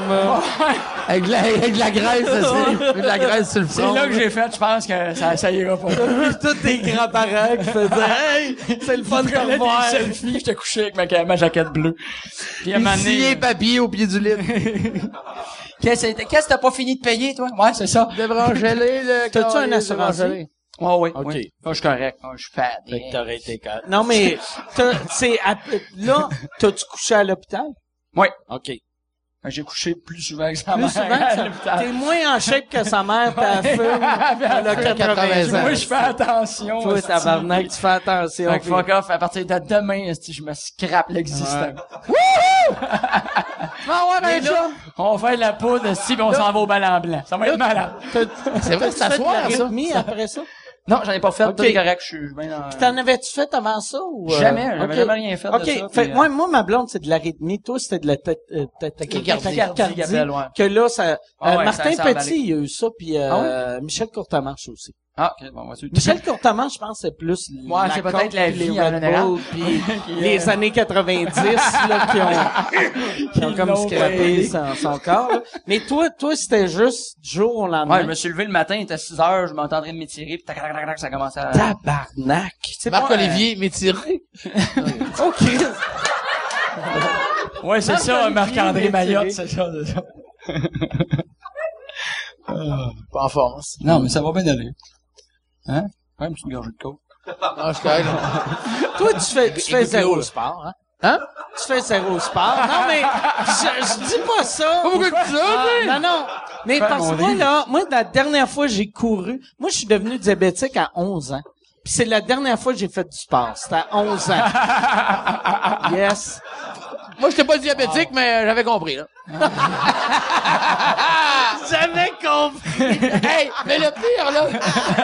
avec la graisse de la graisse sur le front. C'est là que j'ai fait, je pense que ça ira pas. Tous tes grands-parents qui faisaient hey, c'est le fun de te revoir. Selfie, j'étais couché avec ma jaquette bleue. Puis à un moment donné, papier au pied du lit. Qu'est-ce que t'as pas fini de payer, toi? Ouais, c'est ça. Débrancher le T'as-tu un assurance? Oui. OK. Oui. Je suis correct. Je suis fat. Fait que t'aurais été correct. Non, mais, là, t'as-tu couché à l'hôpital? Oui. OK. J'ai couché plus souvent que sa mère. Plus souvent que sa mère. T'es moins en shape que sa mère, pis elle fume. Elle a 80 ans. Moi, je fais attention. Toi, tabarnak, tu fais attention. Fait que fuck off, à partir de demain, je me scrape l'existence. Mais là, on va faire de la poudre, pis on s'en va au ballon blanc. Ça va être malade. C'est vrai que c'est soir, ça. Après ça? Non, j'en ai pas fait. Tout est correct, je suis bien dans... Pis t'en avais-tu fait avant ça ou? Jamais, j'avais jamais rien fait de ça. Fait moi, ma blonde, c'est de l'arythmie. Toi, c'était de la tachycardie. Que là, ça, Martin Petit, il a eu ça, puis Michel Courtemanche aussi. Ah, ok, bon, vas-y. Michel Courtemanche, je pense, c'est plus Ouais, c'est coke, peut-être la puis les vie en Red général. Bull, puis les années 90, là, qui ont comme scrappé son corps, là. Mais toi, c'était juste du jour au lendemain. Ouais, je me suis levé le matin, il était 6 heures, je m'entendrais de m'étirer, puis tac, tac, tac, tac, ça commençait à... Tabarnak. C'est Marc-Olivier m'étirer. Oh, Christ. Ouais, c'est ça, Marc-André Mayotte, c'est ça, c'est ça. Pas en forme. Non, mais ça va bien aller. Hein? Ouais, une petite gorgée de coke. Non, je suis correct. Toi, tu fais zéro sport, hein? Hein? Tu fais zéro sport. Non, mais, je dis pas ça. Pourquoi tu dis ça, Non. Mais parce que moi, la dernière fois que j'ai couru, moi, je suis devenu diabétique à 11 ans. Puis c'est la dernière fois que j'ai fait du sport. C'était à 11 ans. Yes. Moi, j'étais pas diabétique, mais j'avais compris, là. J'avais compris. Hey, mais le pire, là.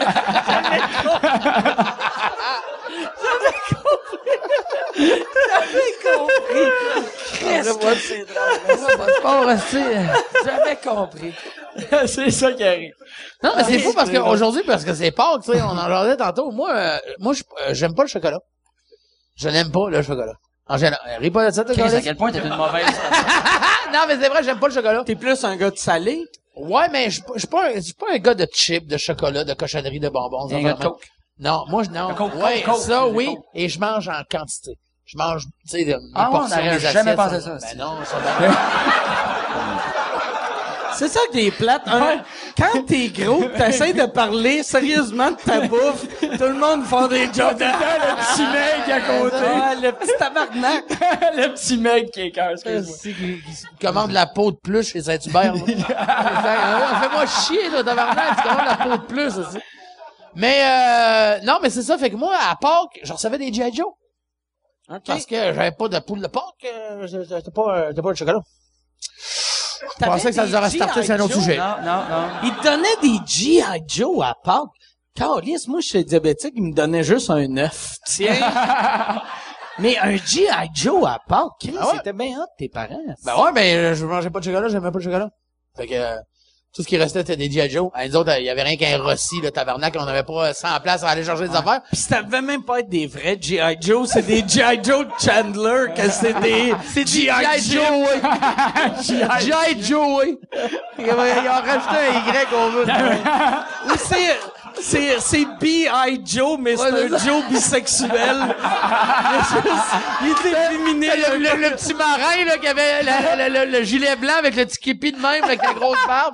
C'est drôle. J'avais compris. C'est ça qui arrive. Non, mais c'est fou parce qu'aujourd'hui, parce que c'est Pâques, tu sais, on en parlait tantôt. Moi, j'aime pas le chocolat. Je n'aime pas le chocolat. En général, ris pas de ça, Chris, à quel point t'es une mauvaise Non, mais c'est vrai, j'aime pas le chocolat. T'es plus un gars de salé? Ouais, mais je suis pas un gars de chips, de chocolat, de cochonnerie, de bonbons. un gars de coke. Non, moi, non. Coke, ouais, Coke, ça, Coke, oui. Coke. Et je mange en quantité. Je mange, tu sais, des Ah ouais, on portions, n'aurait des jamais assiettes, pensé ça. Ben non, ça va. C'est ça qui est plate. Quand t'es gros, t'essaies de parler sérieusement de ta bouffe, tout le monde fait des jokes. Le petit mec à côté. Ah, le petit tabarnak. Le petit mec qui est cœur, excuse-moi. Qui commande la peau de plus chez Saint-Hubert. Fais-moi chier, là, tabarnak, tu commandes la peau de plus, aussi. Mais, non, mais c'est ça, fait que moi, à Pâques, je recevais des G.I. Joe. Parce que j'avais pas de poule de Pâques, j'étais pas le chocolat. Je pensais que ça nous aurait starté sur un autre sujet. Non. Il te donnait des G.I. Joe à Pâques. Calisse, moi, je suis diabétique, il me donnait juste un œuf. Tiens. Mais un G.I. Joe à Pâques, Chris, Ah ouais? c'était bien hot, tes parents. Ben ouais, ben, je mangeais pas de chocolat, j'aimais pas le chocolat. Fait que, tout ce qui restait, c'était des G.I. Joe. Nous autres, il y avait rien qu'un Rossi, le tabarnak, on avait pas 100 places à aller chercher des affaires. Pis ça devait même pas être des vrais G.I. Joe, c'est des G.I. Joe de Chandler, que c'est des G.I. Joe. G.I. Joe, oui. Ils ont rajouté un Y au bout. Ou c'est B.I. Joe, mais c'est un Joe bisexuel. Il est efféminé. Le petit marin, là, qui avait le gilet blanc avec le petit képi de même, avec la grosse barbe.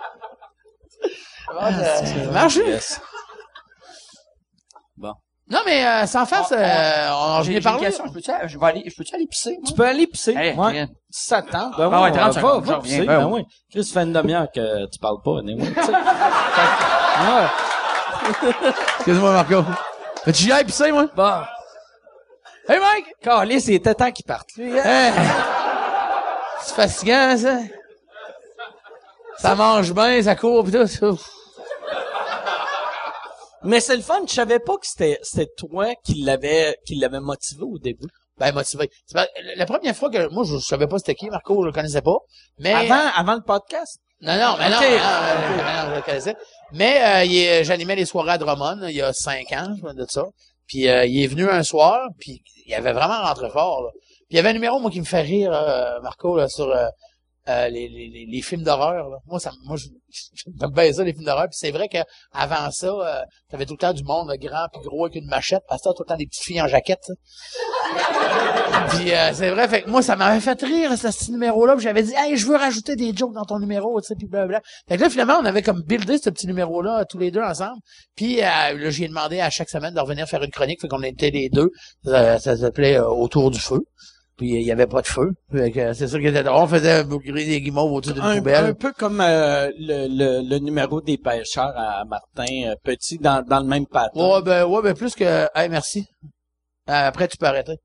Ça marche? Bon. Non, mais, sans face, on J'ai vient une parler. question. Je peux-tu aller pisser? Tu peux aller pisser. Allez, Ouais. regarde. Si ça te tente. Ben Ah ouais, 30 va secondes, je pisser. reviens. Ben Ben oui. Juste fait une demi-heure que tu parles pas, anyway, tu sais. Ouais. Excuse-moi, Marco. Veux-tu y aller pisser, moi? Bon. Hey, Mike! Calisse, il était temps qu'il parte, lui. Hey. C'est fatigant, ça. Ça mange bien, ça court, pis tout. Ouf. Mais c'est le fun, je savais pas que c'était toi qui l'avait motivé au début. Ben, motivé. C'est pas- la première fois que, moi, je savais pas c'était qui, Marco, je le connaissais pas. Mais. Avant le podcast? Non, non, mais Ok. non, je le connaissais. Mais, j'animais les soirées à Drummond, il y a 5 ans, je me de ça. Puis, il est venu un soir, puis il avait vraiment rentré fort, là. Puis, il y avait un numéro, moi, qui me fait rire, Marco, là, sur, les films d'horreur, là. Moi, j'aime bien ça, les films d'horreur. Puis c'est vrai que avant ça, t'avais tout le temps du monde grand puis gros avec une machette, parce que t'as tout le temps des petites filles en jaquette, ça. Puis c'est vrai, fait que moi, ça m'avait fait rire, ce petit numéro-là. Puis j'avais dit, hey, je veux rajouter des jokes dans ton numéro, tu sais, puis blablabla. Fait que là, finalement, on avait comme buildé ce petit numéro-là, tous les deux ensemble. Puis là, j'ai demandé à chaque semaine de revenir faire une chronique, fait qu'on était les deux. Ça s'appelait Autour du feu. Puis il y avait pas de feu. Fait que c'est sûr qu'il était drôle. On faisait brûler des guimauves autour d'une poubelle. Un peu comme le numéro des pêcheurs à Martin Petit dans le même pattern. Ouais, ben plus que hey, merci. Après tu peux arrêter.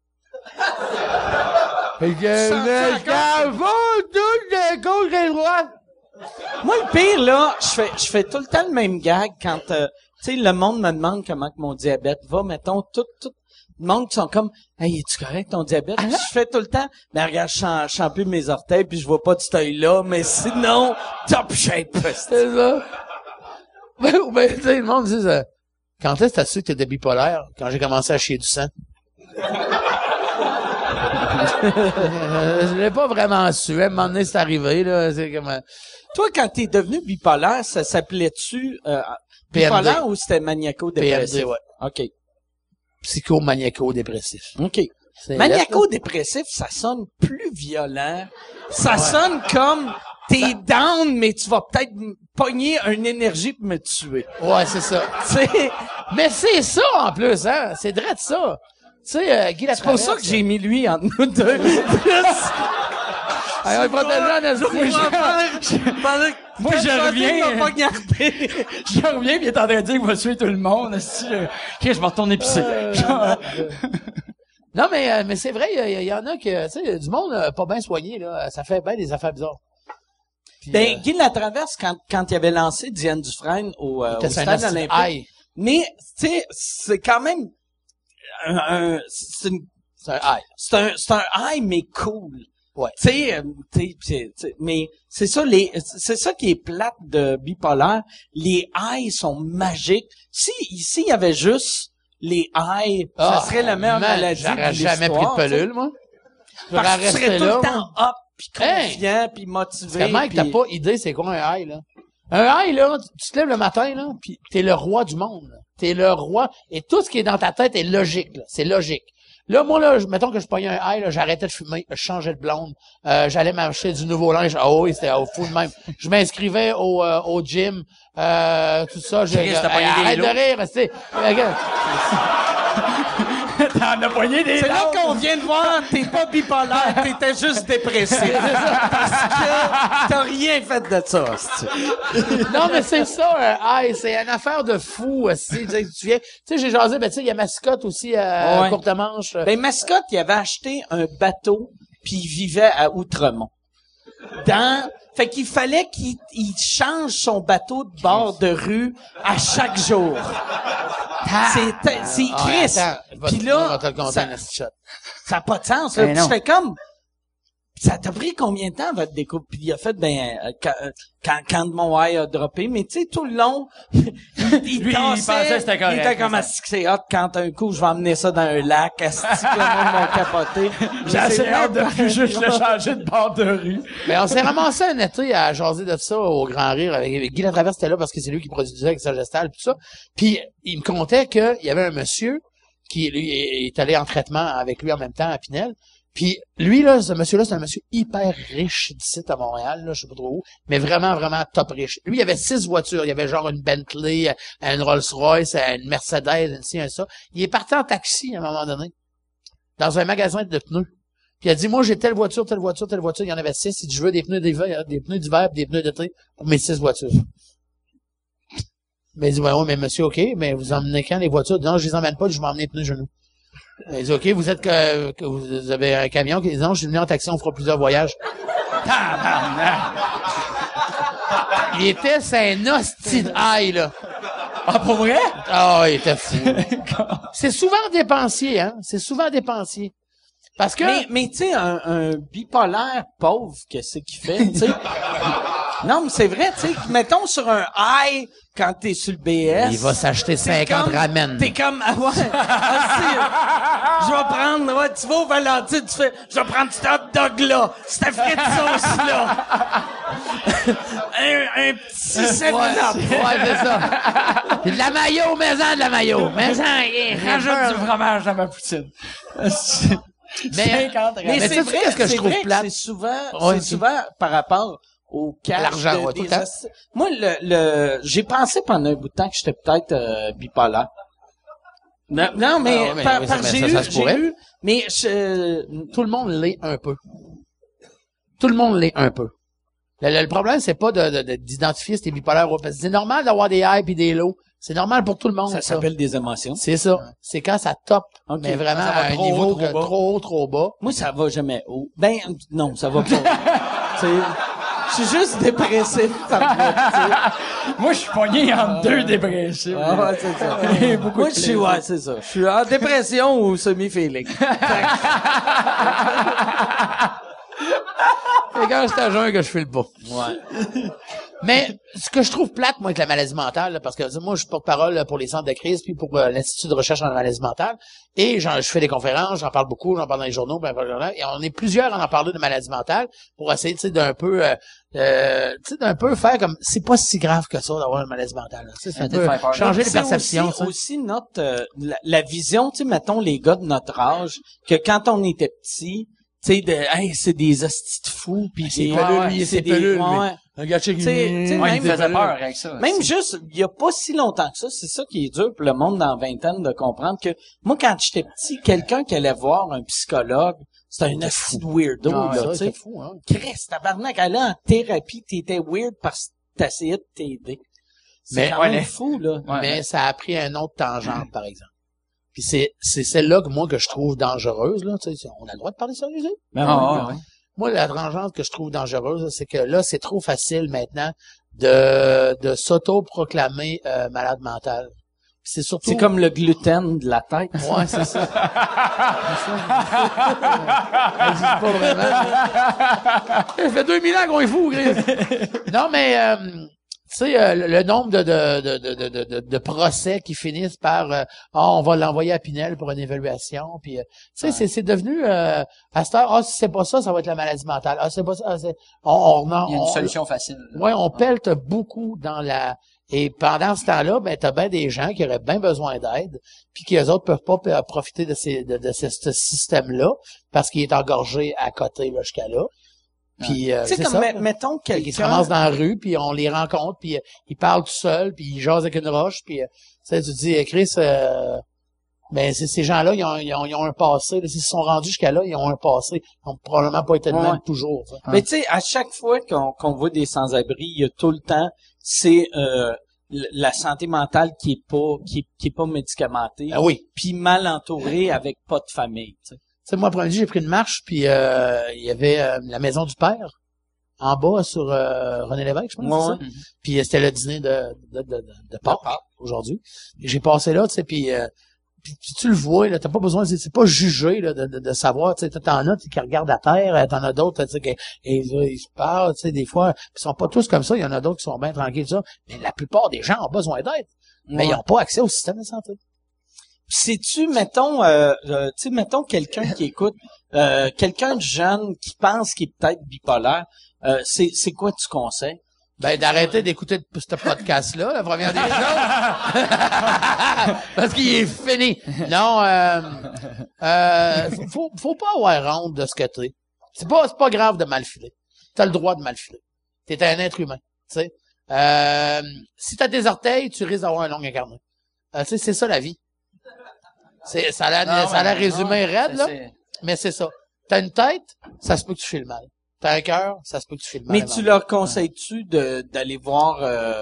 Fait que gauche et droite. Moi le pire là, je fais tout le temps le même gag quand tu sais le monde me demande comment que mon diabète va, mettons tout le monde qui sont comme hey, es-tu correct ton diabète? Puis je fais tout le temps mais regarde, je sens plus mes orteils puis je vois pas de cet œil là, mais sinon top shape. C'est ça. Ou ben, tu sais, le monde dit, quand est-ce que t'as su que t'étais bipolaire? Quand j'ai commencé à chier du sang. Je l'ai pas vraiment su. À un moment donné, c'est arrivé, là. C'est comme... Toi, quand t'es devenu bipolaire, ça s'appelait-tu bipolaire ou c'était maniaco-dépressif? PMD, ouais. OK. Psycho-maniaco-dépressif. OK. C'est Maniaco-dépressif, ça sonne plus violent. Ça sonne comme t'es down, mais tu vas peut-être pogner une énergie pour me tuer. Ouais, c'est ça. Tu sais, Mais c'est ça, en plus, hein. C'est drôle ça. Tu sais, Guy c'est pour ça que j'ai mis lui entre nous deux. Hey, on est protégé en esprit. Moi, je reviens. Pas garder. Je reviens, pis il est en train de dire qu'il va tuer tout le monde. Je vais retourner pisser. Non, mais c'est vrai, il y en a que, tu sais, du monde pas bien soigné, là. Ça fait bien des affaires bizarres. Puis, Ben, Guy Latraverse, quand il avait lancé Diane Dufresne au Stade olympique. Aïe. Mais, tu sais, c'est quand même c'est un aïe. c'est un high, mais cool. Ouais. Tu sais, mais c'est ça qui est plate de bipolaire. Les highs sont magiques. Ici, il y avait juste les highs, ça serait la meilleure maladie de J'aurais l'histoire. jamais pris de pelule, moi. Parce que tu serais tout là, le temps up, puis confiant, puis Parce motivé. que mec, puis- t'as pas idée c'est quoi un high, là. Un high, là, tu te lèves le matin, là, pis t'es le roi du monde, là. T'es le roi, et tout ce qui est dans ta tête est logique, là. C'est logique. Là, moi, là, mettons que je pognais un high, là, j'arrêtais de fumer, je changeais de blonde, j'allais m'acheter du nouveau linge. Ah oui, c'était au fou de même. Je m'inscrivais au gym, tout ça. Chris, t'as pogné des arrête lots. de rire, c'est, regarde. T'en as poigné des C'est là dents. qu'on vient de voir, t'es pas bipolaire, t'étais juste dépressif. Parce que t'as rien fait de ça, c'est-tu. Non, mais c'est ça, hey, c'est une affaire de fou, aussi. Tu viens, tu sais, j'ai jasé, ben, tu sais, il y a Mascotte aussi, Ouais. courte manche. Ben, Mascotte, il avait acheté un bateau, puis il vivait à Outremont. Fait qu'il fallait qu'il change son bateau de bord de rue à chaque jour. C'est Chris. Puis on là, va te le compter, ça un petit shot. n'a pas de sens. Là. Ben Puis non. je fais comme... Ça t'a pris combien de temps, votre découpe? Puis il a fait, quand mon high a droppé, mais tu sais, tout le long, il Lui, il pensait que c'était correct. Il était comme, asti que c'est hot, quand un coup, je vais emmener ça dans un lac, asti que le monde m'a capoté. J'ai assez hâte de plus juste le changer de bord de rue. Mais on s'est ramassé un été à jaser de ça au Grand Rire avec Guy Latraverse était là parce que c'est lui qui produisait avec Serge Estal tout ça. Puis il me contait qu'il y avait un monsieur qui lui est allé en traitement avec lui en même temps à Pinel. Puis lui là, ce monsieur-là, c'est un monsieur hyper riche d'ici à Montréal, là, je sais pas trop où, mais vraiment vraiment top riche. Lui, il avait 6 voitures, il y avait genre une Bentley, une Rolls-Royce, une Mercedes, une ci, un ça. Il est parti en taxi à un moment donné dans un magasin de pneus. Puis il a dit, moi, j'ai telle voiture, telle voiture, telle voiture. Il y en avait 6. Il dit, je veux des pneus d'hiver, pis des pneus d'été pour mes 6 voitures. Mais il dit, ouais, mais monsieur, OK, mais vous emmenez quand les voitures? Non, je les emmène pas, je vais emmener les pneus genoux. Il dit, OK, vous êtes que vous avez un camion qui dit, non, je suis venu en taxi, on fera plusieurs voyages. Il était, c'est un hostie de high, là. Ah, pour vrai? Ah, il était fou. C'est souvent dépensier, hein. C'est souvent dépensier. Parce que... Mais tu sais, un bipolaire pauvre, qu'est-ce qu'il fait, tu sais? Non, mais c'est vrai, tu sais, mettons sur un high, quand t'es sur le BS. il va s'acheter 50 ramen. T'es comme, ah ouais, je vais prendre, ouais, tu vas au Valentine, tu fais, je vais prendre cet hot dog-là, cette frite sauce-là. un petit 7-up. Ouais, c'est ça. Puis de la mayo, maison de la mayo. Maison, Rajoute du fromage dans ma poutine. Mais 50 Mais Mais c'est sais-tu vrai, qu'est-ce que je c'est trouve vrai plate? c'est souvent, Ouais, c'est souvent par rapport au cash. L'argent, ouais, des tout le temps. Moi, j'ai pensé pendant un bout de temps que j'étais peut-être bipolaire. Non, mais, Ah ouais, mais par oui, ça se j'ai pourrait. eu, mais tout le monde l'est un peu. Tout le monde l'est un peu. Le problème, c'est pas d'identifier si t'es bipolaire ou pas. C'est normal d'avoir des highs et des lows. C'est normal pour tout le monde, ça s'appelle des émotions. C'est ça. C'est quand ça top. Ok. Mais vraiment, Ça va à un trop niveau haut, trop bas. trop haut, trop bas. Moi, ça va jamais haut. Ben, non, ça va pas. Tu sais, je suis juste dépressif, ça me fait, tu sais. Moi, je suis pogné entre deux dépressifs. Ah ouais, c'est ça. Moi, je suis, ouais, c'est ça. Je suis en dépression ou semi-félique. C'est quand je suis à jeun que je file pas. Ouais. Mais ce que je trouve plate, moi, avec la maladie mentale, là, parce que moi, je suis porte-parole pour les centres de crise, puis pour l'Institut de recherche en maladie mentale, et je fais des conférences, j'en parle beaucoup, j'en parle dans les journaux, et on est plusieurs à en parler de maladie mentale pour essayer, tu sais, d'un peu faire comme, c'est pas si grave que ça d'avoir une maladie mentale. Tu sais, c'est un peu changer les perceptions. C'est aussi notre la vision, tu sais, mettons les gars de notre âge, que quand on était petit, tu sais, c'est des hosties de fous, puis c'est des un gars qui même il faisait peur avec ça. Même juste, il y a pas si longtemps que ça, c'est ça qui est dur pour le monde dans la vingtaine de comprendre que moi, quand j'étais petit, quelqu'un qui allait voir un psychologue, c'était un hostie de weirdo, là, tu sais. fou, hein. Christ, tabarnak, aller en thérapie, t'étais weird parce que t'essayais de t'aider. C'est quand même fou, là. Ouais, mais ça a pris un autre tangente, par exemple. Puis c'est celle-là que je trouve dangereuse, là, tu sais. On a le droit de parler sérieux, Ouais. Moi, la tangente que je trouve dangereuse, c'est que là, c'est trop facile maintenant de s'auto-proclamer malade mental. Puis c'est surtout... C'est comme le gluten de la tête. Ouais, c'est ça. C'est pas vraiment. Ça fait 2000 ans qu'on est fou, Chris. Non, mais tu sais, le nombre de procès qui finissent par on va l'envoyer à Pinel pour une évaluation, puis tu sais, c'est devenu à cette heure, si c'est pas ça, ça va être la maladie mentale. C'est pas ça, il y a une solution facile. Ouais, on pelte beaucoup dans la... Et pendant ce temps-là, ben t'as bien des gens qui auraient bien besoin d'aide, puis qui eux autres peuvent pas profiter de ce système-là parce qu'il est engorgé à côté là, jusqu'à là. Puis c'est comme ça, mettons quelqu'un ils se ramassent dans la rue, puis on les rencontre, puis ils parlent tout seuls, puis ils jasent avec une roche, puis tu sais, tu te dis Chris, ben ces gens-là, ils ont un passé, là, s'ils se sont rendus jusqu'à là, ils ont un passé, ils ont probablement pas été de même toujours. Ça. Mais tu sais, à chaque fois qu'on voit des sans-abri, il y a tout le temps c'est la santé mentale qui est pas médicamentée, puis mal entourée avec pas de famille. Tu sais, moi, après-midi, j'ai pris une marche, puis il y avait la maison du père en bas sur René Lévesque, je pense. C'est ça? Puis c'était le dîner de Pâques aujourd'hui. Et j'ai passé là, tu sais, puis tu le vois, là, t'as pas besoin, c'est pas jugé là, de savoir, tu sais, t'en as qui regardent à terre, t'en as d'autres, tu sais, et là, ils se parlent, tu sais, des fois, ils sont pas tous comme ça, il y en a d'autres qui sont bien tranquilles, ça, mais la plupart des gens ont besoin d'aide, mais ils ont pas accès au système de santé. Sais-tu, mettons, mettons quelqu'un qui écoute, quelqu'un de jeune qui pense qu'il est peut-être bipolaire, c'est quoi tu conseilles? Ben, d'arrêter d'écouter ce podcast-là, la première des choses. Parce qu'il est fini. Non, faut pas avoir honte de ce que t'es. C'est pas grave de mal filer. T'as le droit de mal filer. T'es un être humain, tu sais. Si t'as des orteils, tu risques d'avoir un long incarné. Tu sais, c'est ça la vie. Ça a l'air résumé raide, là. Mais c'est ça. T'as une tête, ça se peut que tu files mal. T'as un cœur, ça se peut que tu filmes. Mais tu leur conseilles-tu d'aller voir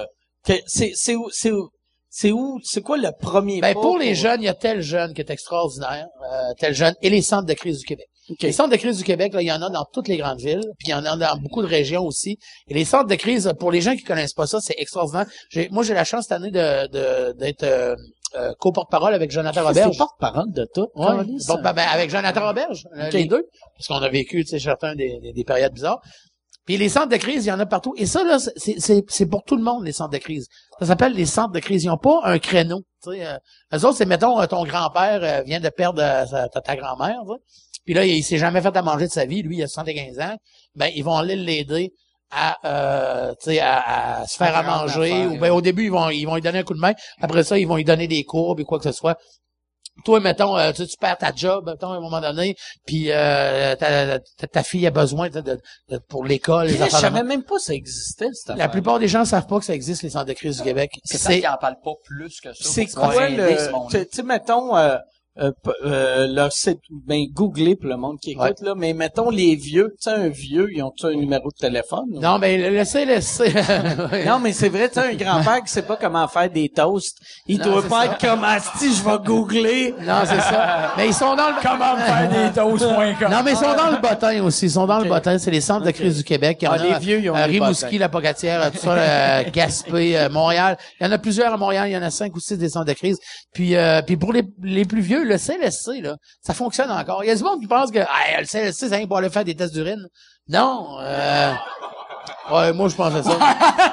c'est quoi le premier pas pour les jeunes, il y a Tel Jeune qui est extraordinaire, Tel Jeune et les centres de crise du Québec. Okay. Les centres de crise du Québec, là, il y en a dans toutes les grandes villes, puis il y en a dans beaucoup de régions aussi. Et les centres de crise, pour les gens qui connaissent pas ça, c'est extraordinaire. Moi, j'ai la chance cette année d'être co-porte-parole avec Jonathan Roberge. C'est porte-parole de tout. Ouais, avec Jonathan Roberge, les deux, parce qu'on a vécu, tu sais, certains des périodes bizarres. Puis les centres de crise, il y en a partout. Et ça, là, c'est pour tout le monde, les centres de crise. Ça s'appelle les centres de crise. Ils n'ont pas un créneau. Tu sais, eux autres, c'est, mettons, ton grand-père vient de perdre ta grand-mère, tu sais. Puis là, il s'est jamais fait à manger de sa vie. Lui, il a 75 ans. Ben, ils vont aller l'aider à se faire à manger. Ou ben, au début, ils vont lui donner un coup de main. Après ça, ils vont lui donner des cours et quoi que ce soit. Toi, mettons, tu perds ta job, mettons, à un moment donné, puis ta fille a besoin pour l'école, les affaires. Je savais même pas que ça existait, cette affaire. La plupart des gens savent pas que ça existe, les centres de crise du Québec. C'est ça qu'ils en parlent pas plus que ça. C'est quoi tu sais, mettons, leur site, ben, googlez pour le monde qui écoute, là, mais mettons les vieux, tu sais, un vieux, ils ont-tu un numéro de téléphone? Ou? Non, ben, laissez. Non, mais c'est vrai, tu sais, un grand-père qui sait pas comment faire des toasts, il doit pas être comme, asti, je vais googler. Non, c'est ça. Mais ils sont dans le... Comment faire des toasts.com. Non, mais ils sont dans le bottin aussi. Ils sont dans le bottin. C'est les centres de crise du Québec. Il y en a, les vieux, ils ont Rimouski, la Pocatière, tout ça, Gaspé, Montréal. Il y en a plusieurs à Montréal. Il y en a 5 ou 6 des centres de crise. Puis pour les plus vieux, le CLSC, là, ça fonctionne encore. Il y a du monde qui pense que le CLSC, c'est rien pour aller faire des tests d'urine. Non. Ouais, moi, je pense à ça.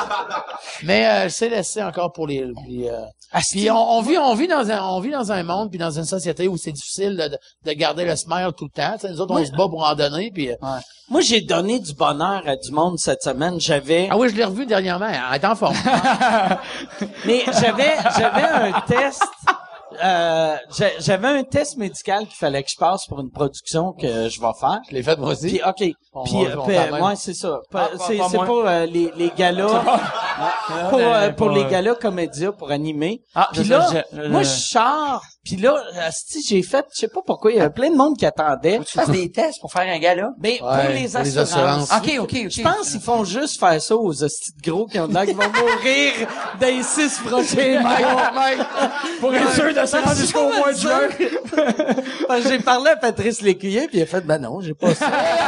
Mais c'est laissé encore pour les Asti, puis on vit dans un monde puis dans une société où c'est difficile de garder le smile tout le temps. Tu sais, nous autres, on se bat pour en donner puis moi, j'ai donné du bonheur à du monde cette semaine. Ah oui, je l'ai revu dernièrement, elle est en forme. Mais j'avais un test. J'avais un test médical qu'il fallait que je passe pour une production que je vais faire. Je l'ai fait moi aussi. Puis OK. Moi c'est ça. C'est pour les galas pour les galas comédia pour animer. Puis là, moi je sors. Puis là, asti, j'ai fait, je sais pas pourquoi, il y avait plein de monde qui attendait. Tu fasses des tests pour faire un gala? Mais pour les assurances. OK. Je pense qu'ils font juste faire ça aux hosties de gros qui ont l'air qu'ils vont mourir dans les 6 prochains mois. Pour être sûr de se rendre jusqu'au mois de juin. J'ai parlé à Patrice Lécuyer puis il a fait, ben non, j'ai pas ça.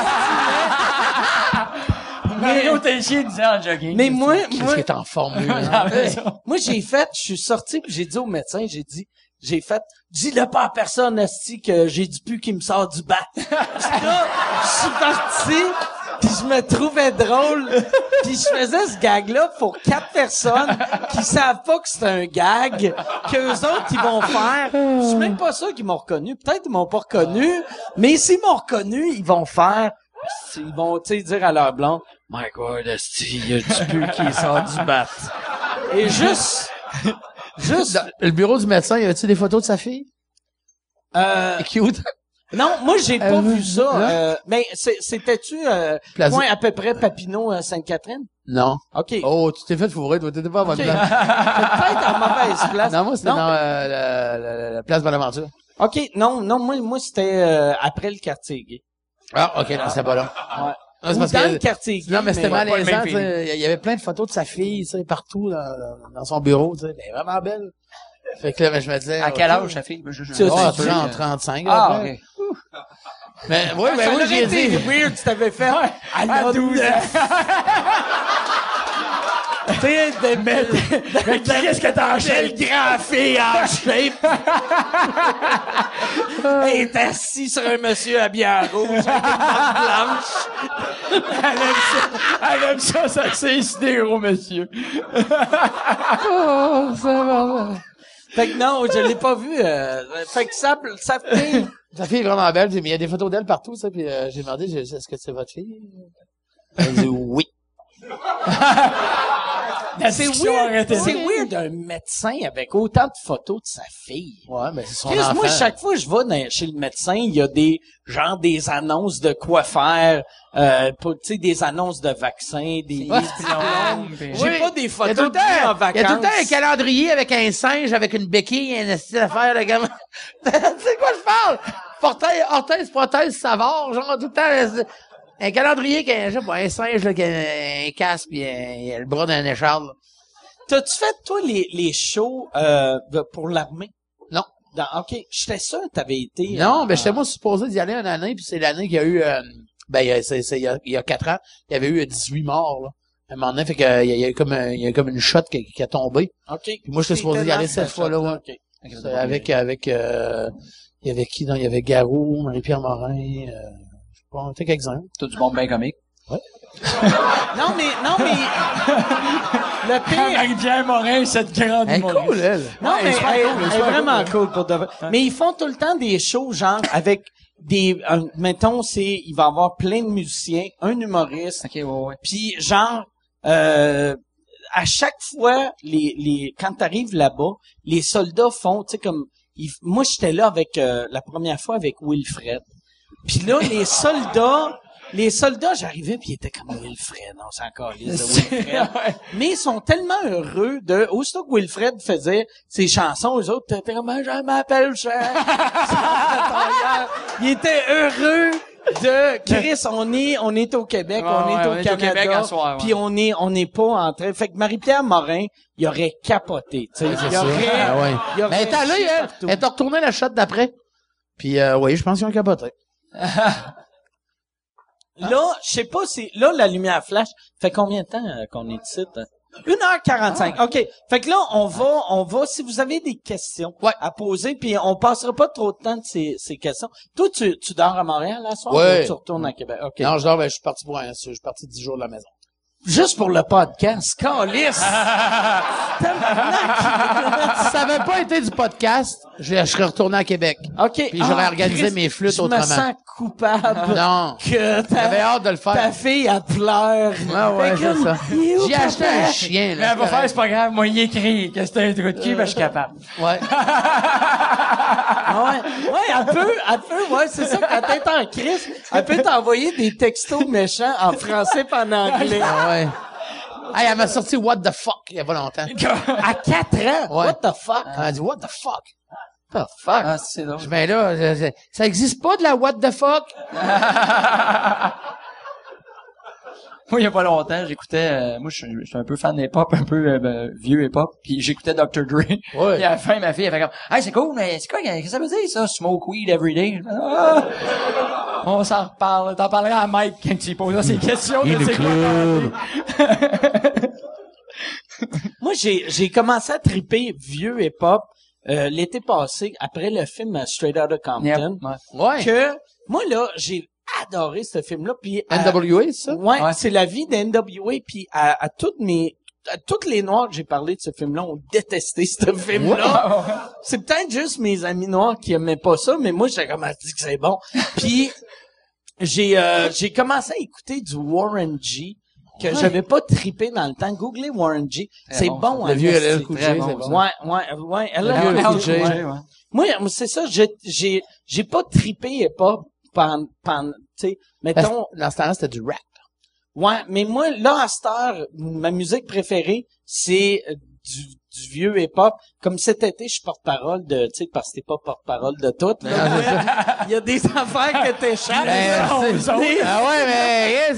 Mario Tessier disait en jogging. Mais moi, Qu'est-ce qui est en forme, lui? moi, je suis sorti puis j'ai dit au médecin, dis-le pas à personne, asti, que j'ai du pu qui me sort du bat. Puis là, je suis parti, puis je me trouvais drôle, puis je faisais ce gag-là pour 4 personnes qui savent pas que c'est un gag, qu'eux autres, ils vont faire. Je suis même pas sûr qu'ils m'ont reconnu. Peut-être qu'ils m'ont pas reconnu, mais s'ils m'ont reconnu, ils vont faire, ils vont, tu sais, dire à leur blonde, Mike Ward, asti, il y a du pu qui sort du bat. Et juste, Le bureau du médecin, y a-tu des photos de sa fille? Cute. Non, moi j'ai pas vu ça. Mais c'était-tu point à peu près Papineau Sainte-Catherine? Non. OK. Oh, tu t'es fait fourrer, toi, t'étais pas à bonne OK. place. Peut-être à mauvaise place. Non, moi, c'était dans la place Bonaventure. OK, non, moi c'était après le quartier gay. Ah, OK, non, c'était pas là. Ouais. Non, c'est Ou parce dans que, le quartier gay. non, mais c'était pas le même malaisant, tu feeling. sais. Il y avait plein de photos de sa fille, tu sais, partout, dans son bureau, tu sais. Elle est vraiment belle. Fait que là, ben, je me disais. À quel âge, sa fille? Oh, genre 35, là. Ah, après. OK. Mais, oui, ben, moi, j'ai dit. Weird, tu t'avais fait. À 12 ans. Tu sais, qu'est-ce que t'as en shape? Le grand fille en shape. Elle est assise sur un monsieur habillé en rouge avec une barbe blanche. Elle aime ça, c'est des gros monsieur. Oh, ça va. Fait que non, je l'ai pas vu. Fait que ça fait... Sa fille est vraiment belle, mais il y a des photos d'elle partout, ça, puis j'ai demandé, est-ce que c'est votre fille? Elle dit oui. C'est weird un médecin avec autant de photos de sa fille. Ouais, mais c'est son Chris, enfant. moi, chaque fois que je vais chez le médecin, il y a des annonces de quoi faire, tu sais, des annonces de vaccins, des diplômes. J'ai Oui. pas des Il y a photos tout le de lui en temps, vacances. il y a tout le temps un calendrier avec un singe, avec une béquille, un style d'affaires, le gamin. C'est quoi je parle? Orthèse, prothèse, savard, genre, tout le temps, un calendrier qui a un singe, là, qui a un casque pis le bras d'un écharde, là. T'as-tu fait, toi, les shows, pour l'armée? Non. OK. J'étais sûr que t'avais été... Non, ben, j'étais moi supposé d'y aller une année, puis c'est l'année qu'il y a eu, il y a 4 ans, il y avait eu 18 morts, là. À un moment donné, fait que, il y a comme une shot qui a tombé. OK. Puis moi, j'étais supposé y aller cette fois-là, ouais. OK. Avec, il y avait qui, non? Il y avait Garou, Marie-Pierre Morin, je sais pas, on était quelques-uns. Tout du bon bien comique. Non, mais, le pire, Marie-Pierre Morin, cette grande Elle est cool, elle. non, mais super elle cool, est super vraiment cool pour de vrai. Mais ils font tout le temps des shows, genre, avec mettons, il va y avoir plein de musiciens, un humoriste, OK, ouais. puis genre, à chaque fois, quand t'arrives là-bas, les soldats font, tu sais, comme, moi, j'étais là avec, la première fois avec Wilfred. Puis là, les soldats, j'arrivais puis ils étaient comme Wilfred, on s'en calisse de Wilfred. Mais ils sont tellement heureux aussitôt que Wilfred faisait ses chansons, eux autres, t'étais comme, je m'appelle cher. Ils étaient heureux de Chris, on est au Québec, on est au Canada, Québec à soir, puis on n'est pas en train. Fait que Marie-Pierre Morin, il aurait capoté, tu sais. Il aurait, il aurait Mais elle est allée, chié elle. partout. Elle t'a retourné la shot d'après. Puis, oui, je pense qu'ils ont capoté. Là, je sais pas si, là, la lumière flash, fait combien de temps qu'on est ici? 1h45. OK. Fait que là, on va, si vous avez des questions à poser, puis on passera pas trop de temps de ces questions. Toi, tu dors à Montréal, la soir, ou tu retournes à Québec? OK. Non, je dors, je suis parti 10 jours de la maison. juste pour le podcast. Calisse! Si ça avait pas été du podcast, je serais retourné à Québec. OK. Puis j'aurais organisé mes flûtes autrement. Je me sens coupable. Non. Que J'avais hâte de le faire. ta fille, elle pleure. Ouais, Fait c'est ça. J'ai J'ai acheté un chien, Mais là. elle va faire, c'est pas grave. Moi, il écrit que c'était un truc de cul, ben, je suis capable. Ouais. Elle peut, ouais, c'est ça, quand t'es en crise, elle peut t'envoyer des textos méchants en français pis en anglais. Ah ouais. Hey, elle m'a sorti What the fuck il y a pas longtemps. À 4 ans? Ouais. What the fuck? Elle a dit What the fuck? What the fuck? Ah, c'est drôle. Ben là, ça existe pas de la What the fuck? Moi, il y a pas longtemps, j'écoutais, moi, je suis un peu fan d'hip-hop, un peu vieux hip-hop, puis j'écoutais Dr. Dre. Ouais. Puis à la fin, ma fille, elle fait comme, hey, c'est cool, mais c'est quoi, qu'est-ce que ça veut dire, ça? Smoke weed every day? Ah! On s'en reparle. T'en parleras à Mike quand tu lui poseras ces questions. De c'est quoi, Moi, j'ai commencé à triper vieux hip-hop, l'été passé, après le film Straight Outta Compton. Ouais. Ouais. Que, moi, là, j'ai adoré ce film-là, puis NWA, c'est ça? Ouais, Ouais. c'est la vie d'NWA, puis à toutes les Noirs que j'ai parlé de ce film-là ont détesté ce film-là. C'est peut-être juste mes amis noirs qui aimaient pas ça, mais moi, j'étais comme, dit que c'est bon. Puis, j'ai commencé à écouter du Warren G, que j'avais pas trippé dans le temps. Googlez Warren G. C'est bon, bon, Le hein, vieux c'est LL Cool J, très c'est bon, bon. Ouais. Le vieux LL Cool J. ouais. Moi, c'est ça, j'ai pas trippé hip-hop pendant, tu sais, mettons, Dans ce temps-là, c'était du rap. ouais, mais moi, là, à cette heure, ma musique préférée, c'est du vieux hip-hop. Comme cet été, je suis porte-parole de, tu sais, parce que t'es pas porte-parole de tout, là. Il y a des affaires que t'échappes. Ah ouais, mais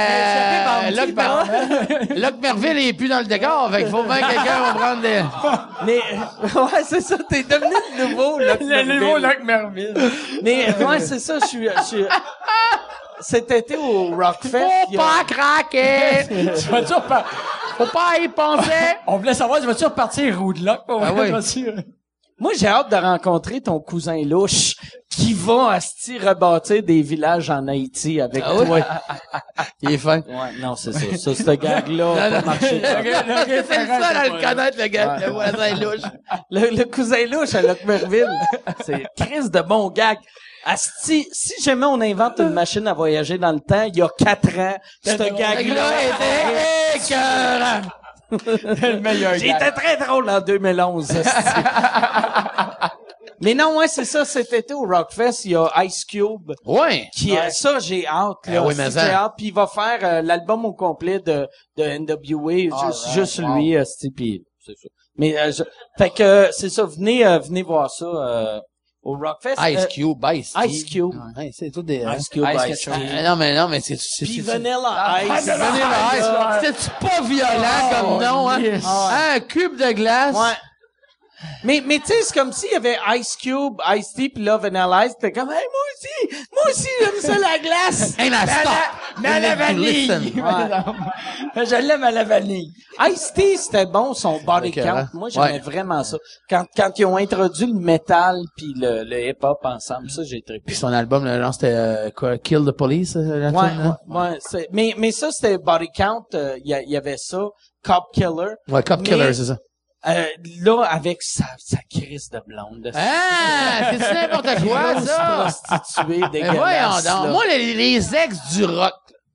Locke Merville est plus dans le décor, fait qu'il faut bien que quelqu'un va prendre des... Mais, ouais, c'est ça, t'es devenu le nouveau, là. Le nouveau Locke Merville. Mais, ouais, c'est ça, je suis, cet été au Rockfest. Faut pas craquer! Tu vas-tu Faut pas y penser! On voulait savoir, tu vas-tu repartir roue de Locke? Ah oui. Moi, j'ai hâte de rencontrer ton cousin louche qui va, asti, rebâtir des villages en Haïti avec toi. Il est fin. Ouais, non, c'est ça. Ça, ce gag-là a pas marché. C'est le seul à le connaître, le gars, le voisin louche. Le cousin louche à Locmerville. C'est Chris de bon gag. Asti, si jamais on invente une machine à voyager dans le temps, il y a 4 ans, ce gag-là était écœurant. le meilleur gars. J'étais très drôle en 2011. asti. Mais non, ouais, c'est ça, cet été au Rockfest, il y a Ice Cube. Ouais. Qui, ça, j'ai hâte, là. oui, mais j'ai hâte. Puis il va faire l'album au complet de NWA, juste lui, puis c'est ça. Mais, fait que, c'est ça, venez voir ça, au Rockfest. Ice Cube, Ice Cube. Ouais, c'est tout des... Ice Cube, Ice Ice Cube. Cube. Non, mais c'est... Puis Vanilla Ice. Vanilla Ice. C'était-tu pas violent comme nom, hein? yes. Un cube de glace. Ouais. Mais tu sais, c'est comme s'il y avait Ice Cube, Ice Tea, pis là, Vanilla Ice, t'es comme, hey, moi aussi, j'aime ça, la glace. Hey, la stop. Mais à la vanille! Ouais. Je l'aime à la vanille. Ice Tea, c'était bon, son body Ok, count. hein? Moi, j'aimais Ouais. vraiment ça. Quand ils ont introduit le métal puis le hip-hop ensemble, ça, j'ai trippé. Puis son album, là, c'était quoi? Kill the Police, la tune, là? Ouais, mais ça, c'était body count, il y avait ça, Cop Killer. Ouais, Cop Mais- Killer, c'est ça. Là, avec sa crise de blonde. Ah, c'est n'importe quoi, ça! Prostituée, Mais voyons dégueulasse. donc. là. Moi, les ex du rock.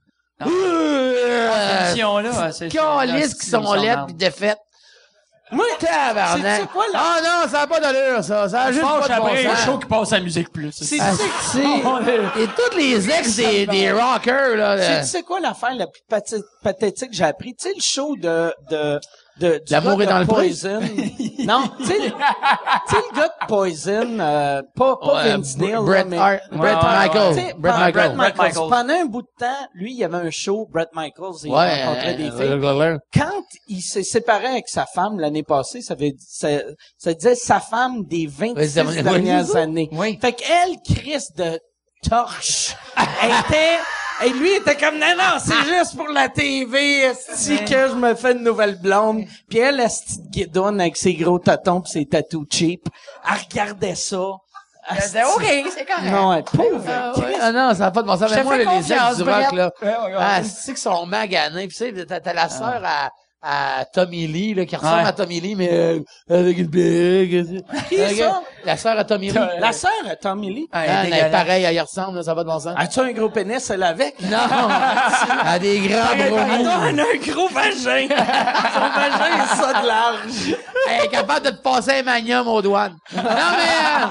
Là, c'est Calices qui sont laides pis défaites. Moi, Tabarnak. c'est quoi, là? Ah non, ça a pas d'allure, ça. Ça a juste pas de bon après, sens. un show qui passe à musique plus. C'est Ah, c'est- Et toutes les ex des rockers, là. Tu sais quoi l'affaire la plus pathétique que j'ai appris? Tu sais, le show du L'amour gars est dans de le pré. Poison. Non, tu sais, le gars de Poison, pas Vince Neil, là, Brett mais... Michael. Tu sais, Brett Brett Michael. Michaels. Pendant un bout de temps, lui, il y avait un show, Brett Michaels, et il rencontrait des filles. Quand il s'est séparé avec sa femme l'année passée, ça disait sa femme des 26 Oui, dernières années. Oui. Fait qu'elle, Chris de torche, et lui était comme, non, c'est juste pour la TV, esti, que je me fais une nouvelle blonde. Puis elle, esti de guidoune avec ses gros tatons pis ses tatous cheap, elle regardait ça. OK, c'est correct. Non, ouais, pauvre. Ah non, ça n'a pas de bon sens. Je Mais te moi, fais les ex confiance, du rock, là. Ouais. Ah, c'est qu'ils sont maganés. Puis tu sais, t'as la sœur à Tommy Lee, là, qui ressemble Ouais. à Tommy Lee, mais avec une big. Qui est ça? La sœur à Tommy Lee. La sœur à Tommy Lee. Ah, Ah, elle est dégueulasse. pareil, elle y ressemble, là, ça va de bon sens. As-tu un gros pénis, elle avec? Non! Elle a des grands bras mous. Non, elle a un gros vagin. Son vagin est ça de large. Elle est capable de te passer un magnum aux douanes. Non, mais...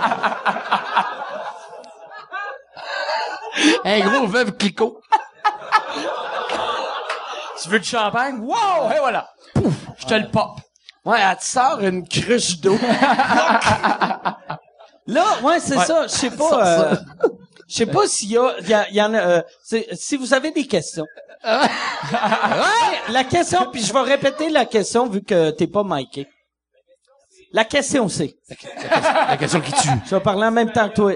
un gros veuve Clicquot. Tu veux du champagne? Wow! Et voilà. Pouf! Je te le pop. Ouais, elle te sort une cruche d'eau. Là, ouais, c'est ça. Je sais pas s'il y en a, si vous avez des questions. Ouais, la question, puis je vais répéter la question vu que t'es pas miké. La question, c'est. La question qui tue. Je vais parler en même temps que toi.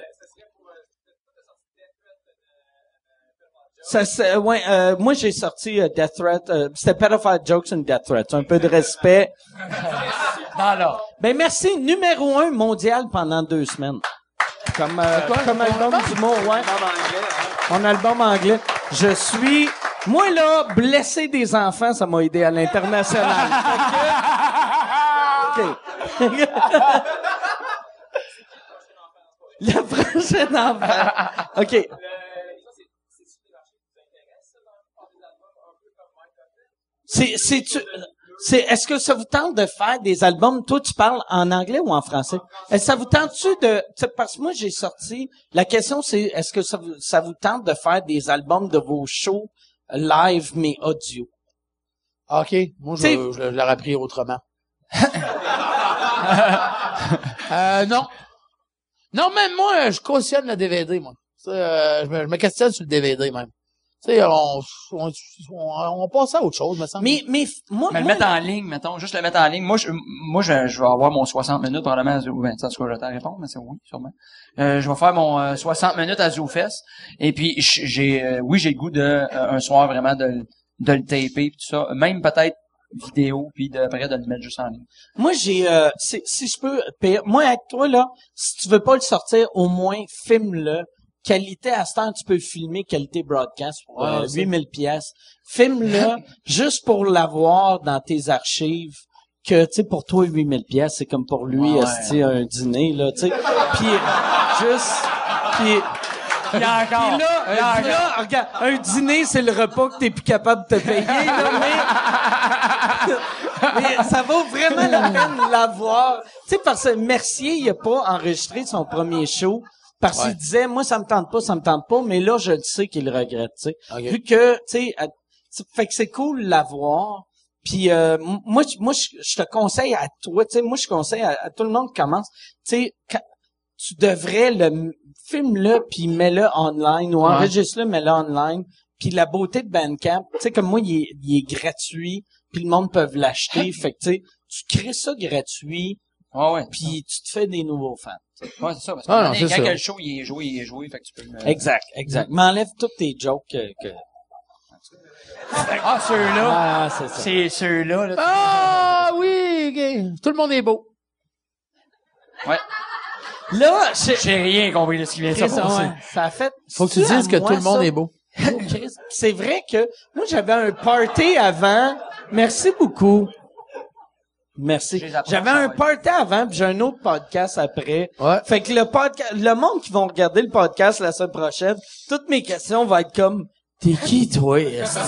Moi j'ai sorti Death Threat. C'était Pedophile Jokes and Death Threats. Un peu de respect. Non, là. Ben merci. Numéro 1 mondial pendant 2 semaines. Comme album d'humour, ouais. Mon album anglais. Je suis... Moi, là, blesser des enfants, ça m'a aidé à l'international. OK. Le prochain enfant. OK. Est-ce que ça vous tente de faire des albums? Toi, tu parles en anglais ou en français? Est-ce que ça vous tente-tu parce que moi, j'ai sorti, la question c'est, est-ce que ça vous tente de faire des albums de vos shows live, mais audio? OK. Moi, je l'aurais pris autrement. Non. Non, même moi, je cautionne le DVD, moi. Je me questionne sur le DVD, même. Tu sais, on passe à autre chose, me semble. Mais moi, Mais le mettre en ligne, mettons, juste le mettre en ligne. Moi, je vais avoir mon 60 minutes probablement à Zoo. Ben, ça, ce que je vais te répondre, mais c'est oui, sûrement. Je vais faire mon 60 minutes à ZooFest. Et puis, j'ai le goût de, un soir vraiment de le taper pis tout ça. Même peut-être vidéo puis après de le mettre juste en ligne. Moi, si je peux, moi, avec toi, là, si tu veux pas le sortir, au moins, filme-le. Qualité à ce temps, tu peux filmer qualité broadcast pour 8000 pièces. Filme-le juste pour l'avoir dans tes archives. Que, tu sais, pour toi, 8000 pièces, c'est comme pour lui, un dîner, là, tu sais. Puis, il y a encore. Puis là, regarde, un dîner, c'est le repas que t'es plus capable de te payer, là, mais ça vaut vraiment la peine de l'avoir. Tu sais, parce que Mercier, il a pas enregistré son premier show. Parce qu'il disait, moi, ça me tente pas, mais là, je le sais qu'il le regrette, tu sais. Okay. Vu que, tu sais, fait que c'est cool de l'avoir. Puis, moi, je te conseille à toi, tu sais, moi, je conseille à tout le monde qui commence, tu sais, tu devrais filme-le puis mets-le online ou enregistre-le, mets-le online. Puis la beauté de Bandcamp, tu sais, comme moi, il est gratuit, puis le monde peut l'acheter. Fait que, tu sais, tu crées ça gratuit. Puis tu te fais des nouveaux fans. Ouais, c'est ça. Parce que quand le show, il est joué, fait que tu peux le... Exact. M'enlève tous tes jokes que... Ah, ceux-là. Ah, c'est ça. C'est ceux-là, là. Ah, oui, okay. Tout le monde est beau. Ouais. Là, j'ai rien compris de ce qui vient de se passer. Ça a fait... Faut que tu dises que tout le monde est beau. C'est vrai que moi, j'avais un party avant. Merci beaucoup. Merci. J'avais un party avant, puis j'ai un autre podcast après. Ouais. Fait que le monde qui vont regarder le podcast la semaine prochaine, toutes mes questions vont être comme, t'es qui, toi?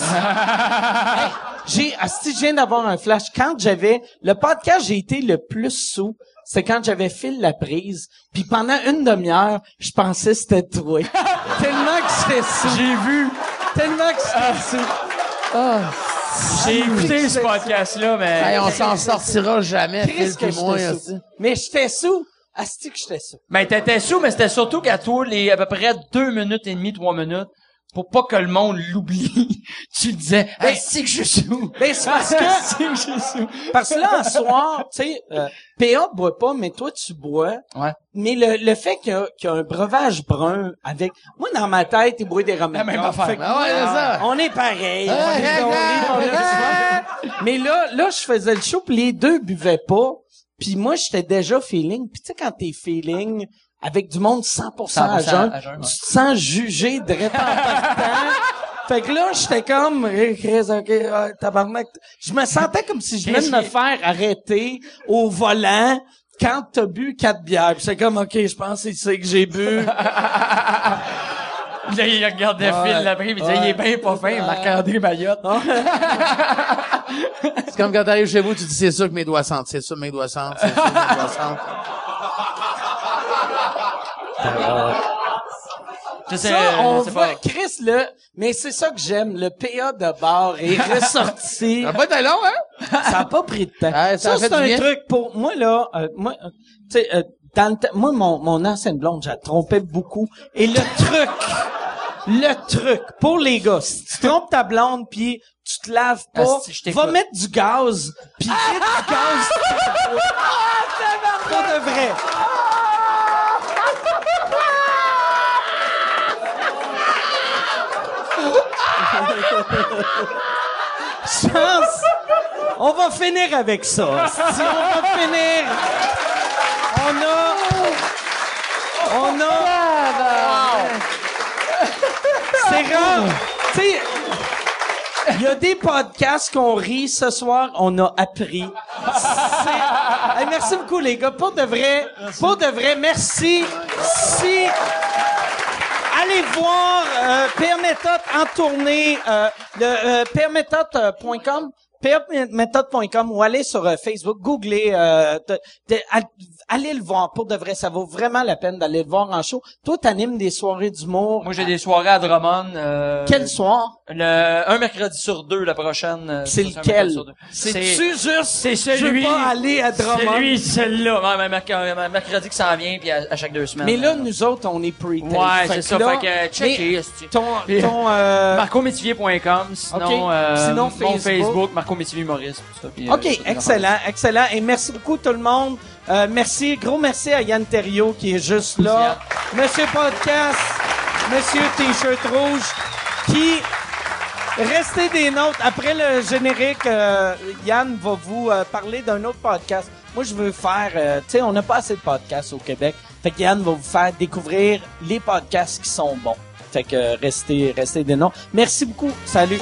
Je viens d'avoir un flash. Quand j'avais, le podcast, j'ai été le plus sous, c'est quand j'avais Phil la prise, puis pendant une demi-heure, je pensais que c'était toi. Tellement que j'étais sous. J'ai vu. Tellement que j'étais sous. Ah. J'ai écouté ce podcast-là, mais... Hey, on s'en sortira jamais, Phil et moi, aussi. Mais j'étais sous. Asti que j'étais sous. Ben, t'étais sous, mais c'était surtout qu'à toi, à peu près 2 minutes et demie, 3 minutes, pour pas que le monde l'oublie, tu disais, asti que je suis sous. Ben, c'est parce que... Parce que là, en soir, tu sais, PA boit pas, mais toi, tu bois. Ouais. Mais le fait qu'il y a un breuvage brun avec... Moi, dans ma tête, il boit des remèdes. La même affaire. On est pareil. Mais là, je faisais le show, puis les deux buvaient pas. Puis moi, j'étais déjà feeling. Puis tu sais, quand t'es feeling avec du monde 100% à jeun, tu te sens jugé direct en partant. Fait que là, j'étais comme, Chris, OK, tabarnak. Je me sentais comme si je venais de me faire arrêter au volant quand t'as bu 4 bières. Puis c'est comme, OK, je pense que c'est que j'ai bu. Là, il regardait Phil l'après, il disait, il est bien pas fin, Marc-André Mayotte. C'est comme quand t'arrives chez vous, tu dis, c'est sûr que mes doigts sentent, c'est sûr que mes doigts sentent, c'est sûr que mes doigts sentent. On voit Chris, là, mais c'est ça que j'aime. Le PA de bar est ressorti. Ça va pas été long, hein? Ça a pas pris de temps. Ouais, ça a fait c'est du un bien. truc pour moi, là, tu sais, dans le moi, mon ancienne blonde, je la trompais beaucoup. Et le truc, pour les gars, si tu trompes ta blonde pis tu te laves pas, va mettre du gaz, pis mets du gaz. Pas de vrai. Chance. On va finir avec ça. Si on va finir, on a. C'est rare. Tu sais, il y a des podcasts qu'on rit ce soir, on a appris. Hey, merci beaucoup les gars. Pour de vrai, merci. Si allez voir PR Méthode en tournée, le prméthode.com, prméthode.com ou allez sur Facebook, googlez, allez le voir. Pour de vrai, ça vaut vraiment la peine d'aller le voir en show. Toi, t'animes des soirées d'humour. Moi, j'ai des soirées à Drummond. Quel soir? Un mercredi sur 2, la prochaine. C'est lequel? C'est-tu juste? C'est celui. Je veux pas aller à Drummond. Celle-là. Ouais, mercredi qui s'en vient, puis à chaque 2 semaines. Mais là, nous autres, on est pre-tape. Ouais, c'est ça. Là, fait que, checker. MarcoMétivier.com, sinon, sinon mon Facebook, Marco Métivier humoriste. Tout ça, puis, OK, excellent. Et merci beaucoup tout le monde. Gros merci à Yann Terriot qui est juste là. Monsieur Podcast, Monsieur T-shirt rouge, qui restez des nôtres. Après le générique, Yann va vous parler d'un autre podcast. Moi, je veux faire, tu sais, on n'a pas assez de podcasts au Québec. Fait que Yann va vous faire découvrir les podcasts qui sont bons. Fait que restez des nôtres. Merci beaucoup. Salut.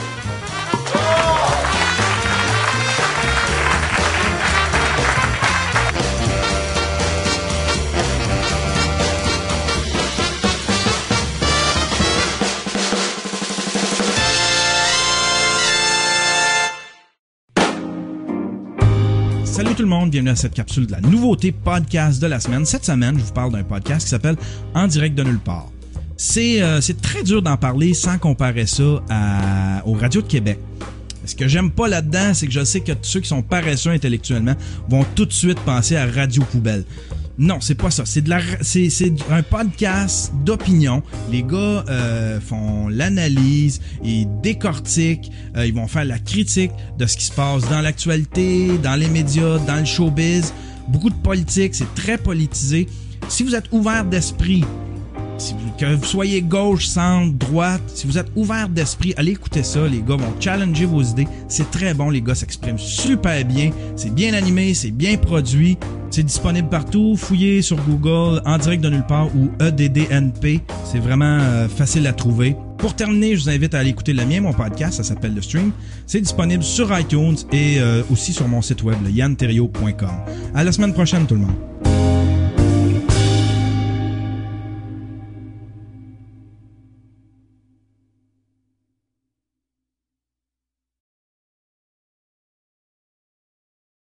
Salut tout le monde, bienvenue à cette capsule de la nouveauté podcast de la semaine. Cette semaine, je vous parle d'un podcast qui s'appelle En direct de nulle part. C'est très dur d'en parler sans comparer ça aux radios de Québec. Ce que j'aime pas là-dedans, c'est que je sais que ceux qui sont paresseux intellectuellement vont tout de suite penser à Radio Poubelle. Non, c'est pas ça. C'est un podcast d'opinion. Les gars font l'analyse, ils décortiquent, ils vont faire la critique de ce qui se passe dans l'actualité, dans les médias, dans le showbiz. Beaucoup de politique, c'est très politisé. Si vous êtes ouvert d'esprit, que vous soyez gauche, centre, droite, si vous êtes ouvert d'esprit, allez écouter ça. Les gars vont challenger vos idées. C'est très bon, les gars s'expriment super bien. C'est bien animé, c'est bien produit. C'est disponible partout. Fouillez sur Google En direct de nulle part ou EDDNP. C'est vraiment facile à trouver. Pour terminer, je vous invite à aller écouter le mien, mon podcast. Ça s'appelle Le Stream. C'est disponible sur iTunes et aussi sur mon site web, yanterrio.com. À la semaine prochaine, tout le monde.